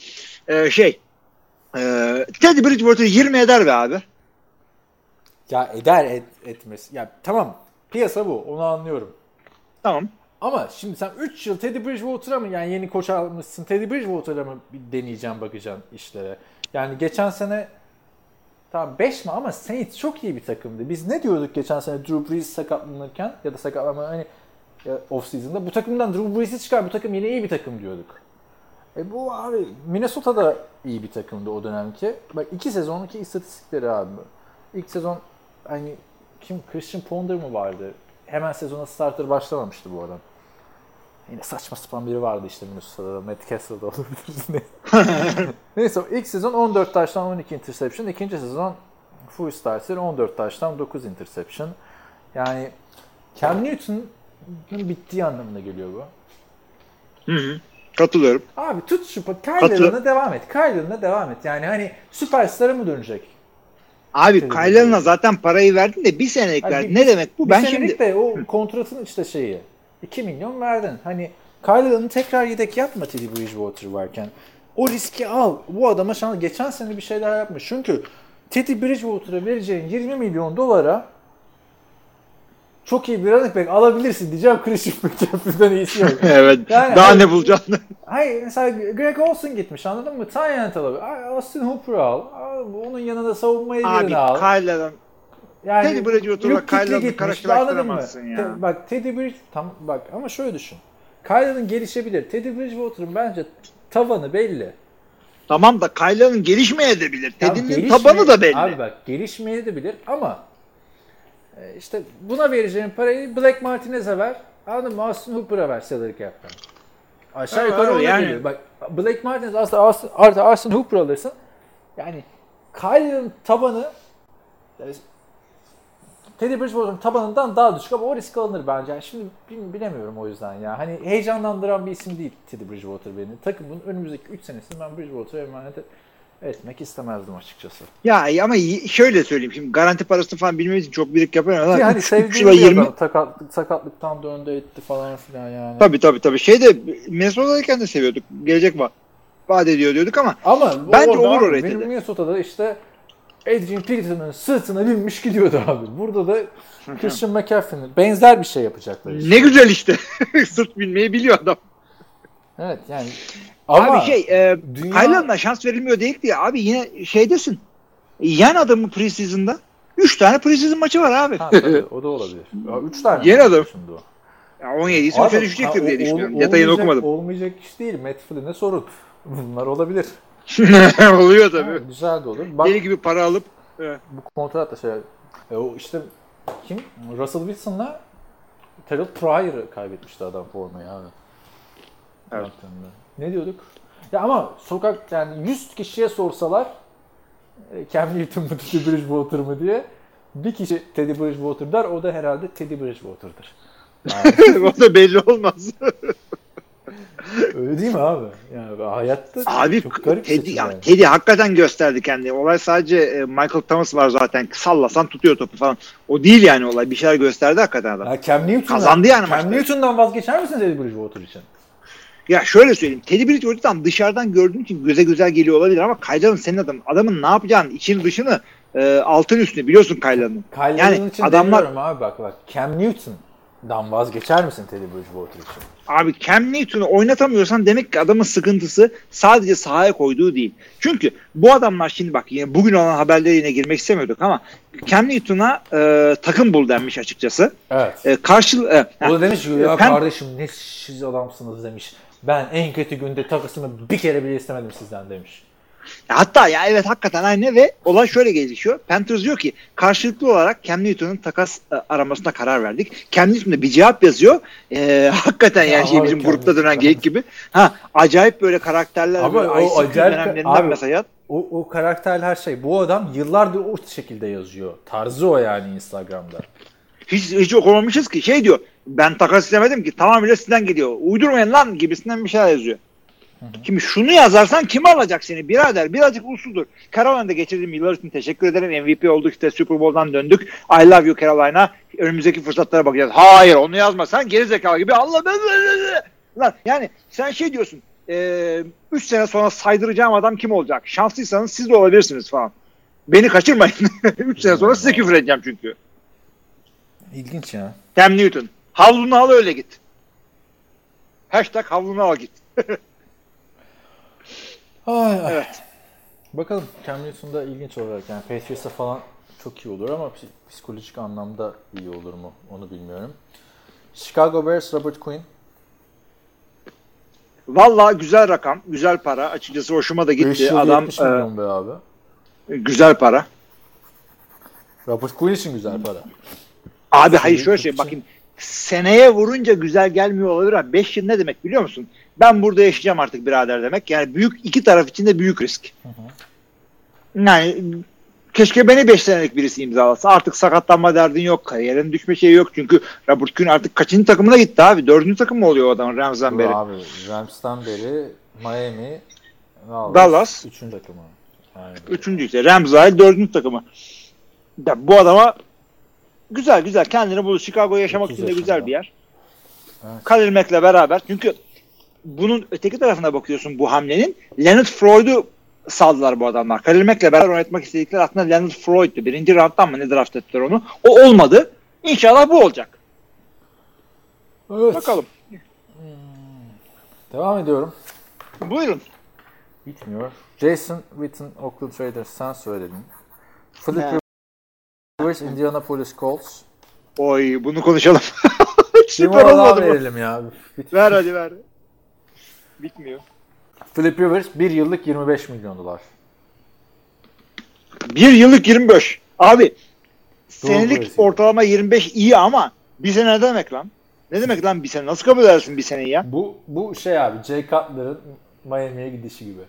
Teddy Bridgewater 20 eder be abi. Ya eder etmez. Ya tamam. Piyasa bu. Onu anlıyorum. Tamam. Ama şimdi sen 3 yıl Teddy Bridgewater'a mı yani yeni koç almışsın Teddy Bridgewater'a mı deneyeceğim bakacaksın işlere. Yani geçen sene tamam 5 mi ama Saints çok iyi bir takımdı. Biz ne diyorduk geçen sene Drew Brees sakatlanırken ya da sakatlanma hani off season'da bu takımdan Drew Brees'i çıkar bu takım yine iyi bir takım diyorduk. Bu abi Minnesota'da iyi bir takımdı o dönemki. Bak 2 sezonki istatistikleri abi. İlk sezon hani Christian Ponder mı vardı? Hemen sezona starter başlamamıştı bu adam. Yine saçma sapan biri vardı işte Minnesota'da. Matt Castle'da olabilir. Neyse ilk sezon 14 taştan 12 interception. İkinci sezon full starter 14 taştan 9 interception. Yani Cam Newton'un bittiği anlamına geliyor bu. Hı. Katılıyorum. Abi tut şu Kyler'ına devam et. Kyler'ına devam et. Yani hani süperstara mı dönecek? Abi Kyler'ına zaten parayı verdin de bir senelik verdin. Ne demek bu? Ben şimdi de o kontratın işte şeyi 2 milyon verdin. Hani Kyler'ını tekrar yedek yapma Teddy Bridgewater varken. O riski al. Bu adama şans geçen sene bir şeyler yapmış. Çünkü Teddy Bridgewater'a vereceğin 20 milyon dolara çok iyi bir running back alabilirsin diyeceğim. Christian McCaffrey'den iyisi yok. Evet. Yani, daha ne bulacaksın? Hayır mesela Greg Olsen gitmiş, anladın mı? Tyent alabilir. Austin Hooper al. Onun yanında savunmayı birini al. Abi Kyle'dan Yani Teddy Bridgewater'la Luke Kuechly Kyle'ı gitmiş, anladın mı? karşılaştıramazsın ya. Bak Teddy Bridgewater tam bak ama şöyle düşün. Kyle'ın gelişebilir. Teddy Bridgewater'ın bence tavanı belli. Tamam da Kyle'ın gelişmeyebilir. Tamam, Teddy'nin tabanı da belli. Abi bak gelişmeyebilir ama işte buna vereceğin parayı Black Martinez'e ver. Anladın mı? Austin Hooper'a ver salary cap'ten. Aşağı Evet, yukarı ona yani. geliyor. Bak Black Martinez artı Austin Hooper alırsın. Yani Kyle'ın tabanı Teddy Bridgewater'ın tabanından daha düşük ama o risk alınır bence. Yani şimdi bilemiyorum o yüzden ya. Hani heyecanlandıran bir isim değil Teddy Bridgewater beni. Takımın önümüzdeki 3 senesini ben Bridgewater'a emanet etmek istemezdim açıkçası. Ya ama şöyle söyleyeyim, şimdi garanti parasını falan bilmediğim için çok birik yapamıyorum. Ki hani sevdiğim bir adam sakatlıktan döndü etti falan filan yani. Tabii. Şeyde Minnesota'dayken de seviyorduk. Gelecek vaat ediyor diyorduk ama bence olur oraya benim dedi. Minnesota'da işte Adrian Peterson'ın sırtına binmiş gidiyordu abi. Burada da Christian McCaffrey'nin benzer bir şey yapacaklar işte. Ne güzel işte. Sırt binmeyi biliyor adam. Evet yani. Ama abi Kyle'ına şans verilmiyor değil diye. Abi yine şeydesin. Yen adamı preseason'da. 3 tane preseason maçı var abi. Ha, tabii, o da olabilir. 3 tane. Yen adam. Şimdi o. 17'si 3'e düşecektir diye düşünüyorum. Detayını okumadım. Olmayacak iş değil. Matt Flynn'e sorun. Bunlar olabilir. Oluyor tabii. Ha, güzel de olur. Bak, deli gibi para alıp bu kontrat da şey o işte kim? Russell Wilson'la Terrell Pryor'ı kaybetmişti adam formayı abi. Evet. Ne diyorduk? Ya ama sokak yani 100 kişiye sorsalar Cam Newton mu Teddy Bridgewater mı diye bir kişi Teddy Bridgewater der, o da herhalde Teddy Bridgewater'dır. Yani, o da belli olmaz. öyle değil mi abi? Yani hayatta abi, çok garip Teddy, yani. Teddy hakikaten gösterdi kendini. Olay sadece Michael Thomas var zaten. Sallasan tutuyor topu falan. O değil yani olay. Bir şeyler gösterdi hakikaten adam. Ya Cam Newton'dan, kazandı yani Cam maçta. Newton'dan vazgeçer misin Teddy Bridgewater için? Ya şöyle söyleyeyim. Teddy Bridgewater'dan dışarıdan gördüğün için göze güzel geliyor olabilir ama Kyle'ın senin adamın. Adamın ne yapacağını, içini dışını, altın üstünü biliyorsun Kyle'ın. Kyle'ın için demiyorum abi bak. Cam Newton'dan vazgeçer misin Teddy Bridgewater için? Abi Cam Newton'u oynatamıyorsan demek ki adamın sıkıntısı sadece sahaya koyduğu değil. Çünkü bu adamlar şimdi bak yine bugün olan haberlere yine girmek istemiyorduk ama Cam Newton'a takım bul denmiş açıkçası. Evet. O da demiş ki ya kardeşim ne siz adamsınız demiş. Ben en kötü günde takısımı bir kere bile istemedim sizden demiş. Hatta ya evet hakikaten aynı ve olay şöyle gelişiyor. Panthers diyor ki karşılıklı olarak Cam Newton'un takas aramasına karar verdik. Cam Newton da bir cevap yazıyor. Hakikaten yani şey bizim grupta dönen geyik gibi. Acayip böyle karakterler. Ama o acayip abi, mesela. O karakterli her şey. Bu adam yıllardır o şekilde yazıyor. Tarzı o yani Instagram'da. Hiç okumamışız ki. Şey diyor. Ben takas istemedim ki. Tamamıyla sizden geliyor. Uydurmayın lan gibisinden bir şey yazıyor. Şimdi şunu yazarsan kim alacak seni birader? Birazcık usludur. Carolina'da geçirdiğim yıllar için teşekkür ederim. MVP olduk işte Super Bowl'dan döndük. I love you Carolina. Önümüzdeki fırsatlara bakacağız. Hayır onu yazma. Sen gerizekalı gibi. Allah lan yani sen şey diyorsun. 3 sene sonra saydıracağım adam kim olacak? Şanslıysanız siz de olabilirsiniz falan. Beni kaçırmayın. 3 sene sonra size küfür edeceğim çünkü. İlginç ya. Cam Newton. Havlunu al öyle git. Hashtag havlunu al git. Evet. Bakalım Cam Newton'da ilginç olarak yani Patriots'a falan çok iyi olur ama psikolojik anlamda iyi olur mu onu bilmiyorum. Chicago Bears Robert Quinn. Vallahi güzel rakam, güzel para. Açıkçası hoşuma da gitti. Adam 70 milyon be abi. Güzel para. Robert Quinn için güzel para. Abi hayır şöyle şey bakayım. Seneye vurunca güzel gelmiyor olabilir ama 5 yıl ne demek biliyor musun? Ben burada yaşayacağım artık birader demek. Yani büyük iki taraf için de büyük risk. Yani keşke beni 5 senelik birisi imzalasa. Artık sakatlanma derdin yok. Kariyerin düşme şeyi yok. Çünkü Robert Quinn artık kaçıncı takımına gitti abi? 4. takım mı oluyor o adam Rams'dan beri? Abi Rams'tan beri Miami, Dallas. 3. takımı. Aynen. 3. işte. Rams dahil 4. takımı. Ya, bu adama güzel kendini buldu. Chicago'ya yaşamak için de güzel bir yer. Evet. Khalil Mack'le beraber. Çünkü bunun öteki tarafına bakıyorsun bu hamlenin. Leonard Floyd'u saldılar bu adamlar. Khalil Mack'le beraber oynatmak istedikleri aslında Leonard Floyd'tu. Birinci round'dan mı ne draft ettiler onu? O olmadı. İnşallah bu olacak. Evet. Bakalım. Devam ediyorum. Buyurun. Bitmiyor. Jason Witten, Oakland Raiders, sen söyledin. Philip He. Rivers, Indianapolis Colts. Oy bunu konuşalım. Bir Süper mola daha olmadı bu. verelim ya. Ver hadi ver. Bitmiyor. Philip Rivers 1 yıllık 25 milyon dolar. Bir yıllık 25. Abi Doğru senelik burası. ortalama 25 iyi ama bir sene ne demek lan? Ne demek lan bir sene? Nasıl kabul edersin bir seneyi ya? Bu şey abi, Jay Cutler'ın Miami'ye gidişi gibi.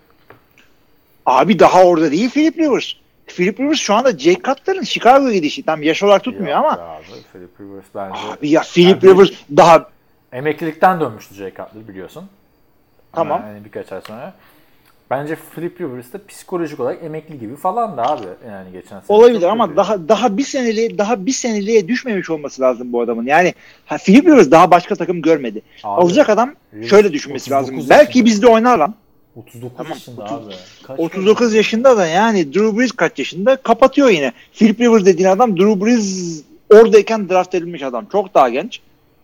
Abi daha orada değil Philip Rivers. Philip Rivers şu anda Jay Cutler'ın Chicago'ya gidişi. Tam yaş olarak tutmuyor Yok ama. be abi, Philip Rivers bence Abi ya Philip Yani- Rivers daha emeklilikten dönmüştü Jay Cutler biliyorsun. tamam. Ama yani birkaç ay sonra. Bence Philip Rivers da psikolojik olarak emekli gibi falan da abi yani geçen sene. Olabilir çok ama kötüydü. daha bir seneliğe düşmemiş olması lazım bu adamın. Yani Philip Rivers daha başka takım görmedi. Abi, Alacak adam Rivers şöyle düşünmesi 39 lazım. Belki yaşında. bizde oynar lan. 39 Tamam, yaşında abi. Kaç 39 yaşında da yani Drew Brees kaç yaşında? Kapatıyor yine. Philip Rivers dediğin adam Drew Brees oradayken draft edilmiş adam. Çok daha genç.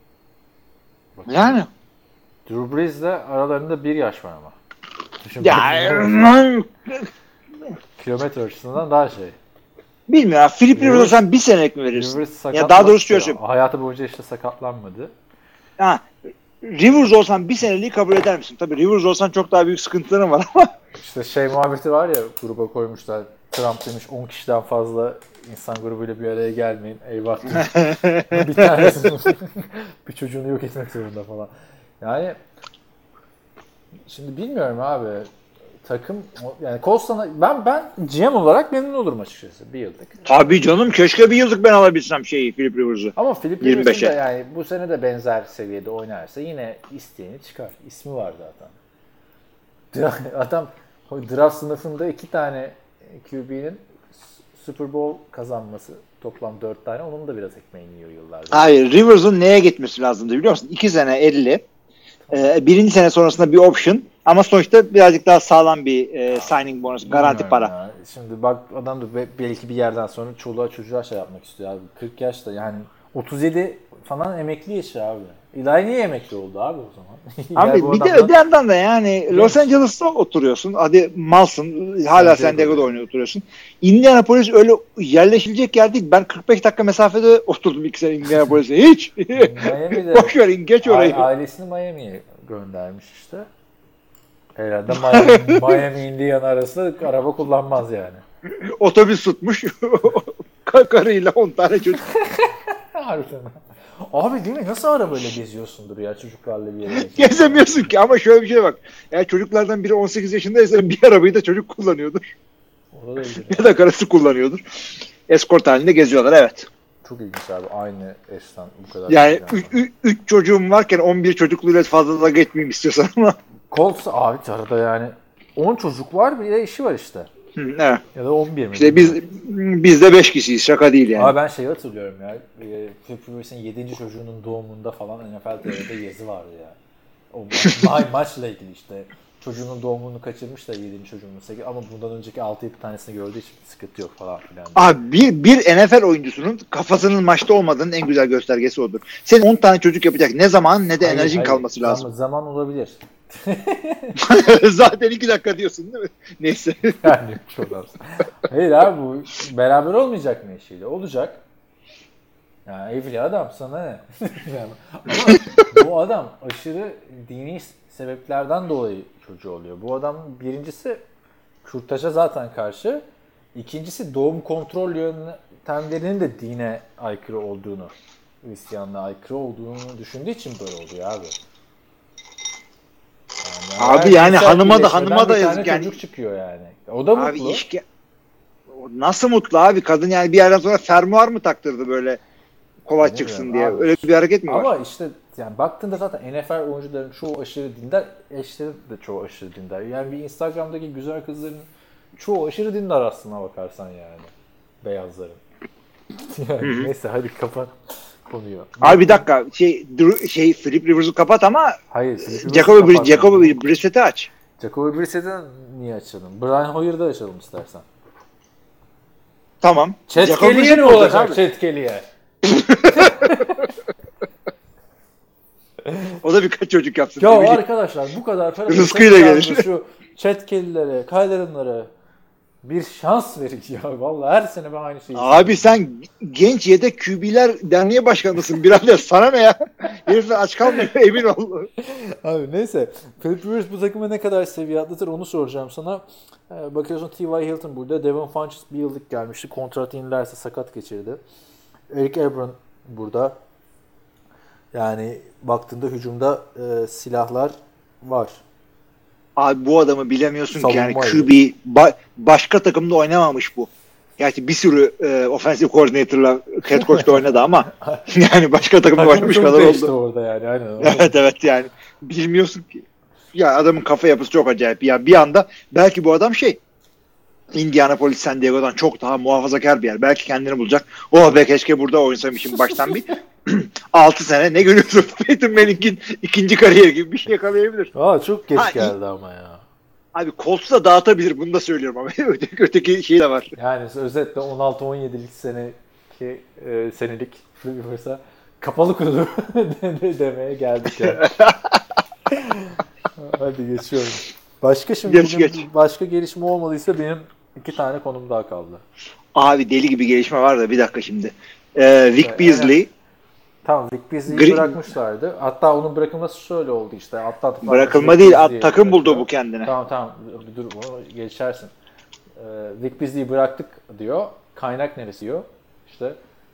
Bakın. Yani. Drew Brees'le aralarında 1 yaş var ama. Düşün, Ya kilometre açısından daha şey. bilmiyorum. Philip Rivers- Rivers'a sen bir senelik mi verirsin? Rivers Ya daha doğrusu şöyle söyleyeyim. hayatı boyunca işte sakatlanmadı. Ha, Rivers olsan bir seneliği kabul eder misin? Tabii Rivers olsan çok daha büyük sıkıntıların var ama İşte şey muhabbeti var ya, gruba koymuşlar. Trump demiş 10 kişiden fazla insan grubuyla bir araya gelmeyin. Eyvah. Bir tanesi bir çocuğunu yok etmek zorunda falan. Yani şimdi bilmiyorum abi. Takım yani Colts'tan ben GM olarak memnun olurum açıkçası bir yıllık. tabii canım keşke bir yıllık ben alabilsem Philip Rivers'ı. Ama Philip 25'e. Rivers'ın da yani bu sene de benzer seviyede oynarsa yine isteyeni çıkar. İsmi var zaten. Adam draft sınıfında 2 tane QB'nin Super Bowl kazanması, toplam 4 tane, onun da biraz ekmeğini yiyor yıllardır. Hayır, Rivers'ın neye gitmesi lazımdı biliyor musun? 2 sene 50. Birinci sene sonrasında bir option. Ama sonuçta birazcık daha sağlam bir signing bonus, garanti Bilmiyorum para. ya. Şimdi bak adam da belki bir yerden sonra çoluğa çocuğa şey yapmak istiyor abi. 40 yaşta yani 37 falan emekli yaşı abi. İlahi niye emekli oldu abi o zaman? Abi İlahi bu bir de adamdan- öte yandan da yani Los Angeles'ta oturuyorsun. Hadi malsın. Hala San Diego'da oynuyor oturuyorsun. Indianapolis öyle yerleşilecek yer değil. Ben 45 dakika mesafede oturdum 2 sene Indianapolis'e. Hiç. Miami'de Boş verin geç orayı. ailesini Miami'ye göndermiş işte. Herhalde Miami Indiana arası araba kullanmaz yani. Otobüs tutmuş. Karıyla 10 tane çocuk. Harbiden. Abi değil mi? Nasıl arabayla geziyorsundur ya çocuklarla bir yere? Gezemiyorsun ki ama şöyle bir şey bak. Eğer çocuklardan biri 18 yaşındaysa bir arabayı da çocuk kullanıyordur. Olabilir. Ya da karısı kullanıyordur. Eskort halinde geziyorlar evet. Çok ilginç abi. Aynı eşten bu kadar. Yani 3 çocuğum varken 11 çocukluyla fazla da geçmeyeyim istiyorsan ama. Colts abi arada yani 10 çocuk var, bir de eşi var işte. Evet. Ya da 11 mi? İşte biz de 5 kişiyiz. Şaka değil yani. Abi ben şeyi hatırlıyorum ya. Philip Rivers'in 7. çocuğunun doğumunda falan NFL TV'de yazı vardı ya. O maçla ilgili işte. Çocuğunun doğumunu kaçırmış da 7. çocuğunun 8, ama bundan önceki 6-7 tanesini gördüğü için sıkıntı yok falan filan. Abi bir NFL oyuncusunun kafasının maçta olmadığının en güzel göstergesi odur. Senin 10 tane çocuk yapacak ne zaman ne de enerjin kalması lazım. Zaman olabilir. Zaten 2 dakika diyorsun değil mi? Neyse. Yani çok az. Hayır abi, bu beraber olmayacak mı eşiyle? Olacak. Yani evli adam, sana ne? Yani, ama bu adam aşırı dini sebeplerden dolayı çocuğu oluyor. Bu adam birincisi kürtaja zaten karşı. İkincisi doğum kontrol yöntemlerinin de dine aykırı olduğunu, Hristiyanlığa aykırı olduğunu düşündüğü için böyle oluyor abi. Abi yani hanıma da bir yazık tane yani. çocuk çıkıyor yani. O da Abi mutlu. nasıl mutlu abi? Kadın yani bir yerden sonra fermuar mı taktırdı böyle kolay çıksın diye? abi. Öyle bir hareket mi var? Ama işte yani baktığında zaten NFL oyuncuların çoğu aşırı dindar, eşleri de çoğu aşırı dindar. Yani bir Instagram'daki güzel kızların çoğu aşırı dindar aslına bakarsan yani. Beyazların. Yani neyse hadi kapat konuyu. Abi bir dakika Philip Rivers'ı kapat ama Hayır. Jacoby Brissett'i aç. Jacoby Brissett'e niye açalım? Brian Hoyer'da açalım istersen. Tamam. Chet Jacoby Kelly'e Brissett ne olacak olacak abi. Chet Kelly'e? O da birkaç çocuk yapsın. Ya Ne bileyim. arkadaşlar bu kadar para Rızkıyla gelir. şu Chet Kelly'lere, Kyler'ınlara bir şans verin ya. Vallahi her sene ben aynı şeyi Abi sen genç yedek QB'ler derneği başkanısın birader. Sana ne ya? Herifler aç kalmıyor emin ol. Abi neyse. Philip Rivers bu takımı ne kadar seviye atlatır onu soracağım sana. Bakıyorsun T.Y. Hilton burada. Devin Funchess bir yıllık gelmişti. Kontrat yenilerse sakat geçirdi. Eric Ebron burada. Yani baktığında hücumda silahlar var. Abi bu adamı bilemiyorsun ki yani Savunma QB başka takımda oynamamış bu. Gerçi bir sürü offensive coordinator'la head coach'ta oynadı ama yani başka takımda oynamış Takım kadar değişti oldu. orada yani. Aynen. Evet yani bilmiyorsun ki. Ya adamın kafa yapısı çok acayip. Ya bir anda belki bu adam Indianapolis San Diego'dan çok daha muhafazakar bir yer. Belki kendini bulacak. Oh be keşke burada oynasaymışım baştan bir 6 sene ne görüyorsun? Peyton Manning'in ikinci kariyeri gibi bir şey yakalayabilir. Çok geç Ha, geldi ama ya. Abi Colts'u da dağıtabilir. Bunu da söylüyorum ama öteki şey de var. Yani özetle 16-17'lik senelik Rivers'a kapalı kutu demeye geldik ya. Hadi geçiyorum. Başka şimdi Geç. başka gelişme olmadıysa benim 2 tane konum daha kaldı. Abi deli gibi gelişme var da bir dakika şimdi. Vic Beasley Tamam, Vic Beasley'i bırakmışlardı. Hatta onun bırakılması şöyle oldu işte. bırakılma değil, takım buldu bu kendine. Tamam. Dur bunu geçersin. Vic Beasley'i bıraktık diyor. Kaynak neresi diyor. İşte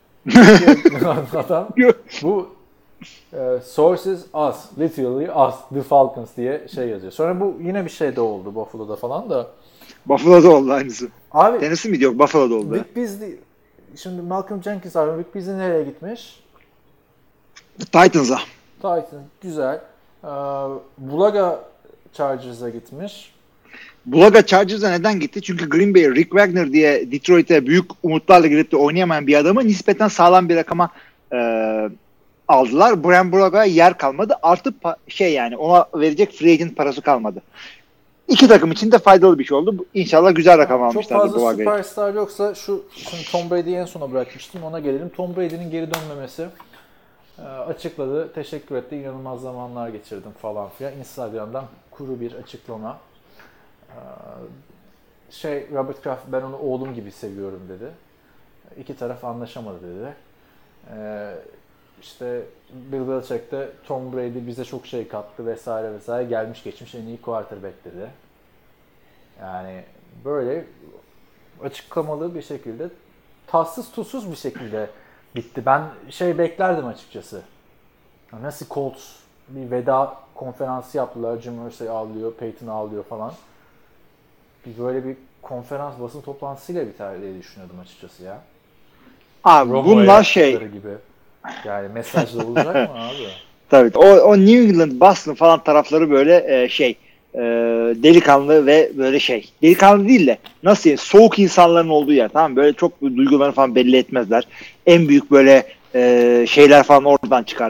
adam bu sources us, literally us, the Falcons diye şey yazıyor. Sonra bu yine bir şey de oldu Buffalo'da falan da. Buffalo'da oldu aynısı. Abi Tennessee mi diyor? Buffalo'da oldu. Vic Beasley, şimdi Malcolm Jenkins abi, Vic Beasley nereye gitmiş? Titans'a. Titans güzel. Bulaga Chargers'a gitmiş. Bulaga Chargers'a neden gitti? Çünkü Green Bay, Rick Wagner diye Detroit'e büyük umutlarla girip de oynayamayan bir adamı nispeten sağlam bir rakama aldılar. Brian Bulaga'ya yer kalmadı. Artı yani ona verecek free agent parası kalmadı. İki takım için de faydalı bir şey oldu. İnşallah güzel rakam almışlar. Çok fazla süperstar yoksa şimdi Tom Brady'yi en sona bırakmıştım. Ona gelelim. Tom Brady'nin geri dönmemesi açıkladı. Teşekkür etti. İnanılmaz zamanlar geçirdim falan filan. Instagram'dan kuru bir açıklama. Robert Kraft, ben onu oğlum gibi seviyorum dedi. İki taraf anlaşamadı dedi. İşte Bill Belichick de Tom Brady bize çok şey kattı vesaire gelmiş geçmiş en iyi quarterback dedi. Yani böyle açıklamalı bir şekilde, tatsız tuzsuz bir şekilde bitti. Ben beklerdim açıkçası. Nasıl Colts bir veda konferansı yaptılar. Jim Irsay ağlıyor, Peyton ağlıyor falan. Böyle bir konferans basın toplantısıyla biter diye düşünüyordum açıkçası ya. Abi Romo'ya bunlar gibi. Yani mesajla olacak mı abi? Tabii. O New England, Boston falan tarafları böyle delikanlı ve böyle delikanlı değil de nasıl diyeyim, soğuk insanların olduğu yer, tamam mı? Böyle çok duygularını falan belli etmezler. En büyük böyle şeyler falan oradan çıkar.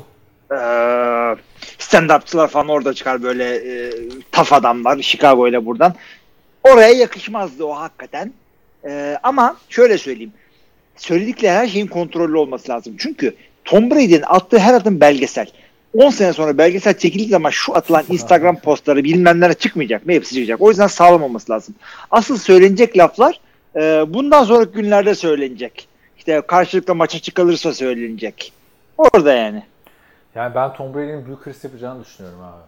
Stand-upçılar falan orada çıkar, böyle tough adamlar Chicago ile buradan. Oraya yakışmazdı o hakikaten. Ama şöyle söyleyeyim. Söyledikleri her şeyin kontrollü olması lazım. Çünkü Tom Brady'nin attığı her adım belgesel. 10 sene sonra belgesel çekildiği zaman şu atılan Instagram postları bilmemlere çıkmayacak mı? Hepsi çıkacak. O yüzden sağlam olması lazım. Asıl söylenecek laflar bundan sonraki günlerde söylenecek. İşte karşılıklı maça çıkılırsa söylenecek. Orada yani. Yani ben Tom Brady'nin büyük hırs yapacağını düşünüyorum abi.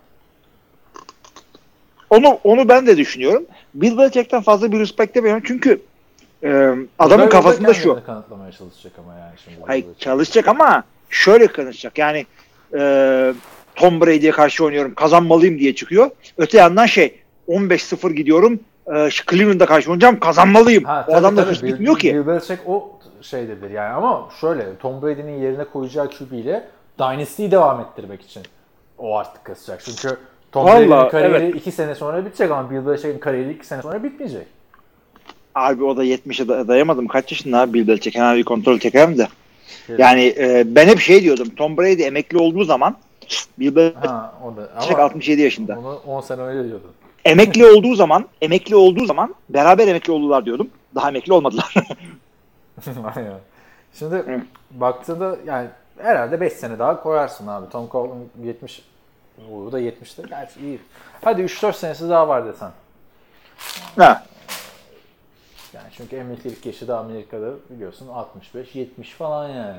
Onu ben de düşünüyorum. Bill Belichick'ten fazla bir respect demiyorum. Çünkü adamın kafasında şu. Kanıtlamaya çalışacak ama yani şimdi. Hayır, çalışacak ama şöyle konuşacak. Yani Tom Brady'ye karşı oynuyorum, kazanmalıyım diye çıkıyor. Öte yandan 15-0 gidiyorum. Cleveland'a karşı oynayacağım, kazanmalıyım. O adam da hırs bitmiyor ki. Bill Belichick o şeydedir yani, ama şöyle Tom Brady'nin yerine koyacağı QB ile Dynasty'yi devam ettirmek için o artık kasacak. Çünkü Tom Brady'nin kariyeri 2 sene sonra bitecek ama Bill Belichick'in kariyeri 2 sene sonra bitmeyecek. Abi o da 70'e dayamadım. Kaç yaşında abi Bill Belichick? Hemen bir kontrol çekerim de. Yani ben hep diyordum. Tom Brady emekli olduğu zaman Bill Belichick 67 yaşında. Onu 10 sene öyle diyordun. emekli olduğu zaman beraber emekli oldular diyordum. Daha emekli olmadılar. Aynen. Şimdi baktığında yani herhalde 5 sene daha koyarsın abi. Tom Coughlin 70, o da 70'te. Gerçi iyi. Hadi 3-4 senesi daha var desen. Ha. Yani çünkü emeklilik yaşı da Amerika'da biliyorsun 65-70 falan yani.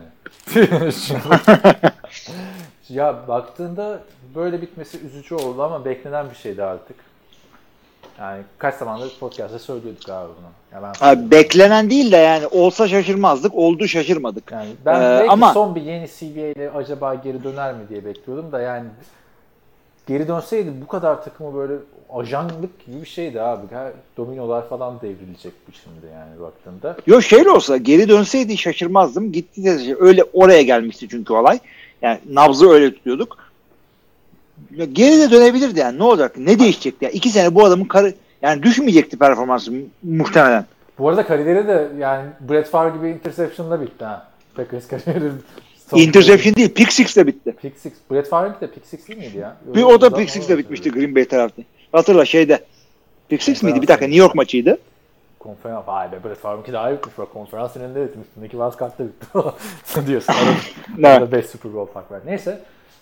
Ya baktığında böyle bitmesi üzücü oldu ama beklenen bir şeydi artık. Yani kaç zamandır podcast'ta söylüyorduk abi bunu. Ya ben Abi, beklenen değil de yani olsa şaşırmazdık, oldu şaşırmadık. yani ben belki ama son bir yeni CBA ile acaba geri döner mi diye bekliyordum da yani geri dönseydi bu kadar takımı böyle ajanlık gibi bir şeydi abi. Dominolar falan devrilecek bu şimdi yani baktığında. Yok şöyle olsa geri dönseydi şaşırmazdım. Gitti de öyle oraya gelmişti çünkü olay. Yani nabzı öyle tutuyorduk. Ya geri de dönebilirdi yani ne olacak? Ne değişecekti? Yani 2 sene bu adamın yani düşmeyecekti performansı muhtemelen. Bu arada kariyeri de yani Brett Favre gibi interception'la bitti ha. Packers kariyeri. Interception değil, pick six de bitti. Pick six. Brett Favre'inki de pick six değil miydi ya? Bir o da pick six de bitmişti Green Bay tarafta. Hatırla şeyde. Pick six miydi? Bir dakika New York maçıydı. Konferans. Vay be Brett Favre'inki daha iyi bitmiş. Bak konferans finalinde bitti. Üstündeki wildcard'da bitti. Sen diyorsun. Arada 5 Super Bowl fark var. Neyse.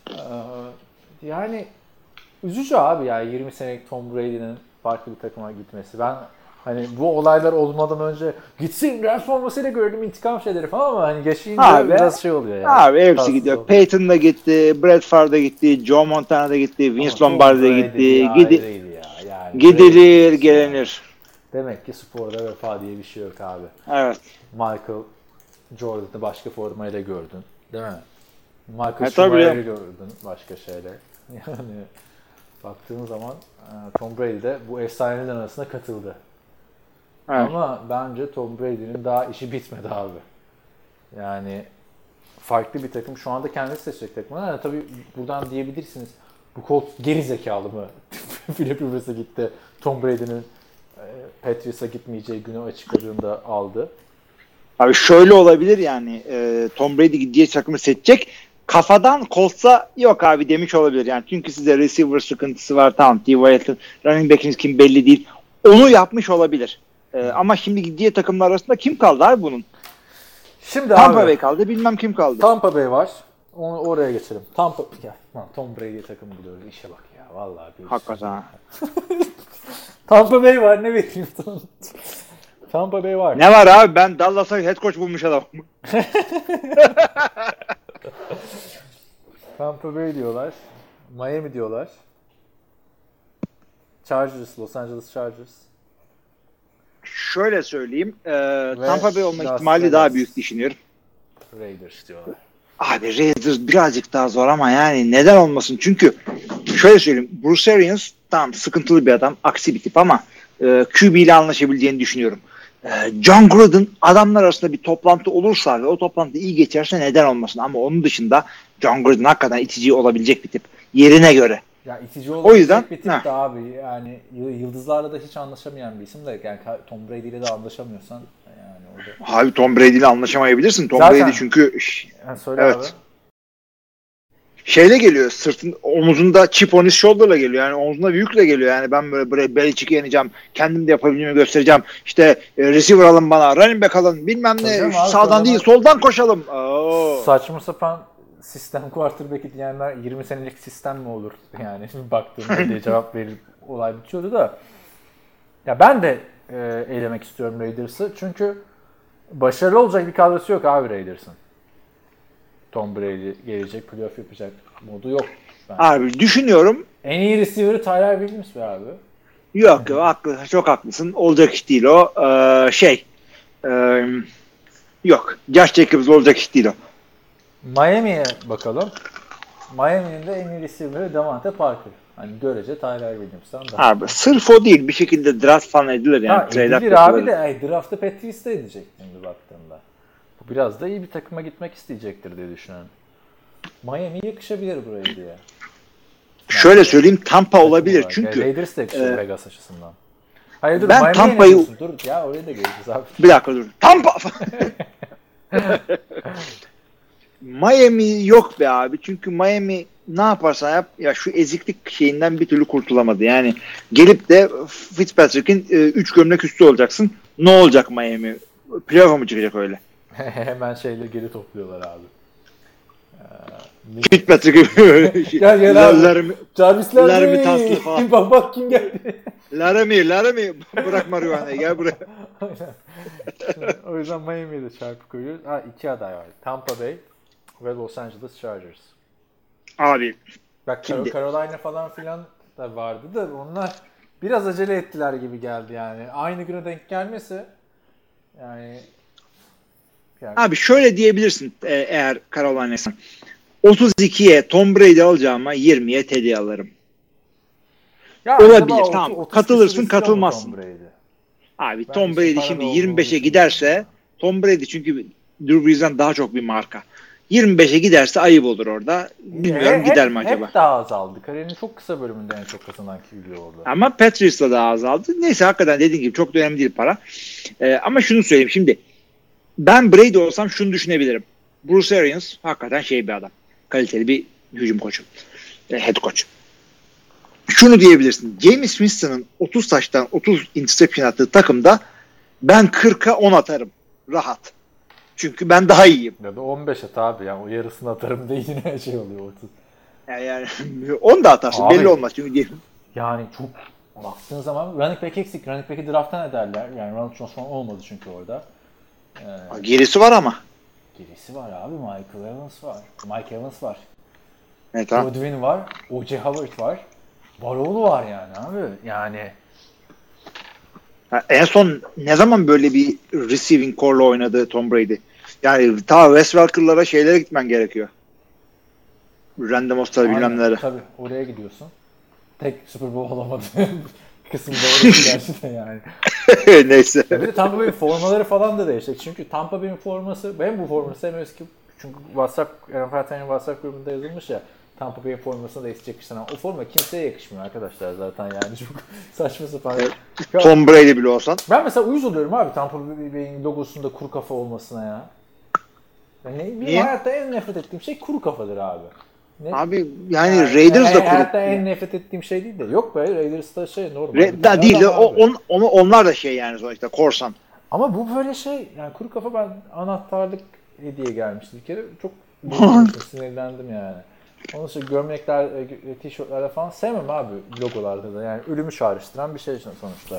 Yani üzücü abi ya 20 senelik Tom Brady'nin farklı bir takıma gitmesi. Ben hani bu olaylar olmadan önce gitsin Rams formasıyla gördüm intikam şeyleri falan ama hani geçince biraz şey oluyor yani. Abi hepsi Tatsız gidiyor. oluyor. Peyton da gitti, Brett Favre da gitti, Joe Montana da gitti, Vince Ama Lombardi da Tom gitti. Brady ayrıydı ya. Yani Gidilir, Brady gelinir. Demek ki sporda vefa diye bir şey yok abi. Evet. Michael Jordan'ı başka formayla gördün. Değil mi? Michael tabii Schumacher'ı ya. gördün başka şeyle. Yani baktığın zaman Tom Brady de bu efsanelerin arasına katıldı. Evet. Ama bence Tom Brady'nin daha işi bitmedi abi. Yani farklı bir takım. Şu anda kendisi seçecek takım. Yani tabii buradan diyebilirsiniz. Bu Colt geri zekalı mı? Philip Rivers'a gitti. Tom Brady'nin Patriots'a gitmeyeceği günü açıkladığında aldı. Abi şöyle olabilir yani Tom Brady gideceği takımı seçecek. Kafadan Colts'a yok abi demiş olabilir. Yani çünkü size receiver sıkıntısı var. Tamam T. Wyatt'ın running back'iniz kim belli değil. Onu yapmış olabilir. Ama şimdi gideceği takımlar arasında kim kaldı abi bunun? Şimdi Tampa abi, Bay kaldı. Bilmem kim kaldı. Tampa Bay var. Onu oraya geçelim. Tom Brady takım buluyoruz. İşe bak ya. Vallahi bir Hakikaten ha. Tampa Bay var. Ne bekliyorsun? Tampa Bay var. Ne var abi? Ben Dallas'a head coach bulmuş adam. Tampa Bay diyorlar. Miami diyorlar. Chargers, Los Angeles Chargers. Şöyle söyleyeyim. Tampa Bay olma Las ihtimali Vegas. daha büyük düşünüyorum. Raiders diyorlar. Abi Raiders birazcık daha zor ama yani neden olmasın? Çünkü şöyle söyleyeyim. Bruce Arians tamam sıkıntılı bir adam. Aksi bir tip ama QB ile anlaşabileceğini düşünüyorum. John Gruden adamlar arasında bir toplantı olursa ve o toplantı iyi geçerse neden olmasın? Ama onun dışında John Gruden hakikaten itici olabilecek bir tip. Yerine göre. Ya itici olabilecek yüzden, bir tip de abi. Yani yıldızlarla da hiç anlaşamayan bir isim de. Yani Tom Brady ile de anlaşamıyorsan yani orada. Abi Tom Brady ile anlaşamayabilirsin. Tom Zaten- Brady çünkü Yani söyle evet. abi. Şeyle geliyor. Omuzunda chip on his shoulder'la geliyor. Yani omzunda büyükle geliyor. Yani ben böyle Belichick'i yeneceğim. Kendim de yapabildiğimi göstereceğim. İşte receiver alın bana. Running back alın. Bilmem Tabii ne. canım Şu abi, sağdan o değil. zaman- Soldan koşalım. Oo. Saçma sapan sistem quarterback'i diyenler 20 senelik sistem mi olur? Yani baktığımda diye cevap verip olay bitiyordu da. Ya ben de elemek istiyorum Raiders'ı. Çünkü başarılı olacak bir kadrosu yok abi Raiders'ın. Tom Brady gelecek, playoff yapacak modu yok. Abi düşünüyorum. En iyi receiver'ı Tyler Williams be abi. Yok çok haklısın. Olacak iş değil o. Yok. Josh Jacobs olacak iş değil o. Miami'ye bakalım. Miami'nin de en iyi receiver'ı Davante Parker. Hani görece Tyler Williams'tan daha. Abi sırf o değil. Bir şekilde draft falan edilir yani. Ha, Trade edilir yapılır. abi de draft'ta Patrice'de edecek şimdi baktığında. Bu biraz da iyi bir takıma gitmek isteyecektir diye düşünüyorum. Miami yakışabilir buraya diye. Şöyle söyleyeyim Tampa Takım olabilir. olarak. Çünkü Raiders de yakışır Vegas açısından. Hayır dur ben Miami'ye ne Tampa'yı- diyorsun? Dur ya oraya da geleceğiz abi. bir dakika dur. Tampa! Miami yok be abi. Çünkü Miami ne yaparsan yap ya şu eziklik şeyinden bir türlü kurtulamadı. Yani gelip de Fitzpatrick'in 3 gömlek üstü olacaksın. Ne olacak Miami? Playoff'a mı çıkacak öyle? Hemen şeyleri geri topluyorlar abi. Fitzpatrick'i Gel abi. Jarvis Larry Tanslı falan. Bak kim geldi. Laramie bırak marihuanayı gel buraya. O yüzden Miami'ye de çarpı koyuyoruz. 2 aday var. Tampa Bay ve Los Angeles Chargers. Abi Bak Şimdi- Carolina falan filan da vardı da onlar biraz acele ettiler gibi geldi yani. Aynı güne denk gelmesi yani abi şöyle diyebilirsin eğer Carolina'ysan. 32'ye Tom Brady alacağıma 20'ye Teddy alırım. ya olabilir, acaba tamam. 30 Katılırsın, küsur istiyor mu katılmazsın. Tom Brady? Abi Ben Tom işte Brady para şimdi da olduğunu 25'e düşünüyorum. giderse Tom Brady çünkü Drew Brees'den daha çok bir marka. 25'e giderse ayıp olur orada. Bilmiyorum gider mi acaba? Hep daha azaldı. Kariyerinin çok kısa bölümünde en çok kazanan QB oldu. Ama Patriots'la daha azaldı. Neyse hakikaten dediğim gibi çok da önemli değil para. Ama şunu söyleyeyim şimdi. Ben Brady olsam şunu düşünebilirim. Bruce Arians hakikaten şey bir adam. Kaliteli bir hücum koçu. Head coach. Şunu diyebilirsin. Jameis Winston'ın 30 taştan 30 interception attığı takımda ben 40'a 10 atarım. Rahat. Çünkü ben daha iyiyim. Ya da 15 at abi yani o yarısını atarım da yine şey oluyor 30. Yani 10 da atarsın. Abi. Belli olmaz. Çünkü Yani çok baktığın zaman running back eksik. Running back'i draft'tan ederler. Yani Ronald Jones falan olmadı çünkü orada. gerisi var ama. Gerisi var abi. Michael Evans var. Mike Evans var. Evet, ha. Godwin var. O.J. Howard var. Baroğlu var yani abi. Yani En son ne zaman böyle bir receiving core'la oynadı Tom Brady? Yani ta Wes Welker'lara şeylere gitmen gerekiyor. Random Moss'lara bilmem nelere. tabii oraya gidiyorsun. Tek Super Bowl alamadı. Kısımda orası gerçekten yani. Neyse. Bir de Tampa Bay'in formaları falan da değişti. Çünkü Tampa Bay'in forması, ben bu formayı sevmiyoruz ki çünkü WhatsApp grubunda yazılmış ya Tampa Bay'in formasını da isteyecek işte. O forma kimseye yakışmıyor arkadaşlar zaten yani çok saçma sapan. Tom Brady bile olsan. Ben mesela uyuz oluyorum abi Tampa Bay'in logosunda kuru kafa olmasına ya. Yani Niye? hayatta en nefret ettiğim şey kuru kafadır abi. Ne? Abi yani Raiders da hayatta kuru. en nefret ettiğim şey değil de yok be Raiders'ta şey normal. Da değil de Adam abi. onlar da şey yani sonuçta korsan. Ama bu böyle şey yani kuru kafa ben anahtarlık hediye gelmişti bir kere çok sinirlendim yani. Onun için gömlekler, tişörtlerde falan sevmem abi logolarda da yani ölümü çağrıştıran bir şey sonuçta.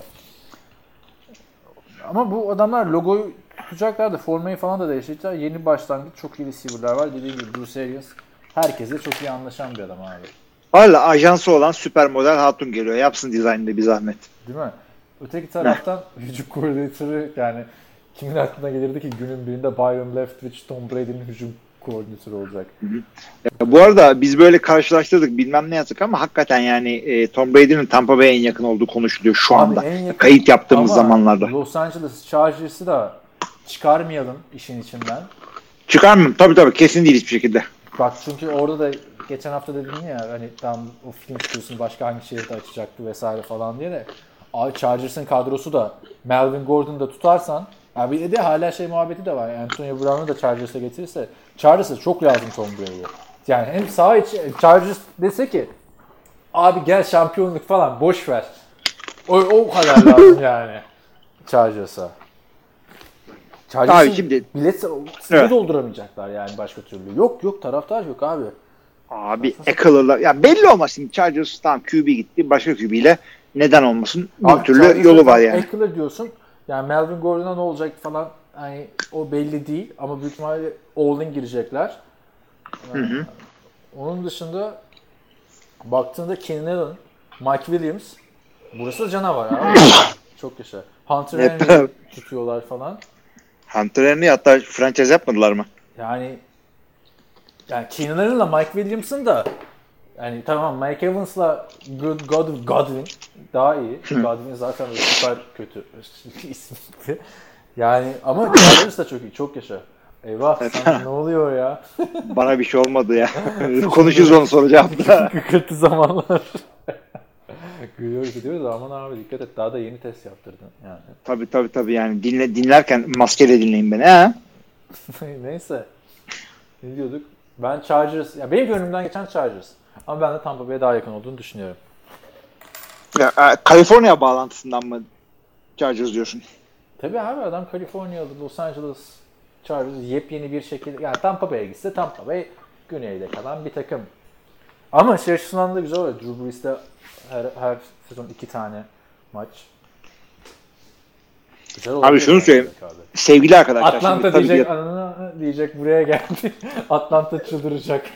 Ama bu adamlar logoyu tutacaklar da formayı falan da değiştirecekler. Yeni başlangıç çok iyi receiver'lar var. Dediğim gibi Bruce Arians herkesle çok iyi anlaşan bir adam abi. Hala ajansı olan süper model hatun geliyor. Yapsın dizaynında bir zahmet. Değil mi? Öteki taraftan hücum koordinatörü yani kimin aklına gelirdi ki günün birinde Byron Leftwich Tom Brady'nin hücum koordinatörü olacak. Ya, bu arada biz böyle karşılaştırdık bilmem ne yazık ama hakikaten yani Tom Brady'nin Tampa Bay'e en yakın olduğu konuşuluyor şu anda. Kayıt yaptığımız zamanlarda. Los Angeles Chargers'ı da çıkarmayalım işin içinden. Çıkarmıyorum. Tabii kesin değil hiçbir şekilde. Bak çünkü orada da geçen hafta dedim ya hani tam o film stüdyosunu başka hangi şehirde açacaktı vesaire falan diye de Chargers'ın kadrosu da Melvin Gordon'u da tutarsan abi bir de hala şey muhabbeti de var. Antonio Brown'u da Chargers'a getirirse Chargers'a çok lazım Tom Brady. Yani hem sağ içi Chargers dese ki abi gel şampiyonluk falan boş ver. O kadar lazım yani Chargers'a. Abi şimdi bilet evet. dolduramayacaklar yani başka türlü. Yok taraftar yok abi. Abi Eckler'la ya belli olmaz şimdi Chargers tamam QB gitti başka QB ile neden olmasın bir türlü yolu var yani. Eckler diyorsun. Yani Melvin Gordon'a ne olacak falan hani o belli değil ama büyük ihtimalle all-in girecekler. Hı. Onun dışında baktığında Keenan Allen, Mike Williams burası da canavar abi. Çok yaşa. Hunter Henry tutuyorlar falan. Hunter Henry hatta franchise yapmadılar mı? Yani Keenan Allen'la Mike Williams'ın da yani tamam Mike Evans'la Godwin daha iyi. Godwin zaten süper kötü ismi. Yani ama Chargers da çok iyi. Çok yaşa. Eyvah sana ne oluyor ya? Bana bir şey olmadı ya. Konuşuruz onu soracağım da. Kötü zamanlar. Gülüyoruz diyoruz aman abi dikkat et daha da yeni test yaptırdın yani. Tabii yani dinlerken maskeyle dinleyin beni ha. Neyse. Ne diyorduk? Ben Chargers, ya benim gönlümden geçen Chargers. Ama ben de Tampa Bay'e daha yakın olduğunu düşünüyorum. Ya, Kaliforniya bağlantısından mı Chargers diyorsun? Tabii abi adam Kaliforniyalı, Los Angeles Chargers yepyeni bir şekilde, yani Tampa Bay'e gitse Tampa Bay güneyde kalan bir takım. Ama şey açısından da güzel oluyor. Drew Brees'te her sezon 2 tane maç. Güzel Abi şunu söyleyeyim. Abi. Sevgili arkadaşlar. Atlanta şimdi, diyecek, ananı diyecek, buraya geldi. Atlanta çıldıracak.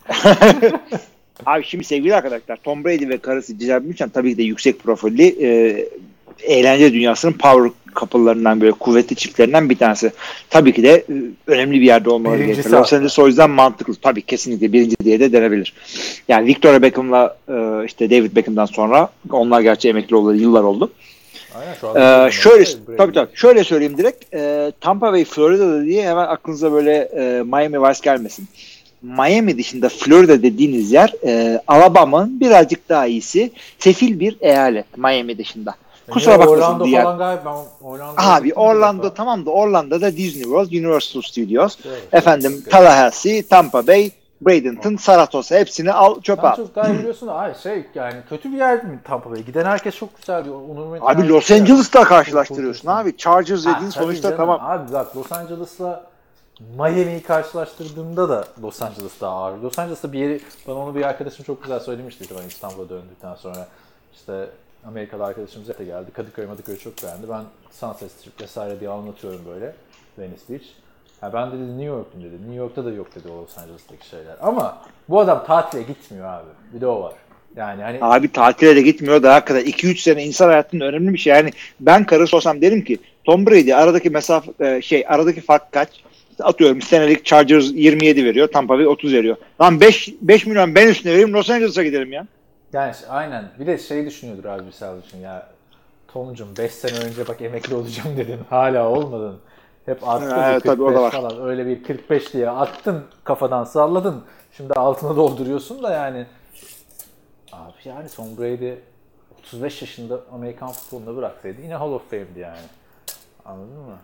Abi şimdi sevgili arkadaşlar, Tom Brady ve karısı Gisele Bündchen tabii ki de yüksek profilli eğlence dünyasının power couple'larından, böyle kuvvetli çiftlerinden bir tanesi. Tabii ki de önemli bir yerde olmaları gerekir. Los Angeles o yüzden mantıklı. Tabii kesinlikle birinci diye de denebilir. Yani Victoria Beckham'la işte David Beckham'dan sonra, onlar gerçi emekli oldu, yıllar oldu. Aynen, şu anda şöyle söyleyeyim direkt. Tampa Bay Florida'da diye hemen aklınıza böyle Miami Vice gelmesin. Miami dışında Florida dediğiniz yer Alabama'nın birazcık daha iyisi. Sefil bir eyalet Miami dışında. Kusura bakmasın Orlando diye. falan galiba. Abi Orlando, tamam da Orlando'da Disney World, Universal Studios, Evet, efendim Tallahassee, Tampa Bay, Bradenton, Saratoga, hepsini al çöpe at. Çok daha biliyorsun da yani kötü bir yer mi Tampa Bay? Giden herkes çok güzel diyor. Abi Los Angeles'la karşılaştırıyorsun abi. Chargers dediğin sonuçta canım. tamam. Abi bak, Los Angeles'la Miami'yi karşılaştırdığımda da Los Angeles daha ağır. Los Angeles'ta bir yeri, bana onu bir arkadaşım çok güzel söylemişti ben İstanbul'a döndükten sonra. İşte Amerikalı arkadaşımız da geldi. Kadıköy'ü çok beğendi. Ben Sunset Strip vesaire diye anlatıyorum böyle. Venice Beach. Ha ben dedi New York'um dedi. New York'ta da yok dedi o Los Angeles'taki şeyler. Ama bu adam tatile gitmiyor abi. Bir de o var. Yani hani Abi tatile de gitmiyor da hakikaten 2-3 sene insan hayatının önemli bir şey. Yani ben karısı olsam derim ki Tom Brady aradaki mesafe aradaki fark kaç? Atıyorum senelik Chargers 27 veriyor. Tampa Bay 30 veriyor. Lan 5 milyon ben üstüne vereyim, Los Angeles'a giderim ya. yani aynen. Bir de şey düşünüyordur abi Bisal için ya. Tom'cum 5 sene önce bak emekli olacağım dedin. Hala olmadın. Hep attın Evet, 45 falan. Öyle bir 45 diye attın, kafadan salladın. Şimdi altına dolduruyorsun da yani. Abi yani Tom Brady 35 yaşında Amerikan futbolunu bıraksaydı yine Hall of Fame'di yani. Anladın mı?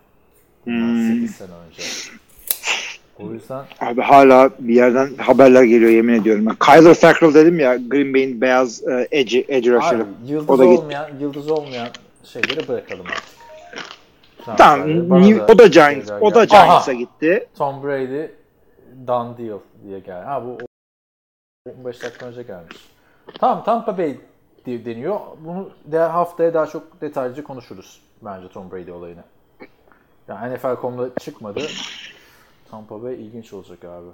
8 sene önce. O yüzden Abi hala bir yerden haberler geliyor, yemin ediyorum. Ben Kyler Fackrell dedim ya, Green Bay'in beyaz edge rusher'ı. Yıldız olmayan şeyleri bırakalım artık. Tamam, o da Giants'a gitti. Tom Brady done deal diye geldi. Ha bu 15 dakika önce gelmiş. Tamam, Tampa Bay deniyor. Bunu haftaya daha çok detaylıca konuşuruz bence Tom Brady olayını. Yani NFL.com'da çıkmadı. Tampa Bay ilginç olacak abi.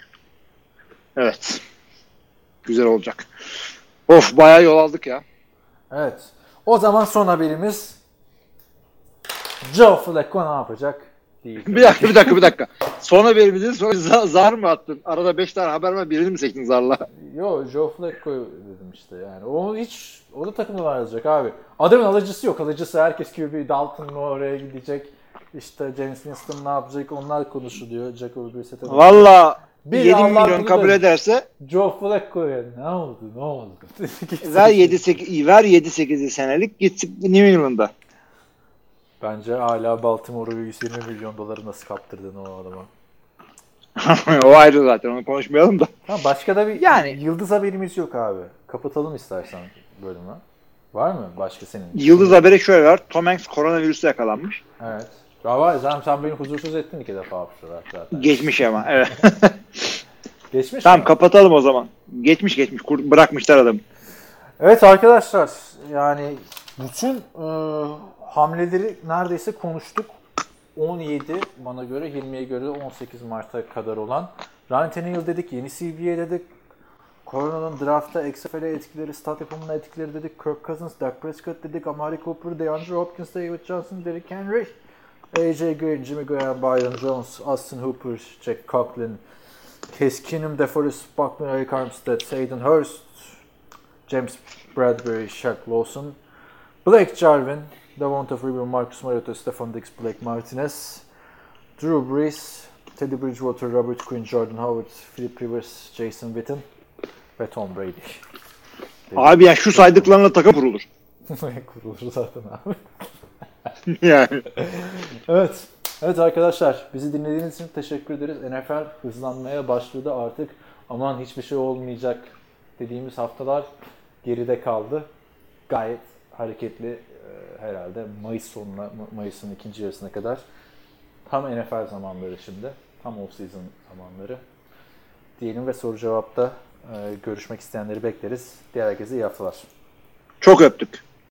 Evet. Güzel olacak. Of, bayağı yol aldık ya. Evet. O zaman son haberimiz Joe Flacco ne yapacak? Değil. Bir dakika. Son haberimizin sonra zar mı attın? Arada 5 tane haber var, birini mi seçtin zarla? Yo, Joe Flacco dedim işte yani. O da takımda var yazacak abi. Adamın alıcısı yok. Alıcısı herkes QB, Dalton mu oraya gidecek? İşte James Winston ne yapacak? Onlar konuşuluyor. Jacoby Brissett'e. Valla 7 milyon kabul ederse Joe Flacco'ya ne oldu? ver 7-8'i senelik gitsin New England'a. Bence hala Baltimore'u 120 milyon doları nasıl kaptırdın o adama. O ayrı zaten, onu konuşmayalım da. Ha, başka da bir yani yıldız haberimiz yok abi. Kapatalım istersen bölümü. Var mı başka senin? Yıldız haberi şöyle var. Tom Hanks koronavirüse yakalanmış. Evet. Bravo, sen beni huzursuz ettin 2 defa zaten. Geçmiş ama evet. Geçmiş Tamam mi? kapatalım o zaman. Geçmiş. Bırakmışlar adamı. Evet arkadaşlar, yani bütün hamleleri neredeyse konuştuk. 17 bana göre, 20'ye göre 18 Mart'a kadar olan. Ryan Tannehill dedik, yeni CBA dedik. Corona'nın draftta XFL'e etkileri, stat yapımına etkileri dedik. Kirk Cousins, Dak Prescott dedik. Amari Cooper, DeAndre Hopkins, David Johnson, Derrick Henry. AJ Green, Jimmy Graham, Byron Jones, Austin Hooper, Jack Conklin, Case Keenum, DeForest Buckner, Eric Armstead, Hayden Hurst, James Bradbury, Shaq Lawson, Blake Jarvin, Devonta Freeman, Marcus Mariota, Stephon Diggs, Blake Martinez, Drew Brees, Teddy Bridgewater, Robert Quinn, Jordan Howard, Philip Rivers, Jason Witten ve Tom Brady. Abi ya şu saydıklarına takım kurulur. Kurulur zaten abi. Yani. Evet. Evet arkadaşlar, bizi dinlediğiniz için teşekkür ederiz. NFL hızlanmaya başladı artık. Aman hiçbir şey olmayacak dediğimiz haftalar geride kaldı. Gayet hareketli herhalde Mayıs'ın ikinci yarısına kadar. Tam NFL zamanları şimdi. Tam off-season zamanları. Diyelim ve soru cevapta görüşmek isteyenleri bekleriz. Diğer herkese iyi haftalar. Çok öptük.